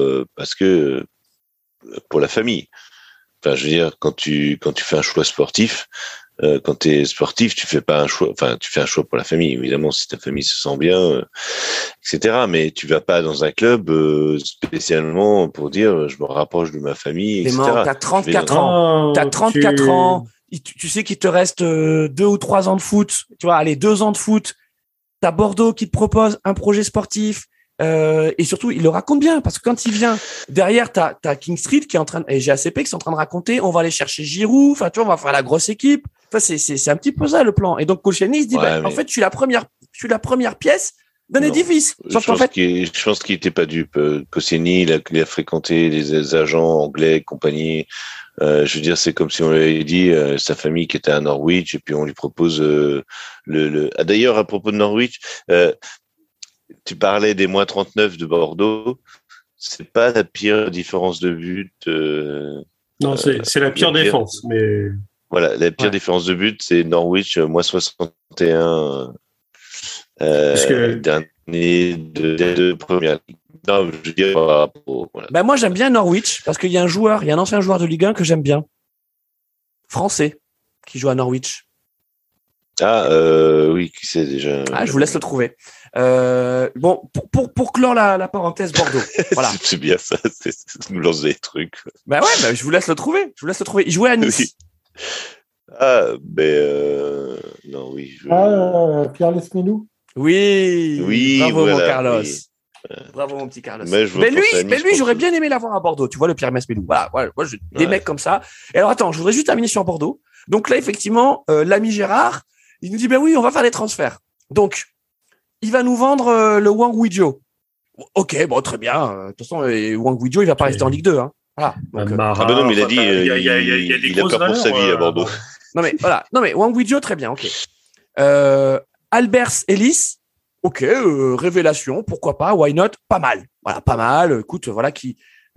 la famille. Je veux dire, quand tu fais un choix sportif, quand tu es sportif, tu fais pas un choix, tu fais un choix pour la famille, évidemment, si ta famille se sent bien, etc. Mais tu vas pas dans un club spécialement pour dire je me rapproche de ma famille, etc. T'as 34 ans. T'as 34 ans. Tu sais qu'il te reste 2 ou 3 ans de foot. Tu vois, allez, 2 ans de foot. T'as Bordeaux qui te propose un projet sportif. et surtout, il le raconte bien parce que quand il vient derrière, t'as King Street qui est en train et GACP qui sont en train de raconter, on va aller chercher Giroud, enfin tu vois, on va faire la grosse équipe. Enfin, c'est un petit peu ça le plan. Et donc Koscielny il se dit, en fait, je suis la première pièce d'un édifice. Je pense qu'il n'était pas dupe. Koscielny, il a fréquenté les agents anglais et compagnie. Je veux dire, c'est comme si on lui avait dit sa famille qui était à Norwich et puis on lui propose Ah, d'ailleurs, à propos de Norwich, tu parlais des moins 39 de Bordeaux. C'est pas la pire différence de but. Non, c'est la pire défense. Mais voilà, la pire différence de but, c'est Norwich moins 61. Dernier de première ligue. Non, je veux dire, voilà. Moi, j'aime bien Norwich parce qu'il y a un ancien joueur de Ligue 1 que j'aime bien. Français, qui joue à Norwich. Oui, qui c'est déjà. Je vous laisse le trouver. Bon, pour clore la parenthèse Bordeaux. Voilà. C'est bien ça, c'est nous lancer des trucs. Je vous laisse le trouver. Il jouait à Nice. Oui. Non, oui. Pierre Lesmelou. Oui. Bravo, voilà, mon Carlos. Oui. Bravo, mon petit Carlos. Mais lui, j'aurais bien aimé l'avoir à Bordeaux. Tu vois, le Pierre Lesmelou. Voilà. Moi, des mecs comme ça. Et alors, attends, je voudrais juste terminer sur Bordeaux. Donc là, effectivement, l'ami Gérard, il nous dit, oui, on va faire des transferts. Donc, il va nous vendre le Wang Weijio. Ok, bon, très bien. De toute façon, Wang Weijio, il va pas rester en Ligue 2. Hein. Voilà. Donc, non, mais il a dit, il a peur pour sa vie à Bordeaux. Non, mais Wang Weijio, très bien, ok. Albers Ellis, ok, révélation, pourquoi pas, why not, pas mal. Voilà, pas mal, écoute, voilà qui...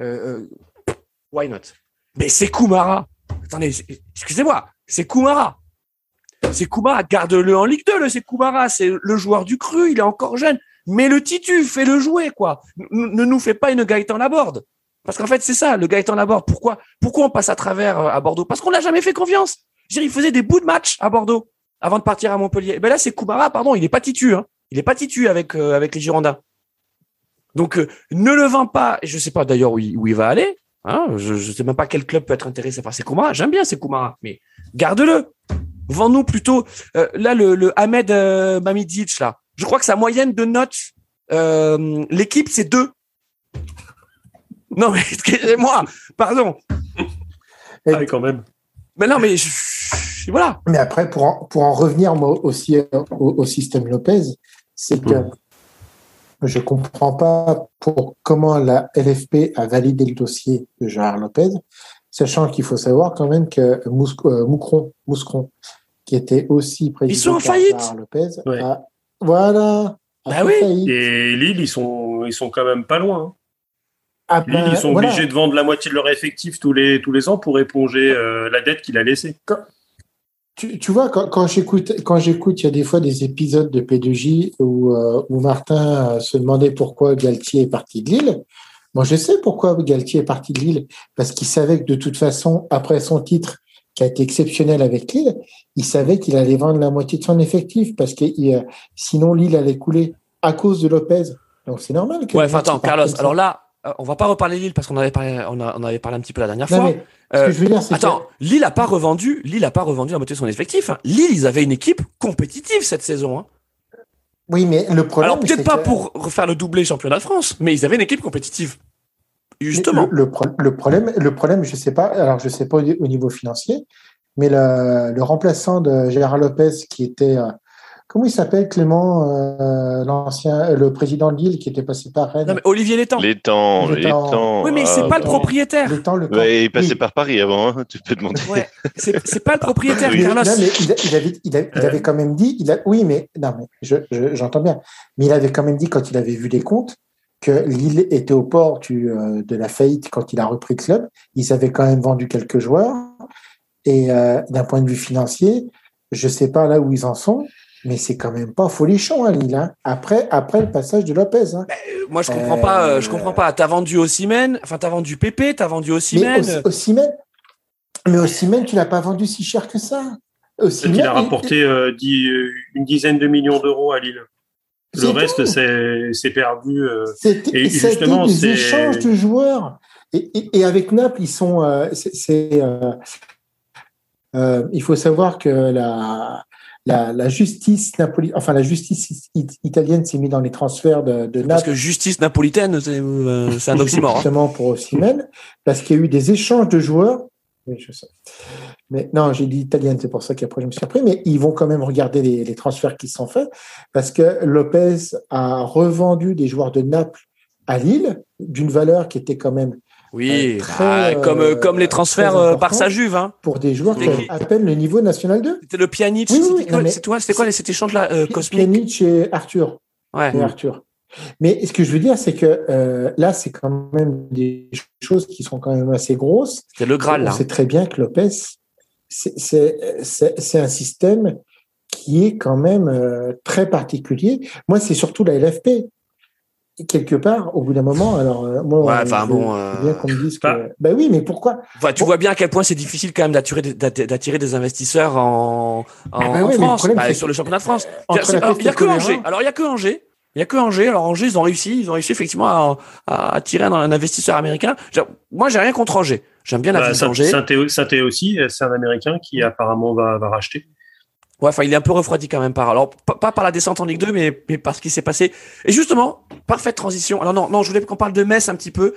why not. Mais c'est Koumara. Attendez, excusez-moi, c'est Koumara. C'est Koumara, garde-le en Ligue 2, c'est Koumara, c'est le joueur du cru, il est encore jeune. Mais le titu, fais-le jouer, quoi. Ne nous fais pas une Gaëtan Laborde. Parce qu'en fait, c'est ça, le Gaëtan Laborde. Pourquoi on passe à travers à Bordeaux? Parce qu'on n'a jamais fait confiance. Je veux dire, il faisait des bouts de match à Bordeaux avant de partir à Montpellier. Ben là, c'est Koumara, pardon, il est pas titu, hein. Il est pas titu avec les Girondins. Donc, ne le vends pas. Je sais pas d'ailleurs où il va aller. Hein, je sais même pas quel club peut être intéressé par ces Koumara. J'aime bien ces Koumara, mais garde-le. Vends-nous plutôt. Là, le Ahmed Mamidic, là. Je crois que sa moyenne de notes, l'équipe, c'est 2. Non, mais excusez-moi, pardon. Oui, quand même. Mais non, mais voilà. Mais après, pour en revenir moi aussi au système Lopez, c'est que je comprends pas comment la LFP a validé le dossier de Gérard Lopez, sachant qu'il faut savoir quand même que Mouscron, qui était aussi président ils sont en faillite. Gérard Lopez, ouais. Voilà. Oui. Faillite. Et Lille, ils sont quand même pas loin. Lille, ils sont obligés de vendre la moitié de leur effectif tous les ans pour éponger la dette qu'il a laissée. Tu vois, quand j'écoute, il y a des fois des épisodes de P2J où Martin se demandait pourquoi Galtier est parti de Lille. Moi, je sais pourquoi Galtier est parti de Lille, parce qu'il savait que de toute façon, après son titre, qui a été exceptionnel avec Lille, il savait qu'il allait vendre la moitié de son effectif, parce que sinon Lille allait couler à cause de Lopez. Donc c'est normal que. Ouais, attends, Carlos. Alors là, on va pas reparler Lille parce qu'on avait parlé, on avait parlé un petit peu la dernière fois. Mais, ce que je veux dire, c'est Lille a pas revendu la moitié de son effectif. Hein. Lille, ils avaient une équipe compétitive cette saison. Hein. Oui, mais le problème. Alors peut-être pas pour refaire le doublé championnat de France, mais ils avaient une équipe compétitive. Justement. Le problème, je sais pas. Alors je sais pas au niveau financier, mais le remplaçant de Gérard Lopez, qui était comment il s'appelle, Clément, le président de Lille qui était passé par Rennes. Non, mais Olivier Létang. Létang. Oui, mais c'est pas le propriétaire. Il est passé par Paris avant, hein, tu peux demander. Ouais, c'est pas le propriétaire, mais, Carlos. Non, mais il avait quand même dit, j'entends bien, mais il avait quand même dit quand il avait vu les comptes que Lille était au port de la faillite quand il a repris le club. Ils avaient quand même vendu quelques joueurs et d'un point de vue financier, je sais pas là où ils en sont. Mais c'est quand même pas folichon à Lille, hein. Après le passage de Lopez. Hein. Moi, je comprends pas. T'as vendu Osimhen, t'as vendu Pépé, t'as vendu Osimhen. Mais Osimhen, tu l'as pas vendu si cher que ça. Il a rapporté une dizaine de millions d'euros à Lille. Le reste, c'est perdu. Et justement, des échanges de joueurs. Et avec Naples, ils sont. Il faut savoir que la justice la justice italienne s'est mise dans les transferts de Naples. Parce que justice napolitaine, c'est un oxymore. Justement pour Osimhen, parce qu'il y a eu des échanges de joueurs. Oui, je sais. Mais non, j'ai dit italienne, c'est pour ça qu'après je me suis surpris. Mais ils vont quand même regarder les transferts qui sont faits, parce que Lopez a revendu des joueurs de Naples à Lille d'une valeur qui était quand même comme les transferts par sa Juve, hein. Pour des joueurs qui avaient à peine le niveau national 2. C'était le Pjanic. C'était quoi cet échange là cosmique? Pjanic et Arthur. Ouais. Et Arthur. Mais ce que je veux dire, c'est que là, c'est quand même des choses qui sont quand même assez grosses. C'est le Graal, là. On sait très bien que Lopez, c'est un système qui est quand même très particulier. Moi, c'est surtout la LFP. Quelque part, au bout d'un moment, alors moi, bien qu'on me dise que, ben oui, mais pourquoi? Tu vois bien à quel point c'est difficile quand même d'attirer des investisseurs en France, sur le championnat de France. Il y a que Angers. Alors il y a que Angers. Alors Angers, ils ont réussi effectivement à attirer un investisseur américain. Moi, j'ai rien contre Angers. J'aime bien la ville d'Angers. Saint-Étienne aussi, c'est un Américain qui apparemment va racheter. Ouais, il est un peu refroidi quand même alors pas par la descente en Ligue 2, mais par ce qui s'est passé. Et justement, parfaite transition. Alors non, je voulais qu'on parle de Metz un petit peu.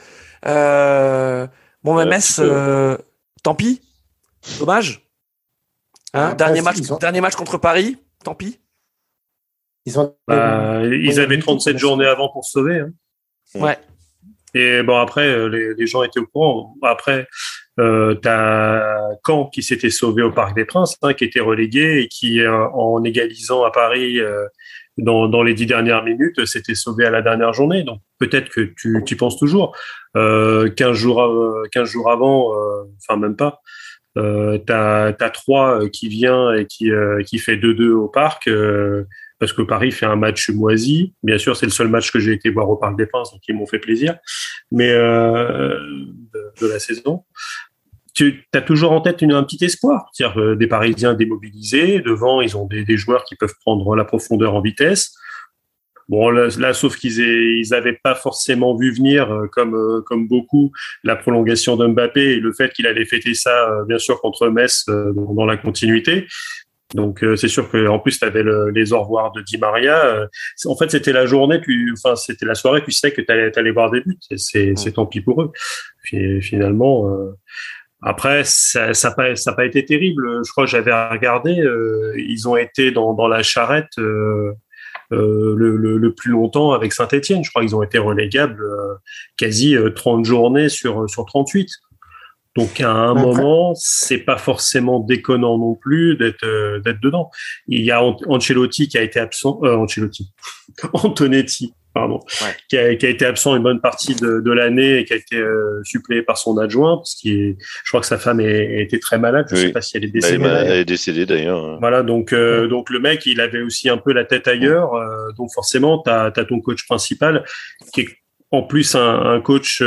Metz, tant pis. Dommage. Dernier match contre Paris, tant pis. Ils avaient 37 journées avant pour se sauver. Hein. Ouais. Et bon, après, les gens étaient au courant. Après, t'as Caen qui s'était sauvé au Parc des Princes, qui était relégué et qui, en égalisant à Paris dans les 10 dernières minutes, s'était sauvé à la dernière journée. Donc peut-être que tu y penses toujours. 15 jours avant, même pas. T'as Troyes qui vient et qui fait 2-2 au Parc. Parce que Paris fait un match moisi. Bien sûr, c'est le seul match que j'ai été voir au Parc des Princes, donc ils m'ont fait plaisir. Mais de la saison, tu as toujours en tête un petit espoir. C'est-à-dire des Parisiens démobilisés. Devant, ils ont des joueurs qui peuvent prendre la profondeur en vitesse. Bon, là sauf qu'ils avaient pas forcément vu venir, comme beaucoup, la prolongation de Mbappé et le fait qu'il allait fêter ça, bien sûr, contre Metz dans la continuité. Donc c'est sûr que en plus tu avais les au revoir de Di Maria. En fait c'était la journée, c'était la soirée, tu sais que t'allais voir des buts. C'est tant pis pour eux. Puis finalement après ça a pas été terrible. Je crois que j'avais regardé, ils ont été dans la charrette le plus longtemps avec Saint-Étienne. Je crois qu'ils ont été relégables quasi 30 journées sur 38. Donc à un moment, c'est pas forcément déconnant non plus d'être dedans. Il y a Ancelotti qui a été absent, Antonetti, pardon, qui a été absent une bonne partie de l'année et qui a été suppléé par son adjoint, parce je crois que sa femme était très malade. Je sais pas si elle est décédée. Elle est décédée d'ailleurs. Voilà, donc le mec, il avait aussi un peu la tête ailleurs. Donc forcément, t'as ton coach principal qui est en plus un coach,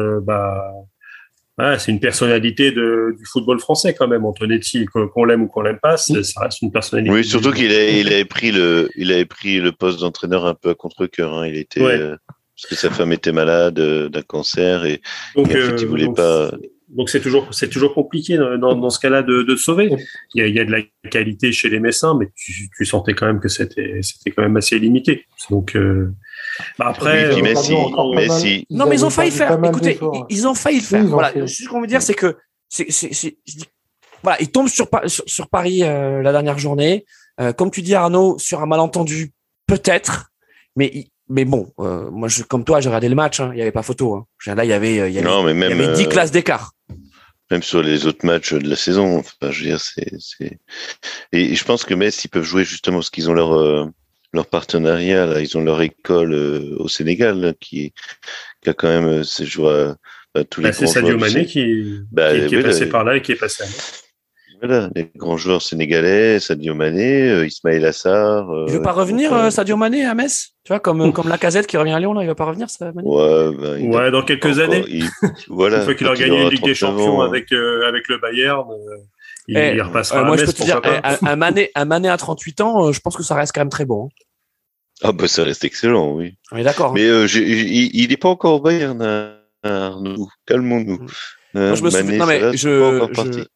c'est une personnalité du football français quand même, Antonetti, qu'on l'aime ou qu'on l'aime pas, ça reste une personnalité. Oui, surtout qu'il avait pris le poste d'entraîneur un peu à contre-cœur. Il était parce que sa femme était malade d'un cancer et en fait il voulait pas. Donc c'est toujours compliqué dans ce cas-là de sauver. Il y a de la qualité chez les Messins, mais tu sentais quand même que c'était quand même assez limité. Donc après, Messi. Non, mais ils ont failli faire. Écoutez, ils ont failli faire. Voilà, ce qu'on veut dire, c'est que voilà, ils tombent sur Paris la dernière journée. Comme tu dis, Arnaud, sur un malentendu, peut-être, mais bon, moi, comme toi, j'ai regardé le match. Il y avait pas photo. Là, il y avait 10 classes d'écart. Même sur les autres matchs de la saison. Enfin, je veux dire, et je pense que Metz, ils peuvent jouer justement parce qu'ils ont leur partenariat, là, ils ont leur école au Sénégal là, qui a quand même ces joueurs, tous les grands joueurs. C'est Sadio Mané qui est passé par là et qui est passé à Metz. Voilà, les grands joueurs sénégalais, Sadio Mané, Ismaël Assar. Il veut pas revenir, Sadio Mané, à Metz? Tu vois, comme Lacazette qui revient à Lyon, là, il va pas revenir, ça, Mané? Ouais, dans quelques années. Voilà. Une fois qu'il aura gagné une Ligue des Champions avec le Bayern, il repassera à Metz. Je peux te dire, un Mané à 38 ans, je pense que ça reste quand même très bon. Ah, ça reste excellent, oui. On est d'accord. Mais il n'est pas encore au Bayern, Arnaud. Calmons-nous. Moi, je me souviens,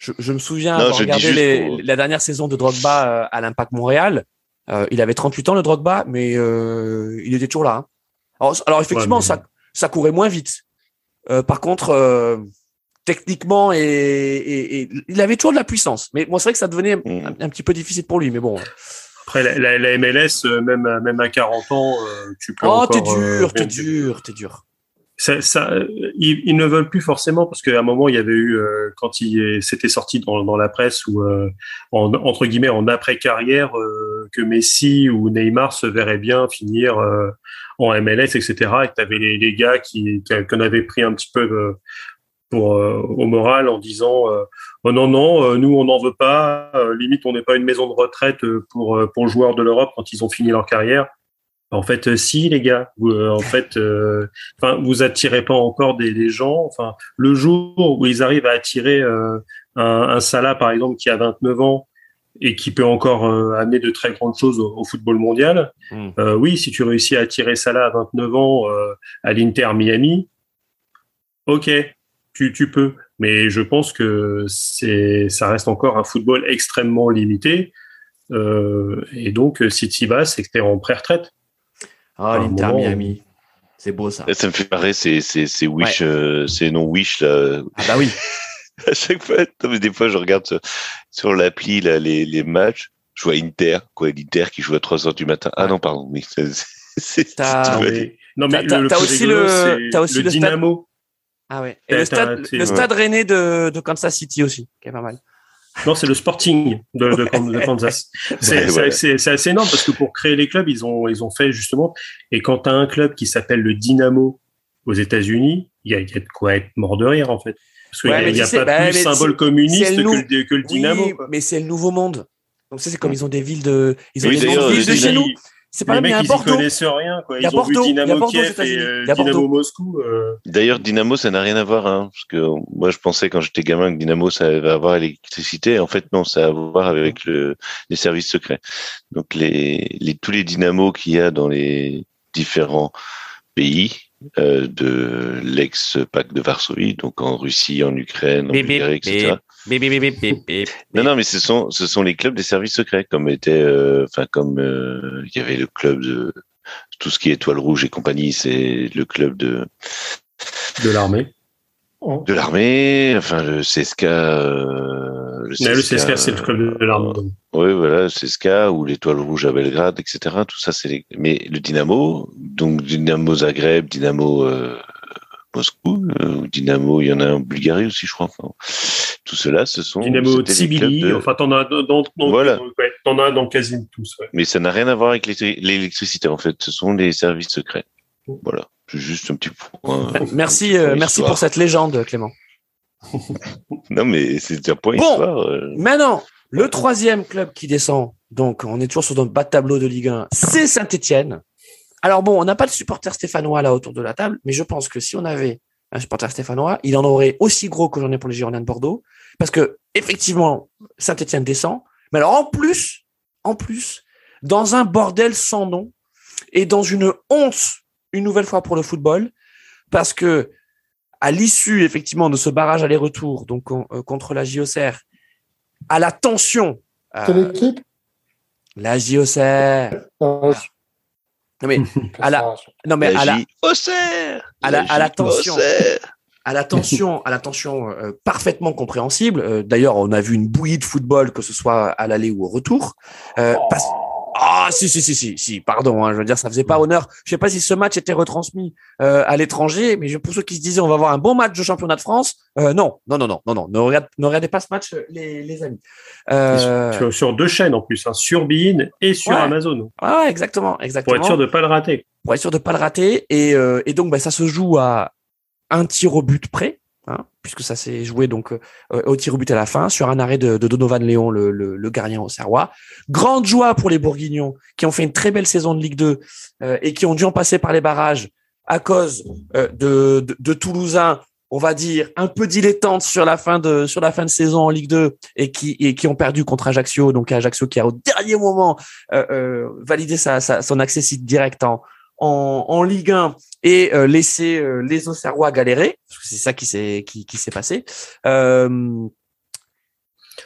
Je me souviens avoir regardé la dernière saison de Drogba à l'Impact Montréal. Il avait 38 ans, le Drogba, mais il était toujours là. Hein. Alors effectivement, ça courait moins vite. Par contre, techniquement, et il avait toujours de la puissance. Mais bon, c'est vrai que ça devenait un petit peu difficile pour lui. Mais bon. Après, la MLS, même à 40 ans, tu peux encore... Oh, t'es dur. Ils ne veulent plus forcément, parce qu'à un moment, il y avait eu, quand c'était sorti dans la presse, ou entre guillemets, en après-carrière, que Messi ou Neymar se verraient bien finir en MLS, etc. Et que tu avais les gars qu'on avait pris un petit peu au moral en disant oh non, nous on n'en veut pas, limite on n'est pas une maison de retraite pour joueurs de l'Europe quand ils ont fini leur carrière. En fait, si les gars, vous attirez pas encore des gens. Enfin, le jour où ils arrivent à attirer un Salah par exemple qui a 29 ans et qui peut encore amener de très grandes choses au football mondial. Oui, si tu réussis à attirer Salah à 29 ans à l'Inter Miami, ok. Tu peux, mais je pense que ça reste encore un football extrêmement limité. Et donc, si tu y vas, c'est que tu es en pré-retraite. Ah, l'Inter Miami. C'est beau, ça. Ça me fait marrer, c'est Wish, c'est non Wish, là. Ah, bah oui. À chaque fois, des fois, je regarde sur l'appli, là, les matchs. Je vois l'Inter qui joue à 3h du matin. Ah non, pardon. Oui, non, mais t'as aussi le Dynamo. Ah ouais. Et le stade rennais de Kansas City aussi, qui est pas mal. Non, c'est le Sporting de Kansas. C'est assez énorme parce que pour créer les clubs, ils ont fait justement. Et quand tu as un club qui s'appelle le Dynamo aux États-Unis, il y a de quoi être mort de rire en fait. Parce qu'il n'y a pas plus symbole communiste que le Dynamo. Oui, mais c'est le nouveau monde. Donc c'est comme ils ont des villes de chez nous. C'est pas les mecs, ils connaissent rien, quoi. Ils ont vu Dynamo Kiev et Dynamo Moscou. D'ailleurs, Dynamo, ça n'a rien à voir, hein, parce que moi, je pensais quand j'étais gamin que Dynamo, ça va avoir l'électricité. En fait, non, ça a à voir avec les services secrets. Donc, tous les dynamos qu'il y a dans les différents pays de l'ex-pacte de Varsovie, donc en Russie, en Ukraine, en Bulgarie, etc. Non, mais ce sont les clubs des services secrets, comme il y avait le club de tout ce qui est Étoile Rouge et compagnie, c'est le club de l'armée. De l'armée, enfin le CSKA. Le CSKA, c'est le club de l'armée. Oui, voilà, le CSKA ou l'Étoile Rouge à Belgrade, etc. Tout ça, mais le Dynamo, donc Dynamo Zagreb, Dynamo Moscou, Dynamo, il y en a en Bulgarie aussi, je crois. Enfin, tout cela, ce sont Dynamo Tbilisi. Enfin, t'en as dans quasi tous. Ouais. Mais ça n'a rien à voir avec l'électricité, en fait. Ce sont les services secrets. Voilà. C'est juste un petit point. Merci pour cette légende, Clément. Non, mais c'est un point histoire. Maintenant, le troisième club qui descend, donc on est toujours sur notre bas de tableau de Ligue 1, c'est Saint-Étienne. Alors bon, on n'a pas de supporter stéphanois là autour de la table, mais je pense que si on avait un supporter stéphanois, il en aurait aussi gros que j'en ai pour les Girondins de Bordeaux, parce que effectivement, Saint-Étienne descend, mais alors en plus, dans un bordel sans nom et dans une honte une nouvelle fois pour le football, parce que à l'issue effectivement de ce barrage aller-retour, donc contre la JOCR, à la tension. Quelle équipe ? La JOCR. Non mais à la tension parfaitement compréhensible. D'ailleurs, on a vu une bouillie de football, que ce soit à l'aller ou au retour. Si, pardon, hein, je veux dire, ça faisait pas honneur. Je sais pas si ce match était retransmis à l'étranger, mais pour ceux qui se disaient on va avoir un bon match de championnat de France, non, ne regardez pas ce match, les amis. Sur deux chaînes en plus, hein, sur beIN et sur Amazon. Ah, exactement. Pour être sûr de pas le rater. Et donc, ça se joue à un tir au but près. Hein, puisque ça s'est joué donc au tir au but à la fin sur un arrêt de Donovan Léon, le gardien auxerrois. Grande joie pour les Bourguignons qui ont fait une très belle saison de Ligue 2 et qui ont dû en passer par les barrages à cause de Toulousains, on va dire un peu dilettantes sur la fin de saison en Ligue 2 et qui ont perdu contre Ajaccio. Donc Ajaccio qui a au dernier moment validé son accès direct en Ligue 1 et laisser les Auxerrois galérer, parce que c'est ça qui s'est passé.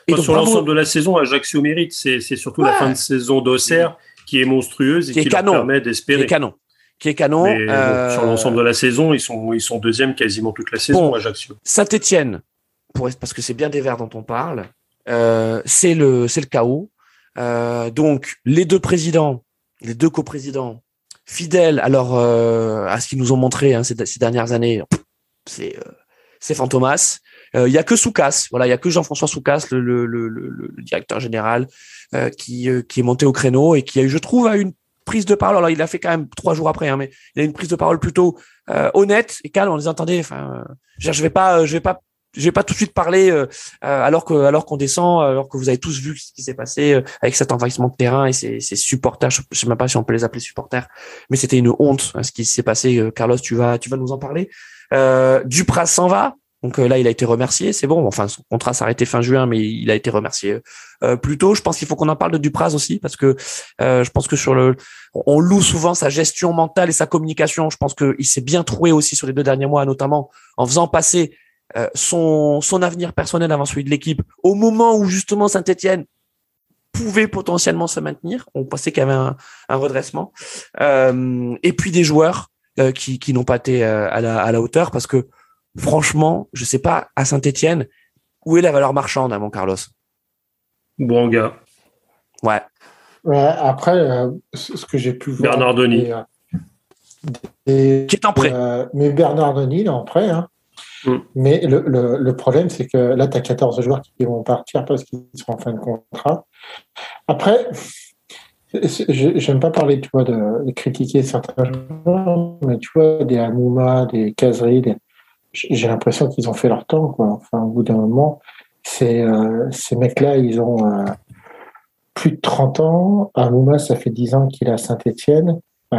Et donc, sur l'ensemble de la saison, Ajaccio mérite. C'est surtout la fin de saison d'Auxerre qui est monstrueuse et qui leur permet d'espérer. Qui est canon. Mais sur l'ensemble de la saison, ils sont deuxièmes quasiment toute la saison, Ajaccio. Saint-Étienne, parce que c'est bien des Verts dont on parle, c'est le chaos. Donc, les deux coprésidents, fidèles à ce qu'ils nous ont montré ces dernières années, c'est fantomas. Il y a que Soukas, il y a que Jean-François Soukas, le directeur général, qui est monté au créneau et qui a eu, je trouve, une prise de parole. Alors, il l'a fait quand même 3 jours après, mais il a une prise de parole plutôt honnête et calme en disant, attendez, je vais pas tout de suite parler alors qu'on descend, alors que vous avez tous vu ce qui s'est passé avec cet envahissement de terrain et ces supporters. Je sais même pas si on peut les appeler supporters, mais c'était une honte ce qui s'est passé. Carlos, tu vas nous en parler. Dupraz s'en va. Donc là, il a été remercié, c'est bon. Enfin, son contrat s'arrêtait fin juin, mais il a été remercié plus tôt. Je pense qu'il faut qu'on en parle de Dupraz aussi, parce que je pense que on loue souvent sa gestion mentale et sa communication. Je pense qu'il s'est bien troué aussi sur les 2 derniers mois, notamment en faisant passer son avenir personnel avant celui de l'équipe au moment où justement Saint-Étienne pouvait potentiellement se maintenir. On pensait qu'il y avait un redressement. Et puis des joueurs qui n'ont pas été à la hauteur, parce que franchement, je sais pas à Saint-Étienne où est la valeur marchande, mon Carlos. Bouanga. Ouais. Après, ce que j'ai pu voir. Bernard Denis. Qui est en prêt. Mais Bernard Denis, il est en prêt. Hein. Mais le problème, c'est que là, tu as 14 joueurs qui vont partir parce qu'ils sont en fin de contrat. Après, j'aime pas parler, tu vois, de critiquer certains joueurs, mais tu vois, des Amouma, des Kazri, j'ai l'impression qu'ils ont fait leur temps, quoi. Enfin, au bout d'un moment, ces mecs-là, ils ont plus de 30 ans. Amouma, ça fait 10 ans qu'il est à Saint-Étienne.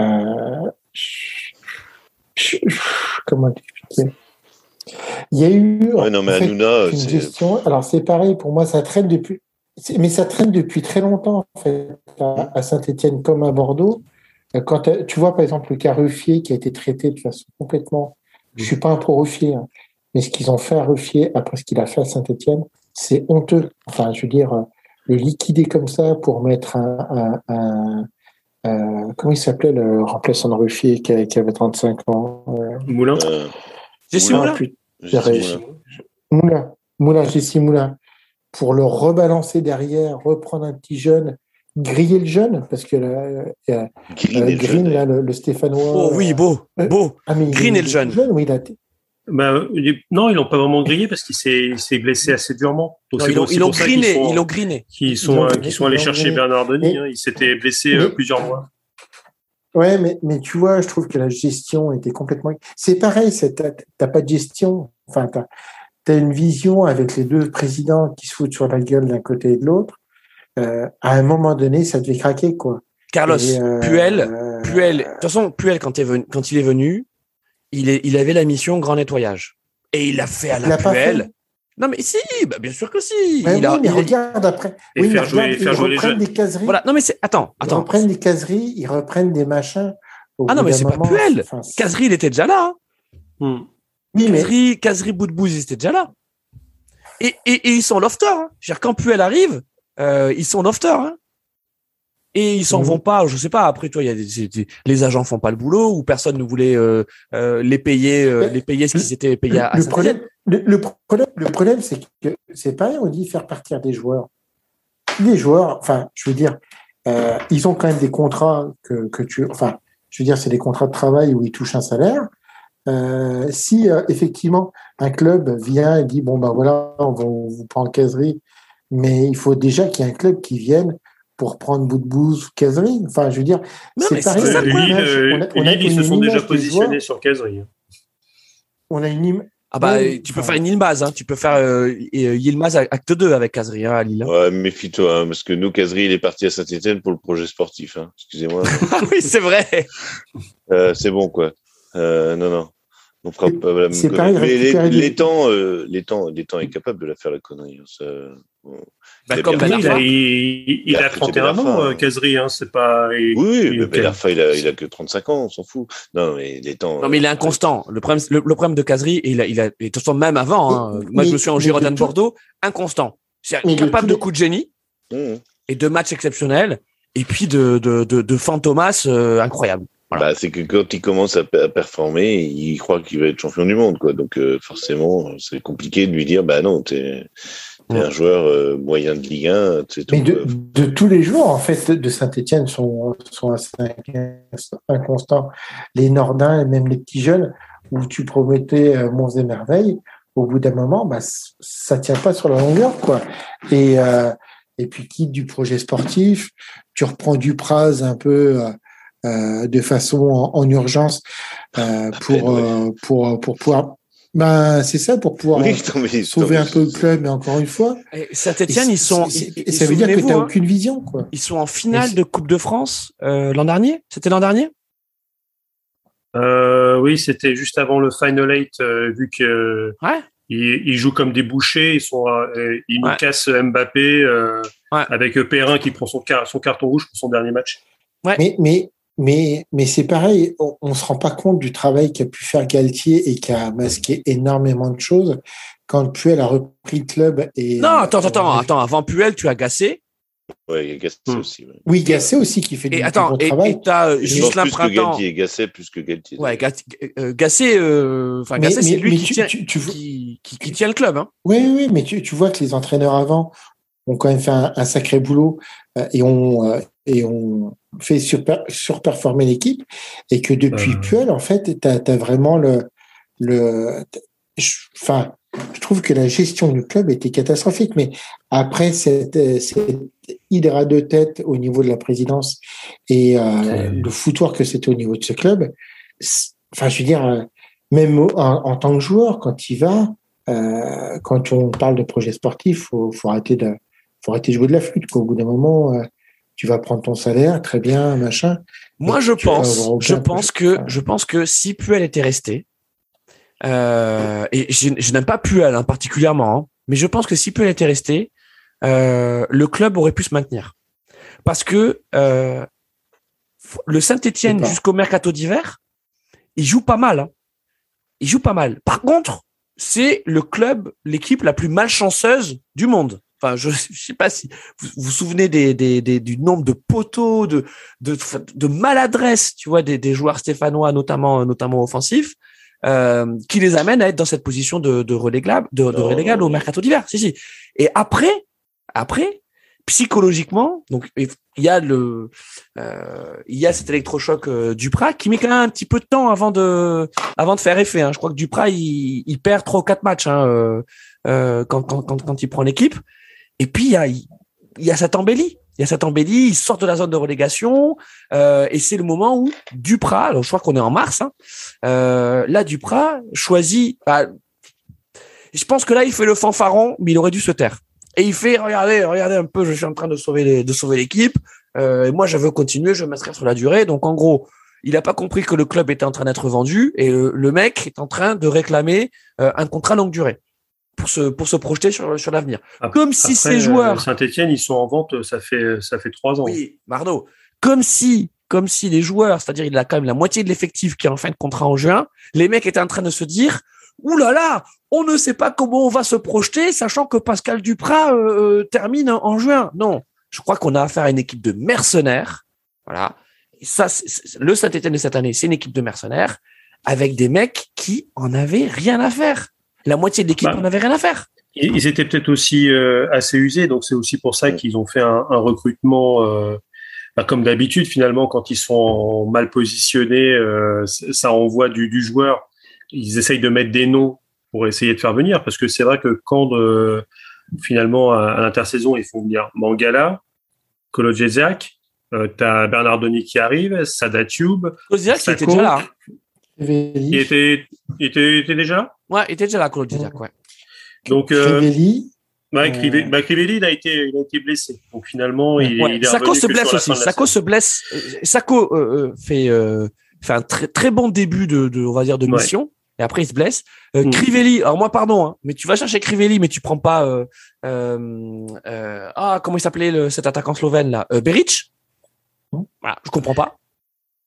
Comment t'expliquer ? Il y a eu une gestion. Alors, c'est pareil, pour moi, ça traîne depuis très longtemps, en fait, à Saint-Étienne comme à Bordeaux. Quand tu vois, par exemple, le cas Ruffier qui a été traité de façon complètement. Je suis pas un pro Ruffier, hein, mais ce qu'ils ont fait à Ruffier après ce qu'il a fait à Saint-Étienne, c'est honteux. Enfin, je veux dire, le liquider comme ça pour mettre comment il s'appelait le remplaçant de Ruffier qui avait 35 ans Moulin. Jesse Moulin. Pour le rebalancer derrière, reprendre un petit jeune, griller le jeune, parce que Green, là, le Stéphanois. Oh oui, beau. Green et le jeune. Oui, non, ils l'ont pas vraiment grillé parce qu'il s'est blessé assez durement. Donc non, ils l'ont griné. Ils sont allés chercher Bernard Denis. Il s'était blessé plusieurs mois. Ouais, mais tu vois, je trouve que la gestion était complètement. C'est pareil, t'as pas de gestion. Enfin, t'as une vision avec les 2 présidents qui se foutent sur la gueule d'un côté et de l'autre. À un moment donné, ça devait craquer, quoi. Carlos, Puel. De toute façon, Puel, quand il est venu, il avait la mission grand nettoyage. Et il l'a fait à la Puel. Non, mais si, bien sûr que si. Regarde après. Faire jouer les jeunes. Des caseries. Voilà. Non, mais attends. Ils reprennent des caseries, ils reprennent des machins. Non, mais c'est pas Puel. Caserie, il était déjà là. Hein. Oui, Caserie, Boudbouz, ils étaient déjà là. Et ils sont lofters. Hein. Je veux dire, quand Puel arrive, ils sont lofters. Hein. Et ils s'en vont pas, je sais pas. Après, toi, il y a les agents font pas le boulot ou personne ne voulait les payer ce qu'ils étaient payés à Saint-Étienne. Le problème, c'est que c'est pareil. On dit faire partir des joueurs. Les joueurs, enfin, je veux dire, ils ont quand même des contrats je veux dire, c'est des contrats de travail où ils touchent un salaire. Si effectivement un club vient et dit bon ben voilà, on va vous prendre Caserie, mais il faut déjà qu'il y ait un club qui vienne pour prendre Boudbouz ou Caserie. Enfin, je veux dire, c'est pareil. Lille, ils se sont déjà positionnés sur Caserie. On a une image. Ah bah, tu peux faire une Yilmaz, hein. Tu peux faire Yilmaz acte 2 avec Caserie, hein, à Lille. Hein. Ouais, méfie-toi, hein, parce que nous, Caserie, il est parti à Saint-Étienne pour le projet sportif. Hein. Excusez-moi. Ah oui, c'est vrai. C'est bon, quoi. Non. On fera pas c'est pareil, mais l'étang est capable de la faire, la connerie. Ça, comme il a 31 ans, Caserie, hein, c'est pas. Oui, mais Ben Arfa, il a que 35 ans, on s'en fout. Non, mais l'étang. Non, mais il est inconstant. Le problème de Caserie, il a, de toute façon, même avant, hein, moi, je me suis en Girondin de Bordeaux, inconstant. C'est capable de coups de génie et de matchs exceptionnels et puis de fantomas incroyables. Voilà. Bah, c'est que quand il commence à performer, il croit qu'il va être champion du monde, quoi. Donc forcément, c'est compliqué de lui dire, bah non, t'es un joueur moyen de Ligue 1. Mais de tous les joueurs, en fait, de Saint-Etienne sont assez inconstants. Les Nordins et même les petits jeunes, où tu promettais monts et merveilles, au bout d'un moment, bah, ça tient pas sur la longueur, quoi. Et puis, quitte du projet sportif, tu reprends Dupraz un peu de façon en urgence pour pouvoir. Ben, c'est ça, pour pouvoir sauver un peu le club, mais encore une fois. Saint-Etienne, ça veut dire que tu n'as aucune vision, quoi. Ils sont en finale de Coupe de France l'an dernier. C'était l'an dernier? Oui, c'était juste avant le Final 8, vu que ils jouent comme des bouchers, ils nous cassent Mbappé avec Perrin qui prend son carton rouge pour son dernier match. Ouais. Mais c'est pareil, on se rend pas compte du travail qu'a pu faire Galtier et qui a masqué énormément de choses quand Puel a repris le club. Non, attends, avant Puel, tu as Gassé. Ouais, il y a Gassé aussi. Ouais. Oui, Gassé aussi qui fait du bon travail. Et t'as Ghislain Printemps. Gassé plus que Galtier. Ouais, Gassé, Gassé, c'est lui qui tient le club. Hein. Oui, mais tu vois que les entraîneurs avant ont quand même fait un sacré boulot et ont fait surperformer l'équipe, et que depuis Puel, en fait, t'as vraiment je trouve que la gestion du club était catastrophique, mais après cette hydra de tête au niveau de la présidence et le foutoir que c'était au niveau de ce club, je veux dire, même en tant que joueur, quand il va, quand on parle de projet sportif, faut arrêter de jouer de la flûte, quoi. Au bout d'un moment, tu vas prendre ton salaire, très bien, machin. Moi, je pense que si Puel était resté, et je n'aime pas Puel particulièrement, hein, mais je pense que si Puel était resté, le club aurait pu se maintenir. Parce que le Saint-Etienne, jusqu'au mercato d'hiver, il joue pas mal. Hein. Il joue pas mal. Par contre, c'est l'équipe la plus malchanceuse du monde. Enfin, je sais pas si vous vous souvenez du nombre de poteaux, de maladresse, tu vois, des joueurs stéphanois, notamment offensifs, qui les amènent à être dans cette position de relégable au mercato d'hiver. Si. Et après, psychologiquement, donc il y a cet électrochoc Dupraz qui met quand même un petit peu de temps avant de faire effet. Hein. Je crois que Dupraz il perd 3 ou 4 matchs quand il prend l'équipe. Et puis il y a cette embellie. Ils sortent de la zone de relégation et c'est le moment où Dupraz, alors je crois qu'on est en mars, là Dupraz choisit. Je pense que là il fait le fanfaron, mais il aurait dû se taire. Et il fait regardez un peu, je suis en train de sauver l'équipe. Et moi je veux continuer, je veux m'inscrire sur la durée. Donc en gros, il n'a pas compris que le club était en train d'être vendu et le mec est en train de réclamer un contrat longue durée. Pour se projeter sur l'avenir. Comme si ces joueurs... Saint-Etienne, ils sont en vente, ça fait 3 ans. Oui, Marno. Comme si les joueurs, c'est-à-dire il a quand même la moitié de l'effectif qui est en fin de contrat en juin, les mecs étaient en train de se dire « Ouh là là, on ne sait pas comment on va se projeter, sachant que Pascal Dupraz termine en juin. » Non, je crois qu'on a affaire à une équipe de mercenaires. Voilà. Et ça, le Saint-Etienne de cette année, c'est une équipe de mercenaires avec des mecs qui en avaient rien à faire. La moitié de l'équipe en avait rien à faire. Ils étaient peut-être aussi assez usés, donc c'est aussi pour ça qu'ils ont fait un recrutement comme d'habitude. Finalement, quand ils sont mal positionnés, ça envoie du joueur. Ils essayent de mettre des noms pour essayer de faire venir, parce que c'est vrai que quand finalement à l'intersaison ils font venir Mangala, Kolo Djezak, t'as Bernardoni qui arrive, Sada Tube, Djezak qui était déjà là. Il était déjà là. Ouais, il était déjà là, Kolo Djezak, ouais. Donc Crivelli. Crivelli, il a été blessé. Donc finalement, il est Sako se blesse aussi. Sako se blesse. Sako fait un très très bon début on va dire de mission. Et après il se blesse. Crivelli, alors moi pardon, mais tu vas chercher Crivelli, mais tu prends pas comment il s'appelait cet attaquant slovène là, Beric. Voilà, je comprends pas.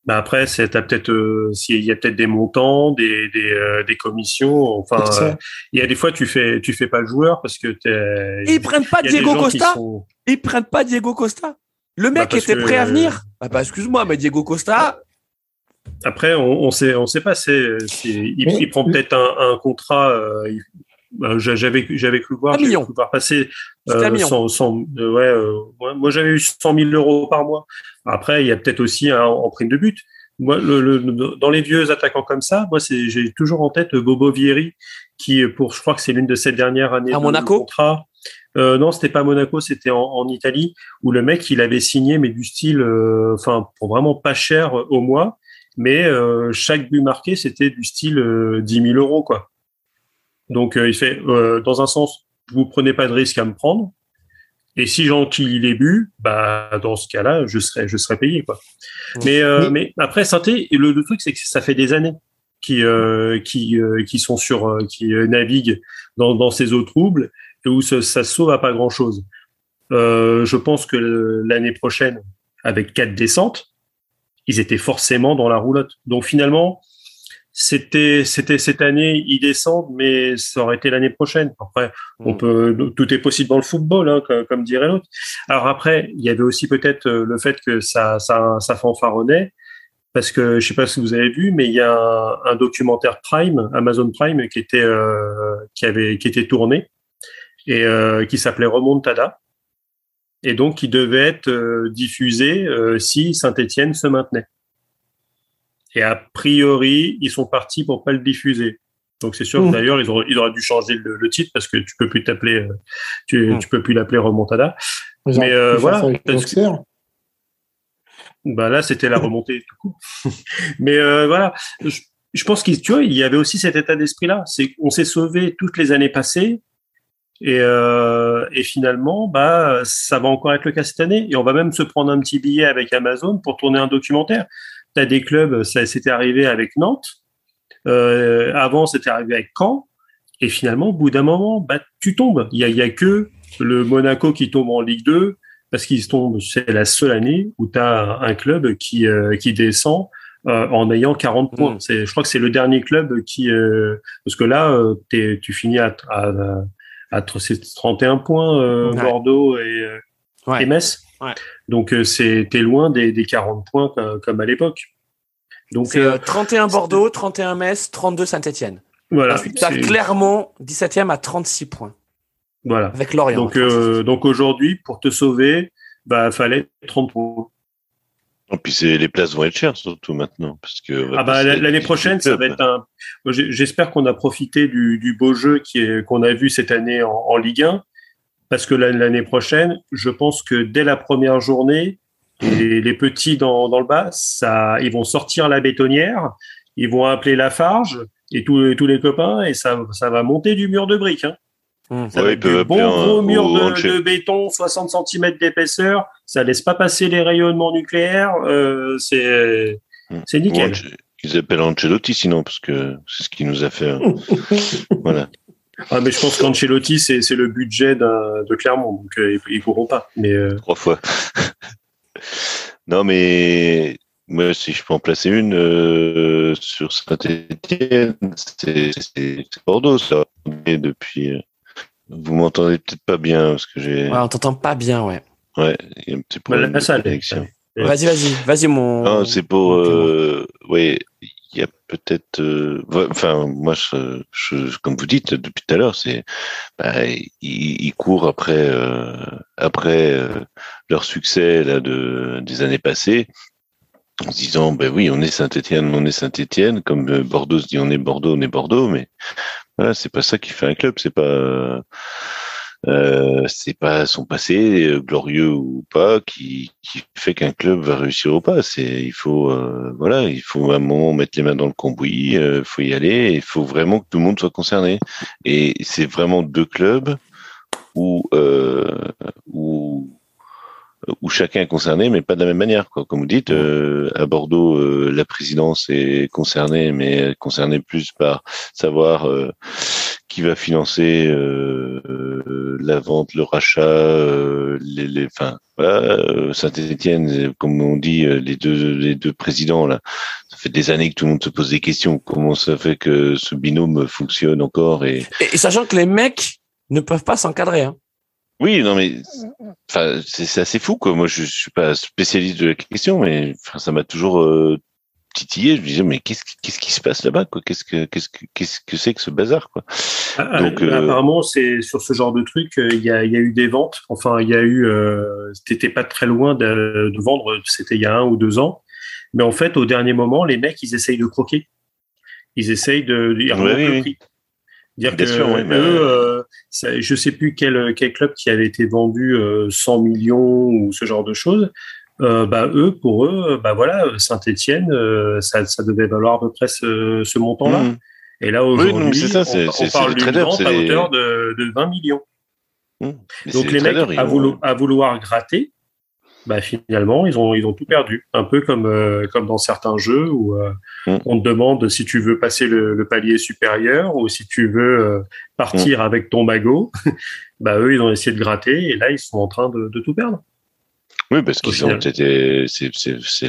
Bah après, t'as peut-être s'il y a peut-être des montants, des commissions. Enfin, il y a des fois tu fais pas le joueur parce que ils prennent pas Diego Costa. Ils prennent pas Diego Costa. Le mec était prêt à venir. Excuse-moi, mais Diego Costa. Après, on sait pas. Il prend peut-être un contrat. J'avais cru voir passer 100 moi j'avais eu 100 000 euros par mois. Après, il y a peut-être aussi en prime de but. Moi, dans les vieux attaquants comme ça, moi j'ai toujours en tête Bobo Vieri qui, je crois que c'est l'une de ses dernières années à Monaco. Contrat. Non, c'était pas Monaco, c'était en Italie où le mec il avait signé mais du style, pour vraiment pas cher au mois, mais chaque but marqué c'était du style 10 000 euros quoi. Donc il fait dans un sens, vous prenez pas de risque à me prendre, et si j'enquille les buts, bah dans ce cas-là, je serai payé quoi. Mais après Saint-Étienne, le truc c'est que ça fait des années qui sont qui naviguent dans ces eaux troubles et où ça se sauve à pas grand-chose. Je pense que l'année prochaine, avec 4 descentes, ils étaient forcément dans la roulotte. Donc finalement, c'était cette année, ils descendent, mais ça aurait été l'année prochaine. Après, tout est possible dans le football, hein, comme dirait l'autre. Alors après, il y avait aussi peut-être le fait que ça fanfaronnait, parce que je sais pas si vous avez vu, mais il y a un documentaire Prime, Amazon Prime, qui était tourné et qui s'appelait Remontada, et donc qui devait être diffusé si Saint-Étienne se maintenait. Et a priori, ils sont partis pour pas le diffuser. Donc c'est sûr que d'ailleurs ils auraient dû changer le titre parce que tu peux plus t'appeler, tu peux plus l'appeler Remontada. Mais voilà. Bah là c'était la remontée tout court. Mais voilà. Je pense qu'il y avait aussi cet état d'esprit là. C'est on s'est sauvé toutes les années passées et finalement bah ça va encore être le cas cette année et on va même se prendre un petit billet avec Amazon pour tourner un documentaire. T'as des clubs, ça c'était arrivé avec Nantes. Avant, c'était arrivé avec Caen. Et finalement, au bout d'un moment, bah, tu tombes. Il y a que le Monaco qui tombe en Ligue 2 parce qu'ils tombent. C'est la seule année où t'as un club qui descend en ayant 40 points. Je crois que c'est le dernier club qui, parce que là, tu finis à 31 points, Bordeaux et Metz. Ouais. Donc t'es loin des 40 points comme à l'époque. Donc c'est 31 Bordeaux, 31 Metz, 32 Saint-Étienne. Voilà. Ensuite t'as Clermont 17e à 36 points. Voilà. Avec Lorient. Donc aujourd'hui pour te sauver, bah fallait 30 points. Et puis les places vont être chères surtout maintenant parce que l'année prochaine ça va être j'espère qu'on a profité du beau jeu qu'on a vu cette année en Ligue 1. Parce que l'année prochaine, je pense que dès la première journée, les petits dans le bas, ils vont sortir la bétonnière, ils vont appeler Lafarge et tous les copains et ça va monter du mur de briques. Hein. Ça va être du gros mur de béton, 60 cm d'épaisseur, ça laisse pas passer les rayonnements nucléaires, c'est nickel. Ils appellent Ancelotti sinon, parce que c'est ce qu'il nous a fait. Voilà. Ah, mais je pense qu'Ancelotti, c'est le budget de Clermont, donc ils pourront pas. Mais 3 fois. Non, mais moi, si je peux en placer une sur Saint-Étienne, c'est Bordeaux, ça. Et depuis, vous m'entendez peut-être pas bien parce que j'ai. Ouais, on t'entend pas bien, ouais. Ouais, il y a un petit problème de connexion. Vas-y, mon. Non, c'est pour. Oui. Il y a peut-être, moi, comme vous dites depuis tout à l'heure, ils courent après leur succès là des années passées, en se disant, ben oui, on est Saint-Étienne, comme Bordeaux se dit, on est Bordeaux, mais voilà, c'est pas ça qui fait un club, c'est pas son passé glorieux ou pas qui fait qu'un club va réussir ou pas. Il faut à un moment mettre les mains dans le cambouis, faut y aller, il faut vraiment que tout le monde soit concerné. Et c'est vraiment 2 clubs où chacun est concerné, mais pas de la même manière, quoi. Comme vous dites, à Bordeaux, la présidence est concernée, mais concernée plus par savoir qui va financer la vente, le rachat, enfin, voilà, Saint-Étienne, comme on dit, les deux présidents là, ça fait des années que tout le monde se pose des questions. Comment ça fait que ce binôme fonctionne encore et sachant que les mecs ne peuvent pas s'encadrer. Hein. Oui, non mais, enfin, c'est assez fou quoi. Moi, je suis pas spécialiste de la question, mais enfin, ça m'a toujours titillé. Je me disais mais qu'est-ce qui se passe là-bas quoi? Qu'est-ce que c'est que ce bazar quoi? Donc apparemment c'est sur ce genre de truc il y a eu des ventes. Enfin il y a eu t'étais pas très loin de vendre. C'était il y a 1 ou 2 ans. Mais en fait au dernier moment les mecs ils essayent de croquer. Ils essayent de remonter le prix. Dire que sûr, oui, eux, je sais plus quel club qui avait été vendu 100 millions ou ce genre de choses. Pour eux, voilà, Saint-Étienne, ça devait valoir à peu près ce montant-là. Mmh. Et là aujourd'hui, c'est ça, on parle d'une vente à hauteur de 20 millions. Donc les mecs, à vouloir gratter, finalement, ils ont tout perdu. Un peu comme dans certains jeux où on te demande si tu veux passer le palier supérieur ou si tu veux partir avec ton magot. Eux, ils ont essayé de gratter et là, ils sont en train de tout perdre. Oui, parce qu'ils ont été, c'est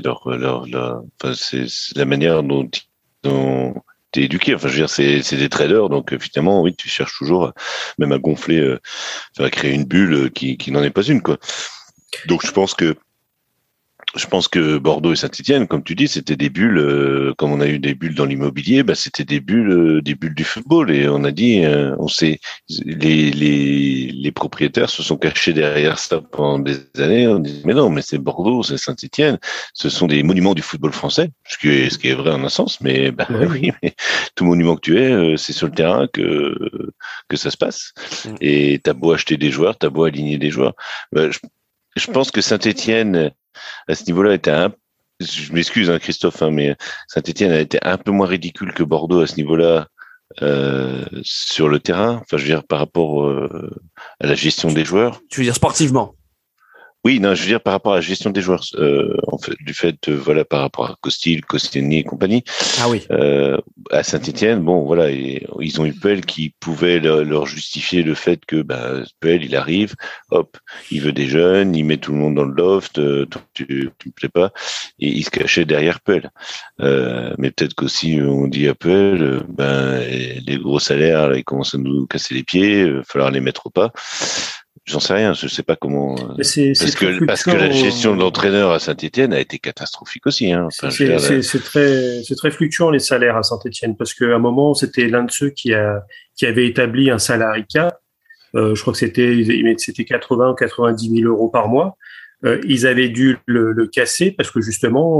la manière dont ils ont été éduqués. Enfin, je veux dire, c'est des traders, donc finalement, oui, tu cherches toujours même à gonfler, à créer une bulle qui n'en est pas une, quoi. Donc, je pense que Bordeaux et Saint-Étienne, comme tu dis, c'était des bulles, comme on a eu des bulles dans l'immobilier, c'était des bulles du football. Et on a dit, on sait, les propriétaires se sont cachés derrière ça pendant des années. On dit, mais non, mais c'est Bordeaux, c'est Saint-Étienne, ce sont des monuments du football français, ce qui est vrai en un sens, mais oui, mais tout monument que tu es, c'est sur le terrain que ça se passe. Et t'as beau acheter des joueurs, t'as beau aligner des joueurs. Je pense que Saint-Étienne, à ce niveau-là, je m'excuse, hein, Christophe, mais Saint-Étienne a été un peu moins ridicule que Bordeaux à ce niveau-là sur le terrain. Enfin, je veux dire, par rapport à la gestion des joueurs. Tu veux dire sportivement? Oui, non, je veux dire par rapport à la gestion des joueurs, en fait, par rapport à Costil, Koscielny et compagnie. Ah oui. À Saint-Étienne, voilà, ils ont eu Puel qui pouvait leur justifier le fait que Puel, il arrive, hop, il veut des jeunes, il met tout le monde dans le loft, tu me plais pas, et il se cachait derrière Puel. Mais peut-être qu'aussi on dit à Puel, les gros salaires, là, ils commencent à nous casser les pieds, il va falloir les mettre au pas. J'en sais rien, je sais pas comment. Parce que la gestion de l'entraîneur à Saint-Étienne a été catastrophique aussi. Hein. Enfin, c'est très fluctuant les salaires à Saint-Étienne parce qu'à un moment c'était l'un de ceux qui avait établi un salarié cap. Je crois que c'était 80 ou 90 000 euros par mois. Ils avaient dû le casser parce que justement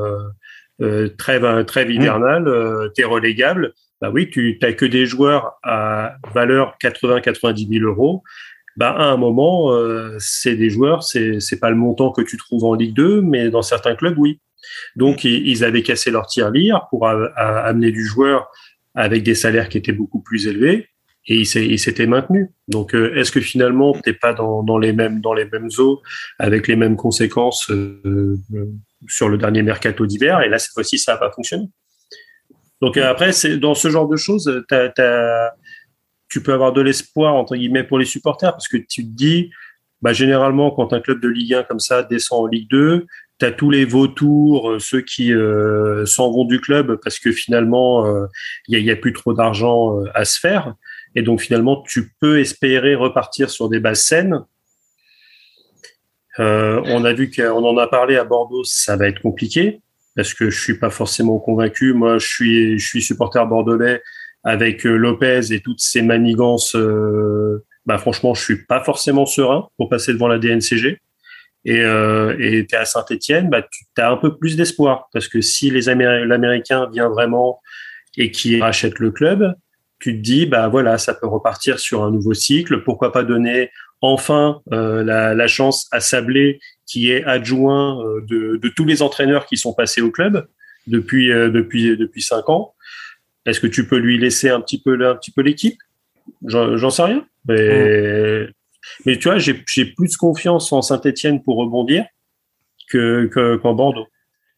trêve hivernale, t'es relégable. Oui, tu t'as que des joueurs à valeur 80-90 000 euros. À un moment, c'est des joueurs, c'est pas le montant que tu trouves en Ligue 2, mais dans certains clubs, oui. Donc, ils avaient cassé leur tirelire pour amener du joueur avec des salaires qui étaient beaucoup plus élevés, et ils s'étaient maintenus. Donc, est-ce que finalement, t'es pas dans les mêmes eaux, avec les mêmes conséquences sur le dernier mercato d'hiver? Et là, cette fois-ci, ça n'a pas fonctionné. Donc après, c'est dans ce genre de choses, tu peux avoir de l'espoir, entre guillemets, pour les supporters, parce que tu te dis, généralement, quand un club de Ligue 1 comme ça descend en Ligue 2, tu as tous les vautours, ceux qui s'en vont du club parce que finalement, il y a plus trop d'argent à se faire. Et donc, finalement, tu peux espérer repartir sur des bases saines. On a vu qu'on en a parlé à Bordeaux, ça va être compliqué, parce que je suis pas forcément convaincu. Moi, je suis supporter bordelais, avec Lopez et toutes ces manigances, franchement, je suis pas forcément serein pour passer devant la DNCG. Et t'es à Saint-Étienne, tu as un peu plus d'espoir, parce que si l'Américain vient vraiment et qui rachète le club, tu te dis, ça peut repartir sur un nouveau cycle. Pourquoi pas donner enfin la chance à Sablé, qui est adjoint de tous les entraîneurs qui sont passés au club depuis 5 ans. Est-ce que tu peux lui laisser un petit peu l'équipe? J'en sais rien. Mais tu vois, j'ai plus confiance en Saint-Étienne pour rebondir qu'en Bordeaux.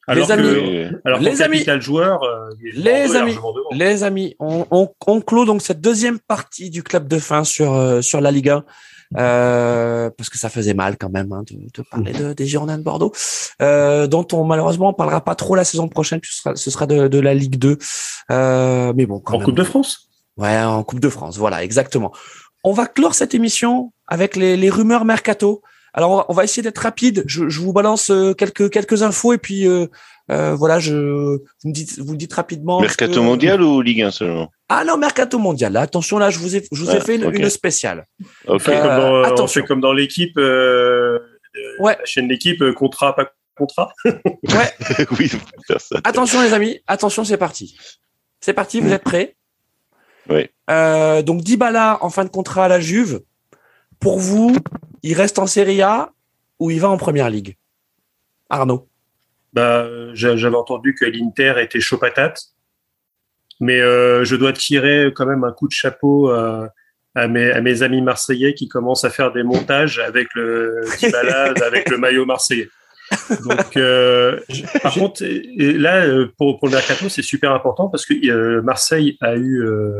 Alors Les amis, alors les qu'en amis, capital joueur, les amis, on clôt donc cette deuxième partie du club de fin sur la Ligue 1. Parce que ça faisait mal quand même de parler des Girondins de Bordeaux, dont malheureusement on parlera pas trop la saison prochaine, puisque ce sera de la Ligue 2. Mais bon, quand en même. Coupe de France. Ouais, en Coupe de France, voilà, exactement. On va clore cette émission avec les rumeurs mercato. Alors, on va essayer d'être rapide. Je vous balance quelques infos et puis voilà, vous me dites rapidement. Mercato mondial ou Ligue 1 seulement? Ah non, mercato mondial. Là, attention, là, je vous ai fait une spéciale. Ok. On fait comme dans l'équipe, Ouais. la chaîne d'équipe, contrat, pas contrat. Ouais. Oui, on peut faire ça. Attention les amis, attention, c'est parti. C'est parti, vous êtes prêts? Oui. Donc Dybala en fin de contrat à la Juve. Pour vous, il reste en Serie A ou il va en Première Ligue? Arnaud. J'avais entendu que l'Inter était chaud patate, mais je dois tirer quand même un coup de chapeau à mes amis marseillais qui commencent à faire des montages avec le Dybala, avec le maillot marseillais. Donc, par contre, là, pour le mercato, c'est super important parce que Marseille a eu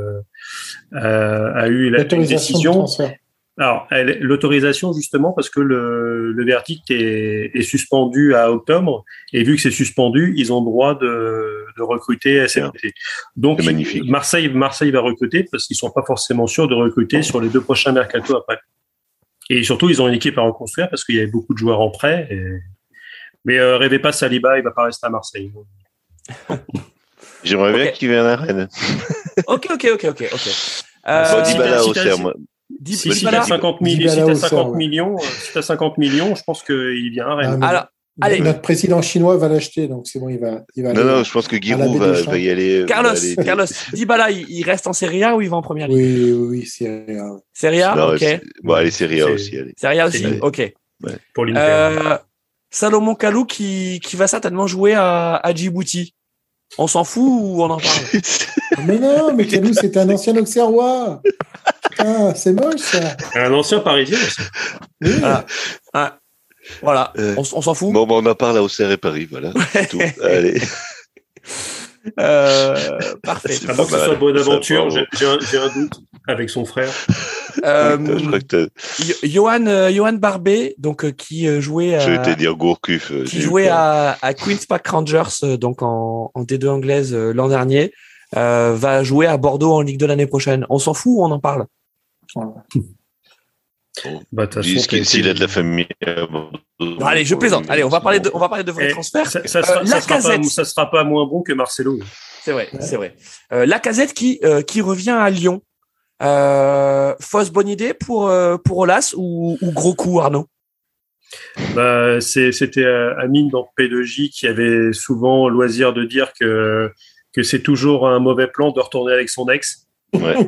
une décision. Alors, l'autorisation, justement, parce que le verdict est suspendu à octobre, et vu que c'est suspendu, ils ont le droit de recruter cet été. Donc, Marseille va recruter parce qu'ils sont pas forcément sûrs de recruter sur les 2 prochains mercatos après. Et surtout, ils ont une équipe à reconstruire parce qu'il y avait beaucoup de joueurs en prêt. Mais rêvez pas, Saliba, il va pas rester à Marseille. J'aimerais bien qu'il vienne à Rennes. Ok. Dybala au serre, Si t'as 50 millions, je pense qu'il vient à Rennes. Alors, allez. Notre président chinois va l'acheter, donc c'est bon, il va non, je pense que Giroud va y aller. Carlos, Dybala, il reste en Serie A ou il va en Première Ligue? Oui, Serie A. Serie A, ok. Bon, allez, Serie A aussi. Allez. Serie A aussi, ok. Ouais. Pour l'Inter. Salomon Kalou qui va certainement jouer à Djibouti. On s'en fout ou on en parle? Mais non, mais Kalou, c'est un ancien Auxerrois. Putain, c'est moche, ça. Un ancien Parisien aussi. Oui. Voilà. On s'en fout. Bon, on en parle à Auxerre et Paris, voilà. C'est tout. Allez. Parfait. Avant que ce soit Bonaventure, j'ai un doute avec son frère. Je crois que Johan Barbet, donc qui jouait. Je vais te dire Gourcuff. Qui jouait à Queen's Park Rangers, donc en D2 anglaise l'an dernier, va jouer à Bordeaux en Ligue 2 l'année prochaine. On s'en fout ou on en parle? S'il a de la famille. Non, allez, je plaisante. Allez, on va parler de vrais transferts. Ça sera pas moins bon que Marcelo. C'est vrai. Lacazette qui revient à Lyon. Fausse bonne idée pour Olas ou gros coup, Arnaud? C'était Amine dans P2J qui avait souvent loisir de dire que c'est toujours un mauvais plan de retourner avec son ex. Ouais.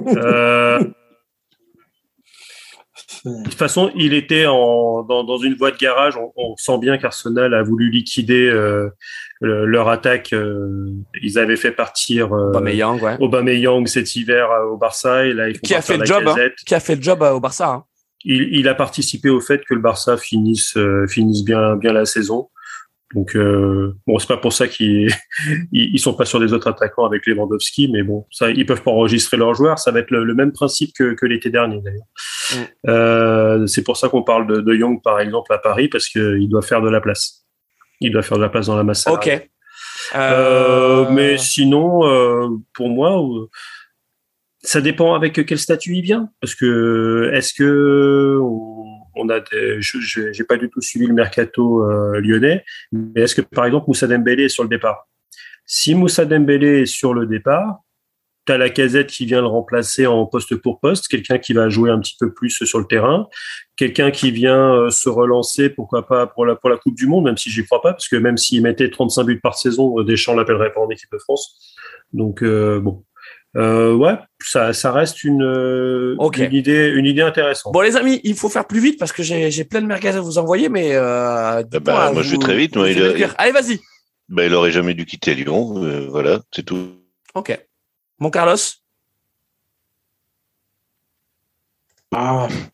De toute façon, il était dans une voie de garage. On sent bien qu'Arsenal a voulu liquider leur attaque. Ils avaient fait partir Aubameyang cet hiver au Barça. Et là, qui a fait le job au Barça. Hein. Il a participé au fait que le Barça finisse bien la saison. Donc c'est pas pour ça qu'ils sont pas sur les autres attaquants avec Lewandowski, mais bon, ça ils peuvent pas enregistrer leurs joueurs. Ça va être le même principe que l'été dernier d'ailleurs. C'est pour ça qu'on parle de Young par exemple à Paris, parce que il doit faire de la place. Il doit faire de la place dans la masse salariale. Ok. Mais sinon, pour moi, ça dépend avec quel statut il vient, parce que est-ce que on a j'ai pas du tout suivi le mercato lyonnais, mais est-ce que par exemple Moussa Dembélé est sur le départ? Si Moussa Dembélé est sur le départ, tu as Lacazette qui vient le remplacer en poste pour poste, quelqu'un qui va jouer un petit peu plus sur le terrain, quelqu'un qui vient se relancer, pourquoi pas pour la Coupe du Monde, même si j'y crois pas, parce que même s'il mettait 35 buts par saison, Deschamps l'appellerait pas en équipe de France. Donc bon. Ça reste une idée intéressante. Bon les amis, il faut faire plus vite parce que j'ai plein de merguez à vous envoyer, mais moi je vais très vite. Allez, vas-y. Il aurait jamais dû quitter Lyon, voilà, c'est tout. Ok. Mon Carlos.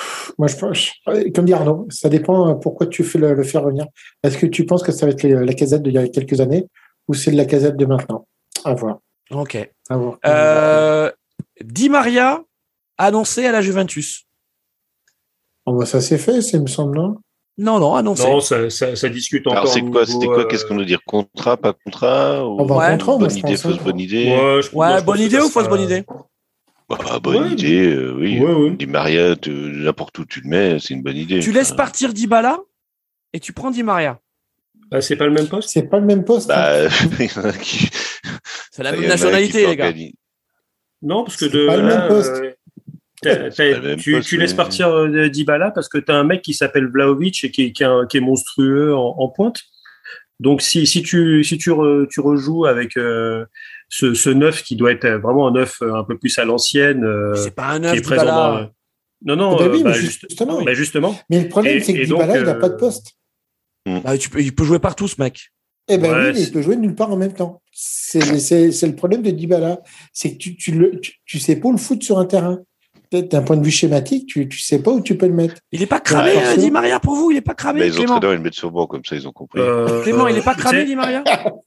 Moi, comme dit Arnaud, ça dépend pourquoi tu fais le faire revenir. Est-ce que tu penses que ça va être la Casette d'il y a quelques années ou c'est la Casette de maintenant? À voir. Ok. À voir. Di Maria annoncé à la Juventus. Oh, bah, ça c'est fait, il me semble, non? Non, annoncé. Non, ça discute encore. Alors, c'était quoi? Qu'est-ce qu'on veut dire? Contrat, pas contrat? Ou contrat, bonne idée, fausse bonne idée? Bonne idée ou fausse bonne idée? Bonne idée, oui. Ouais. Di Maria, n'importe où tu le mets, c'est une bonne idée. Tu laisses partir Dybala et tu prends Di Maria. C'est pas le même poste? C'est pas le même poste. Bah, c'est la même nationalité, les gars. Non, parce que c'est pas le même poste. Tu laisses partir Dybala parce que tu as un mec qui s'appelle Vlahovic et qui est monstrueux en pointe. Donc si tu rejoues avec ce neuf qui doit être vraiment un neuf un peu plus à l'ancienne, c'est pas un neuf qui est présent non, justement. Mais le problème c'est que Dybala il n'a pas de poste. Il peut jouer partout, ce mec. Oui, mais il peut jouer nulle part en même temps. C'est le problème de Dybala, c'est que tu sais pas où le foutre sur un terrain. D'un point de vue schématique, tu sais pas où tu peux le mettre. Il est pas cramé, Di Maria, pour vous? Il est pas cramé, les entraîneurs, ils le mettent sur le banc, comme ça, ils ont compris. Clément, il est pas cramé, Di Maria?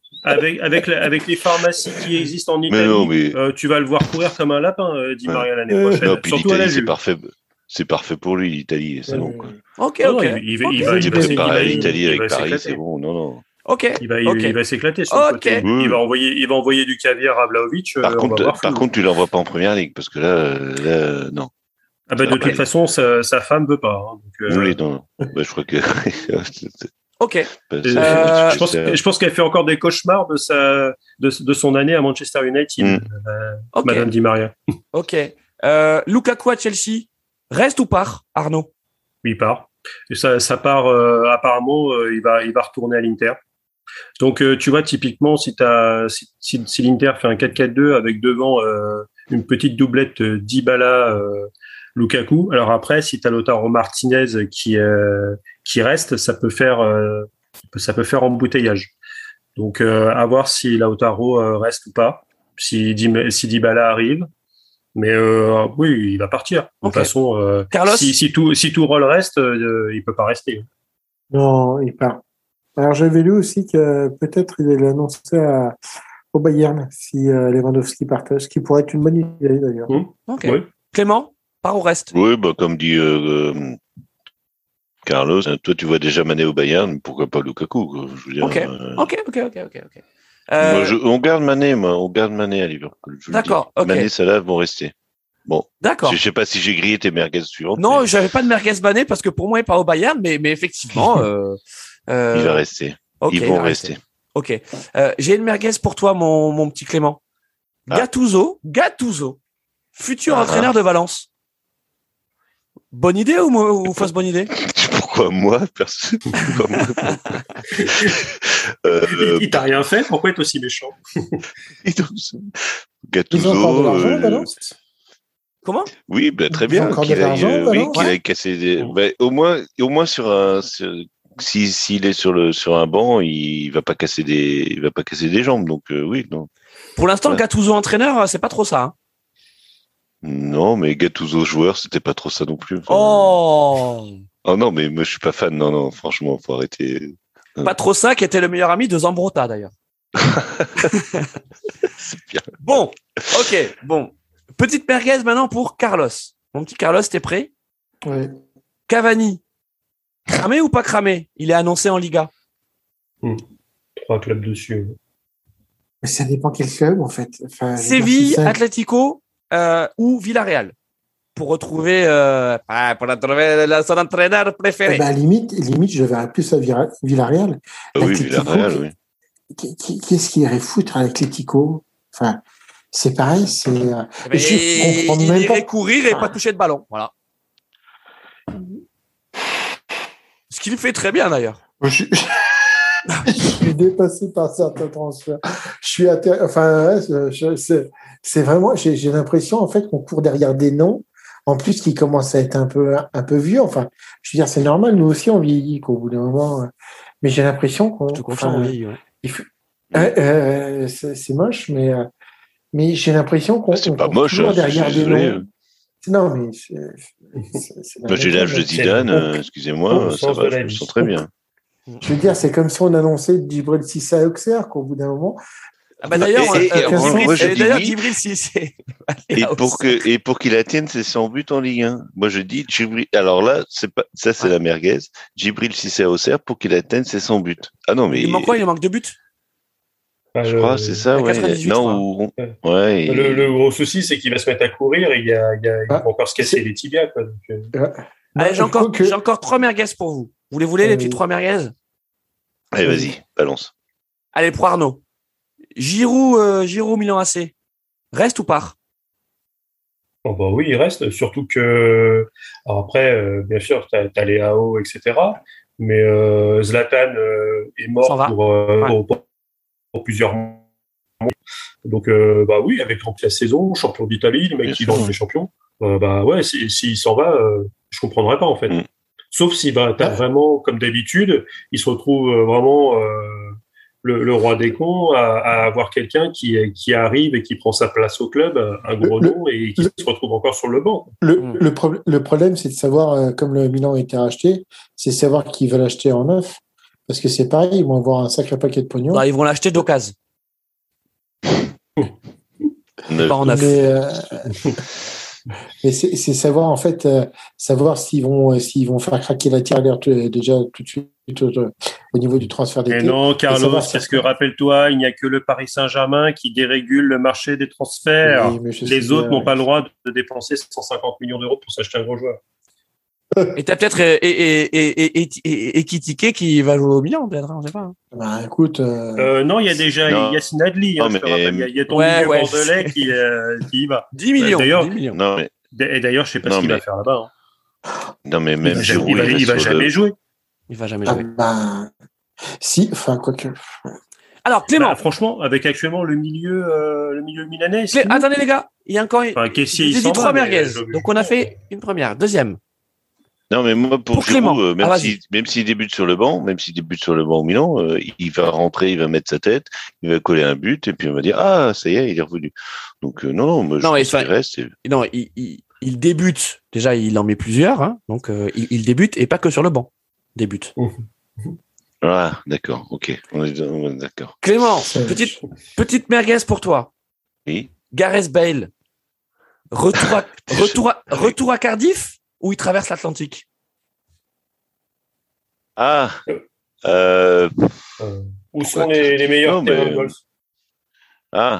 Avec les pharmacies qui existent en Italie, tu vas le voir courir comme un lapin, Di Maria, l'année prochaine. Non, puis l'Italie, c'est parfait pour lui, l'Italie, c'est bon, quoi. Ok. Il va préparer à l'Italie avec Paris, c'est bon, non. Ok. Il va s'éclater sur le côté. Il va envoyer du caviar à Vlahovic. Par contre, tu l'envoies pas en première ligue parce que là non. De toute façon, sa femme veut pas. Oui, non. Je crois que. Ok. Je pense qu'elle fait encore des cauchemars de son année à Manchester United, Madame Di Maria. Ok. Lukaku à Chelsea, reste ou part, Arnaud? Oui, il part. Et ça part. Apparemment, il va retourner à l'Inter. Donc, tu vois, typiquement, si l'Inter fait un 4-4-2 avec devant une petite doublette Dybala, Lukaku. Alors après, si tu as Lautaro Martinez qui reste, ça peut faire embouteillage. Donc, à voir si Lautaro reste ou pas, si Dybala arrive. Mais oui, il va partir. De toute façon, Carlos, si Tourelle reste, il peut pas rester. Non, il part. Alors j'avais lu aussi que peut-être il allait annoncer au Bayern si Lewandowski partage, ce qui pourrait être une bonne idée d'ailleurs. Okay. Oui. Clément, part ou reste? Oui, comme dit Carlos, toi tu vois déjà Mané au Bayern, pourquoi pas Lukaku, je veux dire. Ok. On garde Mané à Liverpool. D'accord. Okay. Mané, Salah vont rester. Bon. D'accord. Je sais pas si j'ai grillé tes merguez suivantes. Non, j'avais pas de merguez Mané parce que pour moi il part au Bayern, mais effectivement. Il va rester. Okay, ils vont rester. Ok. J'ai une merguez pour toi, mon petit Clément. Gattuso, futur entraîneur de Valence. Bonne idée ou fausse bonne idée? Pourquoi moi, personne? Il t'a rien fait, pourquoi être aussi méchant? Gattuso. Ils ont encore de l'argent, Valence? Comment? Oui, très bien. Qu'il aille casser des. Au moins sur un. S'il est sur un banc, il va pas casser des jambes. Donc oui, non. Pour l'instant, Gattuso entraîneur, c'est pas trop ça. Hein. Non, mais Gattuso joueur, c'était pas trop ça non plus. Oh non, mais moi je suis pas fan. Non, franchement, faut arrêter. Pas trop ça, qui était le meilleur ami de Zambrotta d'ailleurs. C'est bien. Bon, ok, bon. Petite merguez maintenant pour Carlos. Mon petit Carlos, t'es prêt? Oui. Cavani. Cramé ou pas cramé? Il est annoncé en Liga. 3 clubs dessus. Mais ça dépend quel club, en fait. Enfin, Séville, Atlético ou Villarreal. Pour retrouver son entraîneur préféré. Limite, je verrais plus à Villarreal. Oui, Villarreal, oui. Qu'est-ce qu'il irait foutre à l'Atlético? Enfin, c'est pareil, il irait courir et pas toucher de ballon. Voilà. Ce qu'il fait très bien d'ailleurs. Je suis dépassé par certains transferts. C'est vraiment. J'ai l'impression en fait qu'on court derrière des noms. En plus, qui commencent à être un peu vieux. Enfin, je veux dire, c'est normal. Nous aussi, on vieillit qu'au bout d'un moment. Mais j'ai l'impression qu'on. Je te confirme, on vieillit. C'est moche, mais j'ai l'impression qu'on. C'est pas moche. Derrière des noms. Non, mais Moi, j'ai l'âge de Zidane, excusez-moi, ça va, je me sens très bien. Je veux dire, c'est comme si on annonçait Djibril Cissé à Auxerre, qu'au bout d'un moment. Ah bah d'ailleurs, Djibril Cissé. Et pour qu'il atteigne ses 100 buts en Ligue 1. Moi, je dis Djibril. Alors là, c'est la merguez. Djibril Cissé à Auxerre pour qu'il atteigne ses 100 buts. Ah non, mais. Il manque quoi? Il manque 2 buts? Je crois, c'est ça, ouais. 98, non, ouais. Le gros souci, c'est qu'il va se mettre à courir et il va encore se casser les tibias, quoi. Donc, Allez, j'ai encore 3 merguez pour vous. Vous les voulez, les petites 3 merguez? Allez, vas-y, balance. Allez, pour Arnaud. Giroud, Milan AC. Reste ou part? Oh bah oui, il reste. Surtout que, alors après, bien sûr, t'as les AO, etc. Mais Zlatan est mort pour plusieurs mois. Donc, bah oui, avec la saison, champion d'Italie, le mec qui lance les champions. Bah ouais, s'il s'en va, je comprendrais pas en fait. Sauf si t'as vraiment, comme d'habitude, il se retrouve vraiment le roi des cons à avoir quelqu'un qui arrive et qui prend sa place au club, un gros nom, et qui se retrouve encore sur le banc. Le problème, c'est de savoir, comme le Milan a été racheté, c'est savoir qui va l'acheter en neuf. Parce que c'est pareil, ils vont avoir un sacré paquet de pognon. Non, ils vont l'acheter d'occasion. Pas en neuf. Mais c'est savoir en fait savoir s'ils vont faire craquer la tirelire déjà tout de suite au niveau du transfert d'été. Mais non, Carlos, parce que rappelle-toi, il n'y a que le Paris Saint-Germain qui dérégule le marché des transferts. Oui, les autres n'ont pas le droit de dépenser 150 millions d'euros pour s'acheter un gros joueur. Et t'as peut-être Ekitike qui va jouer au Milan, peut-être, on ne sait pas. Bah, écoute, non, il y a déjà Yacine Adli. Je te rappelle, il y a ton milieu bordelais qui y va. 10 millions. D'ailleurs, 10 millions. Non, mais... Et d'ailleurs, je sais pas ce qu'il va faire là-bas. Non, mais même il va jamais jouer. Il va jamais jouer. Si, enfin, quoique. Alors, Clément. Franchement, avec actuellement le milieu milanais. Attendez, les gars. Il y a encore une. Caissier, j'ai dit 3 merguez. Donc, on a fait une première. Deuxième. Non, mais moi, pour Clément, Giroud, même s'il débute sur le banc au Milan, il va rentrer, il va mettre sa tête, il va coller un but, et puis on va dire, ah, ça y est, il est revenu. Donc, non, moi, je pense qu'il reste. Non, il débute. Déjà, il en met plusieurs, hein. Donc, il débute, et pas que sur le banc. Débute. Ah, d'accord, ok. On est d'accord. Clément, petite merguez pour toi. Oui. Gareth Bale. Retour à Cardiff? Où il traverse l'Atlantique. Ah. Où sont les meilleurs terrains de golf? Ah.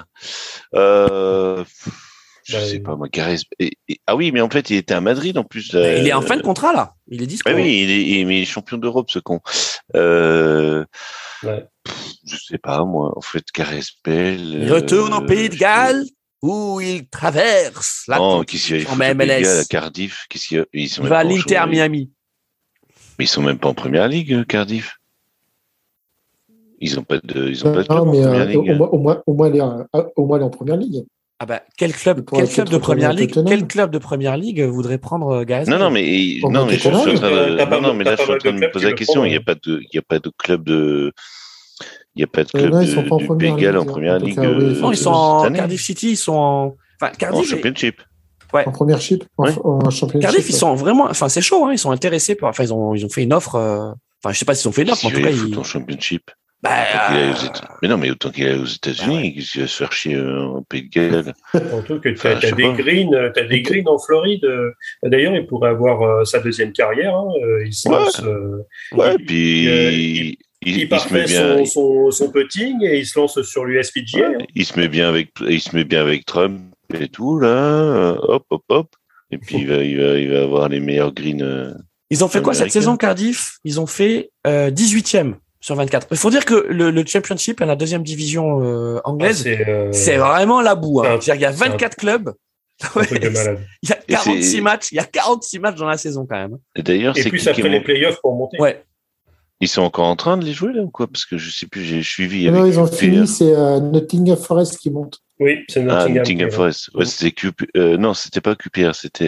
Je sais pas, moi, Gareth. Ah oui, mais en fait, il était à Madrid en plus. Il est en fin de contrat, là. Il est dispo. Ah oui, mais il est champion d'Europe, ce con. Je sais pas, moi. En fait, Gareth Bale. Il retourne en Pays de Galles. Où il traverse l'Atlantique en MLS. À Cardiff, il va à l'Inter Miami. Mais ils sont même pas en première ligue, Cardiff. Ils ont pas de club en première ligue. Au moins, il est en première ligue. Ah bah, quel club de première ligue voudrait prendre Gareth Bale? Non, mais je suis en train de me poser la question. Il n'y a pas de club de. Il n'y a pas de club du Pays de Galles en première ligue. Non, ils sont en Cardiff City, ils sont en. Enfin, Cardiff. En Championship. Ouais. En première chip. En Championship. Cardiff, ils sont vraiment. Enfin, c'est chaud, hein. Ils sont intéressés par. Enfin, ils ont fait une offre. Enfin, je sais pas s'ils ont fait une offre, mais en tout cas. Ils en Championship. Mais non, mais autant qu'il aille aux États-Unis, qu'il va se faire chier en Pays de Galles. Surtout que tu as des greens en Floride. D'ailleurs, il pourrait avoir sa deuxième carrière. Hein. Il se lance. Puis. Il parfait son putting et il se lance sur l'USPGA. Ouais, il se met bien avec Trump et tout là, hop. Et puis il va avoir les meilleurs greens. Ils ont fait quoi cette saison, Cardiff? Ils ont fait 18e sur 24. Il faut dire que le Championship, la deuxième division anglaise, c'est vraiment la boue. Hein. Il y a 24 clubs. Il y a 46 matchs. Il y a 46 matchs dans la saison quand même. Et d'ailleurs, c'est plus après les playoffs pour monter. Ouais. Ils sont encore en train de les jouer là ou quoi? Parce que je sais plus, j'ai suivi. Non, ils ont fini, c'est Nottingham Forest qui monte. Oui, c'est Nottingham Forest. Ouais, c'était non, c'était pas QPR, c'était.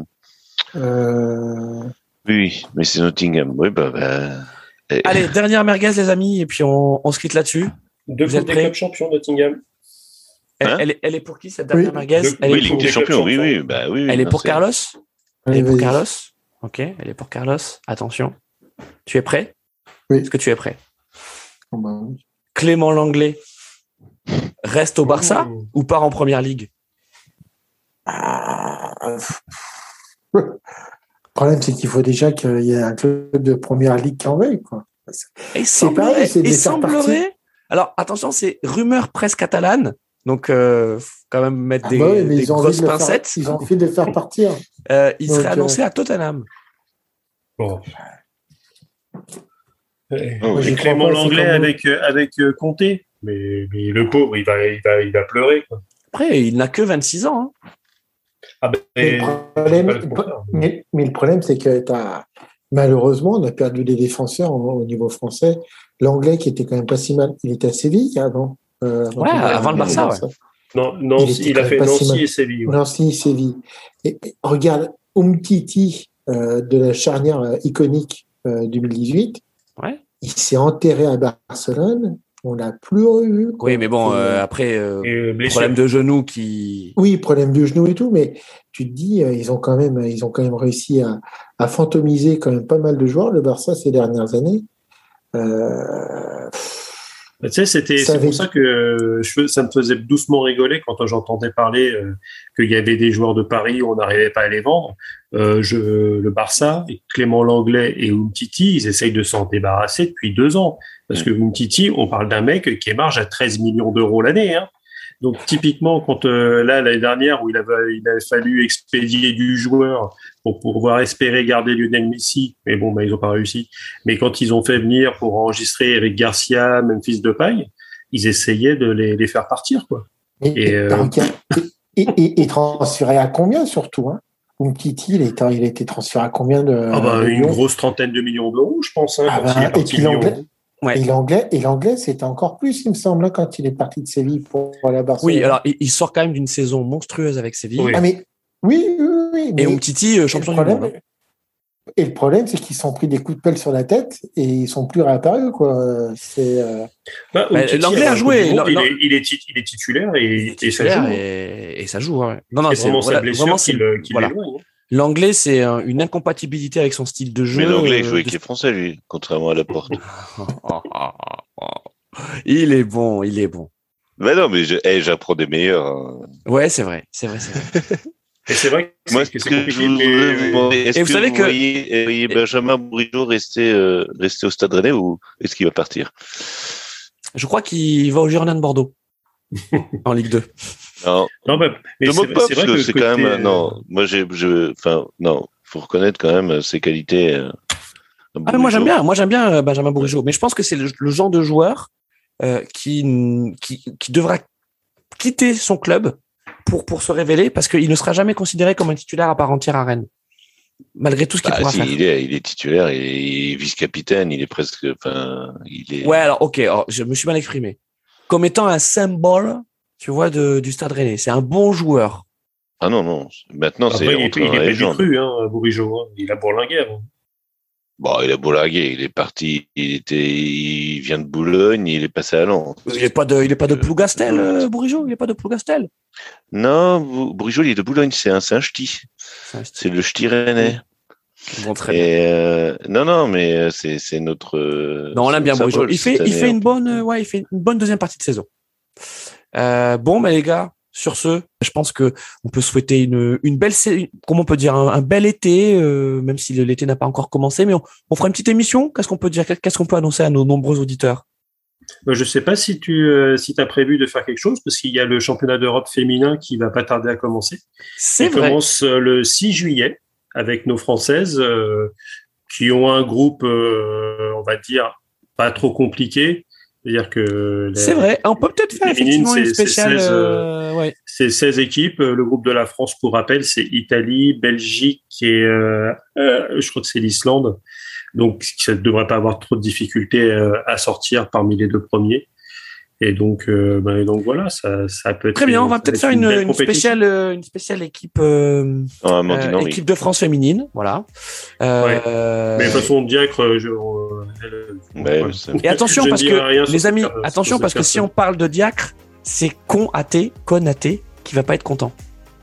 Oui, mais c'est Nottingham. Oui, Allez, dernière merguez, les amis, et puis on se quitte là-dessus. Deux clubs champions Nottingham. Elle est pour qui cette dernière merguez? Oui, Ligue des Champions, oui. Bah, oui elle est pour Carlos? Elle est pour vas-y. Carlos? Ok, elle est pour Carlos. Attention. Tu es prêt? Oui. Est-ce que tu es prêt? Oh, bah, oui. Clément Lenglet reste au Barça ou part en première ligue? Le problème, c'est qu'il faut déjà qu'il y ait un club de première ligue qui en veuille, quoi. Il C'est pareil, c'est de les faire partir. semblerait. Alors attention, c'est rumeur presse catalane, donc faut quand même mettre des mais ils ont envie grosses de le faire- pincettes. Ils ont envie de le faire partir. Il Donc, serait annoncé à Tottenham. Bon. Moi, j'y Et crois Clément pas, c'est Lenglet comme- avec Conté. Mais le pauvre, il va pleurer, quoi. Après, il n'a que 26 ans. Hein. Ah ben, Mais le problème, c'est que malheureusement, on a perdu des défenseurs au niveau français. L'anglais, qui était quand même pas si mal, il était à Séville avant. Avant le Barça, ouais. Non, il a fait Nancy et Séville. Ouais. Nancy et Séville. Et regarde, Umtiti, de la charnière iconique 2018, Ouais. il s'est enterré à Barcelone. On l'a plus revu. Quoi. Oui, mais bon, Et, après, blessure. problème de genou qui. oui, problème de genou et tout, mais tu te dis, ils ont quand même réussi à fantomiser quand même pas mal de joueurs, le Barça, ces dernières années. Tu sais, c'est pour ça que ça me faisait doucement rigoler quand j'entendais parler qu'il y avait des joueurs de Paris où on n'arrivait pas à les vendre. Le Barça, Clément Lenglet et Umtiti, ils essayent de s'en débarrasser depuis 2 ans. Parce que Umtiti, on parle d'un mec qui émarge à 13 millions d'euros l'année. Hein. Donc typiquement, quand l'année dernière où il avait fallu expédier du joueur pour pouvoir espérer garder Lionel Messi, mais bon, ils n'ont pas réussi. Mais quand ils ont fait venir pour enregistrer Eric Garcia, Memphis Depay, ils essayaient de les faire partir, quoi. Et transféré à combien surtout, hein? Umtiti, il a été transféré à combien de une grosse trentaine de millions d'euros, je pense. Hein, quand il est parti de Lyon. Ouais. Et l'anglais, c'était encore plus, il me semble, quand il est parti de Séville pour la Barcelone. Oui, alors il sort quand même d'une saison monstrueuse avec Séville. Oui. Ah, mais oui. Et Umtiti, champion du monde. Et le problème, c'est qu'ils se sont pris des coups de pelle sur la tête et ils sont plus réapparus, quoi. L'anglais a joué. Il est titulaire et ça joue. Et ça joue. Ouais. Non, c'est vraiment sa blessure qui l'éloigne. L'anglais, c'est une incompatibilité avec son style de jeu. Mais l'anglais, il joue avec les Français, lui, contrairement à Laporte. Il est bon. Mais non, mais j'apprends des meilleurs. Hein. Ouais, c'est vrai. Et c'est vrai que moi, ce que je voudrais vous demander, est-ce que vous voyez Benjamin Bourigeaud rester au Stade Rennais ou est-ce qu'il va partir? Je crois qu'il va au Girondins de Bordeaux en Ligue 2. Non, mais c'est vrai que c'est quand même. Non, moi faut reconnaître quand même ses qualités. Moi j'aime bien Benjamin Bourigeaud, mais je pense que c'est le genre de joueur qui devra quitter son club pour se révéler, parce qu'il ne sera jamais considéré comme un titulaire à part entière à Rennes, malgré tout ce qu'il pourra faire. Il est titulaire, il est vice-capitaine, il est presque. Ouais, alors ok, je me suis mal exprimé. Comme étant un symbole, tu vois, du Stade Rennais. C'est un bon joueur. Ah non. Maintenant, après, c'est. Il est pas cru, hein, Bourigeaud. Hein. Il a bourlingué avant. Bon, il a bourlingué. Il est parti. Il vient de Boulogne. Il est passé à Lens. Il n'est pas de Plougastel, Bourigeaud. Il n'est pas de Plougastel. Non, Bourigeaud, il est de Boulogne. C'est un ch'ti. C'est le ch'ti rennais. Bon, très bien. Non, mais c'est notre. Non, on l'aime bien, Bourigeaud. Il fait une bonne deuxième partie de saison. Les gars, sur ce, je pense que on peut souhaiter une belle, comment on peut dire, un bel été, même si l'été n'a pas encore commencé, mais on fera une petite émission. Qu'est-ce qu'on peut dire? Qu'est-ce qu'on peut annoncer à nos nombreux auditeurs? Je sais pas si tu as prévu de faire quelque chose, parce qu'il y a le championnat d'Europe féminin qui va pas tarder à commencer. C'est vrai. Il commence le 6 juillet avec nos Françaises qui ont un groupe, on va dire, pas trop compliqué. C'est-à-dire que c'est vrai, on peut peut-être faire effectivement une spéciale. C'est 16 équipes. Le groupe de la France, pour rappel, c'est Italie, Belgique et je crois que c'est l'Islande. Donc, ça ne devrait pas avoir trop de difficultés à sortir parmi les 2 premiers. Et donc voilà, ça peut être très bien. On va peut-être faire une spéciale équipe équipe de France féminine, voilà. Mais de toute façon, direct. Et attention parce que les amis, attention parce que si on parle de Diacre, c'est Konaté qui va pas être content.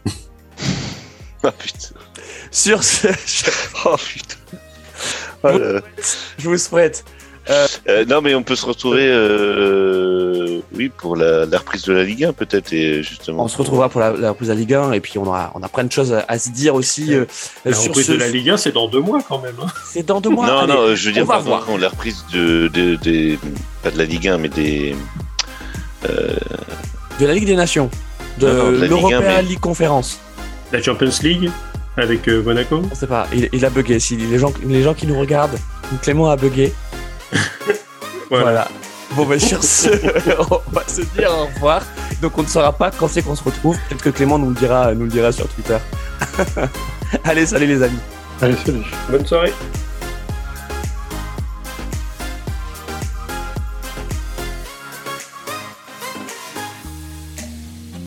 Ah putain. Sur ce, Oh putain. je vous souhaite. Non, mais on peut se retrouver, oui, pour la reprise de la Ligue 1 peut-être, et justement. On se retrouvera pour la reprise de la Ligue 1 et puis on a plein de choses à se dire aussi. La reprise de la Ligue 1, c'est dans 2 mois quand même. Hein. C'est dans 2 mois. Non, allez, non, je veux dire, va pardon, voir. la reprise pas de la Ligue 1, mais des. De la Ligue des Nations, de Non, de la Ligue 1, l'European mais- League Conférence. La Champions League avec Monaco. On sait pas, il a bugué. Si les gens qui nous regardent, Clément a bugué. Voilà. Bon, ben sur ce, on va se dire au revoir. Donc, on ne saura pas quand c'est qu'on se retrouve. Peut-être que Clément nous le dira sur Twitter. Allez, salut les amis. Allez, salut. Bonne soirée.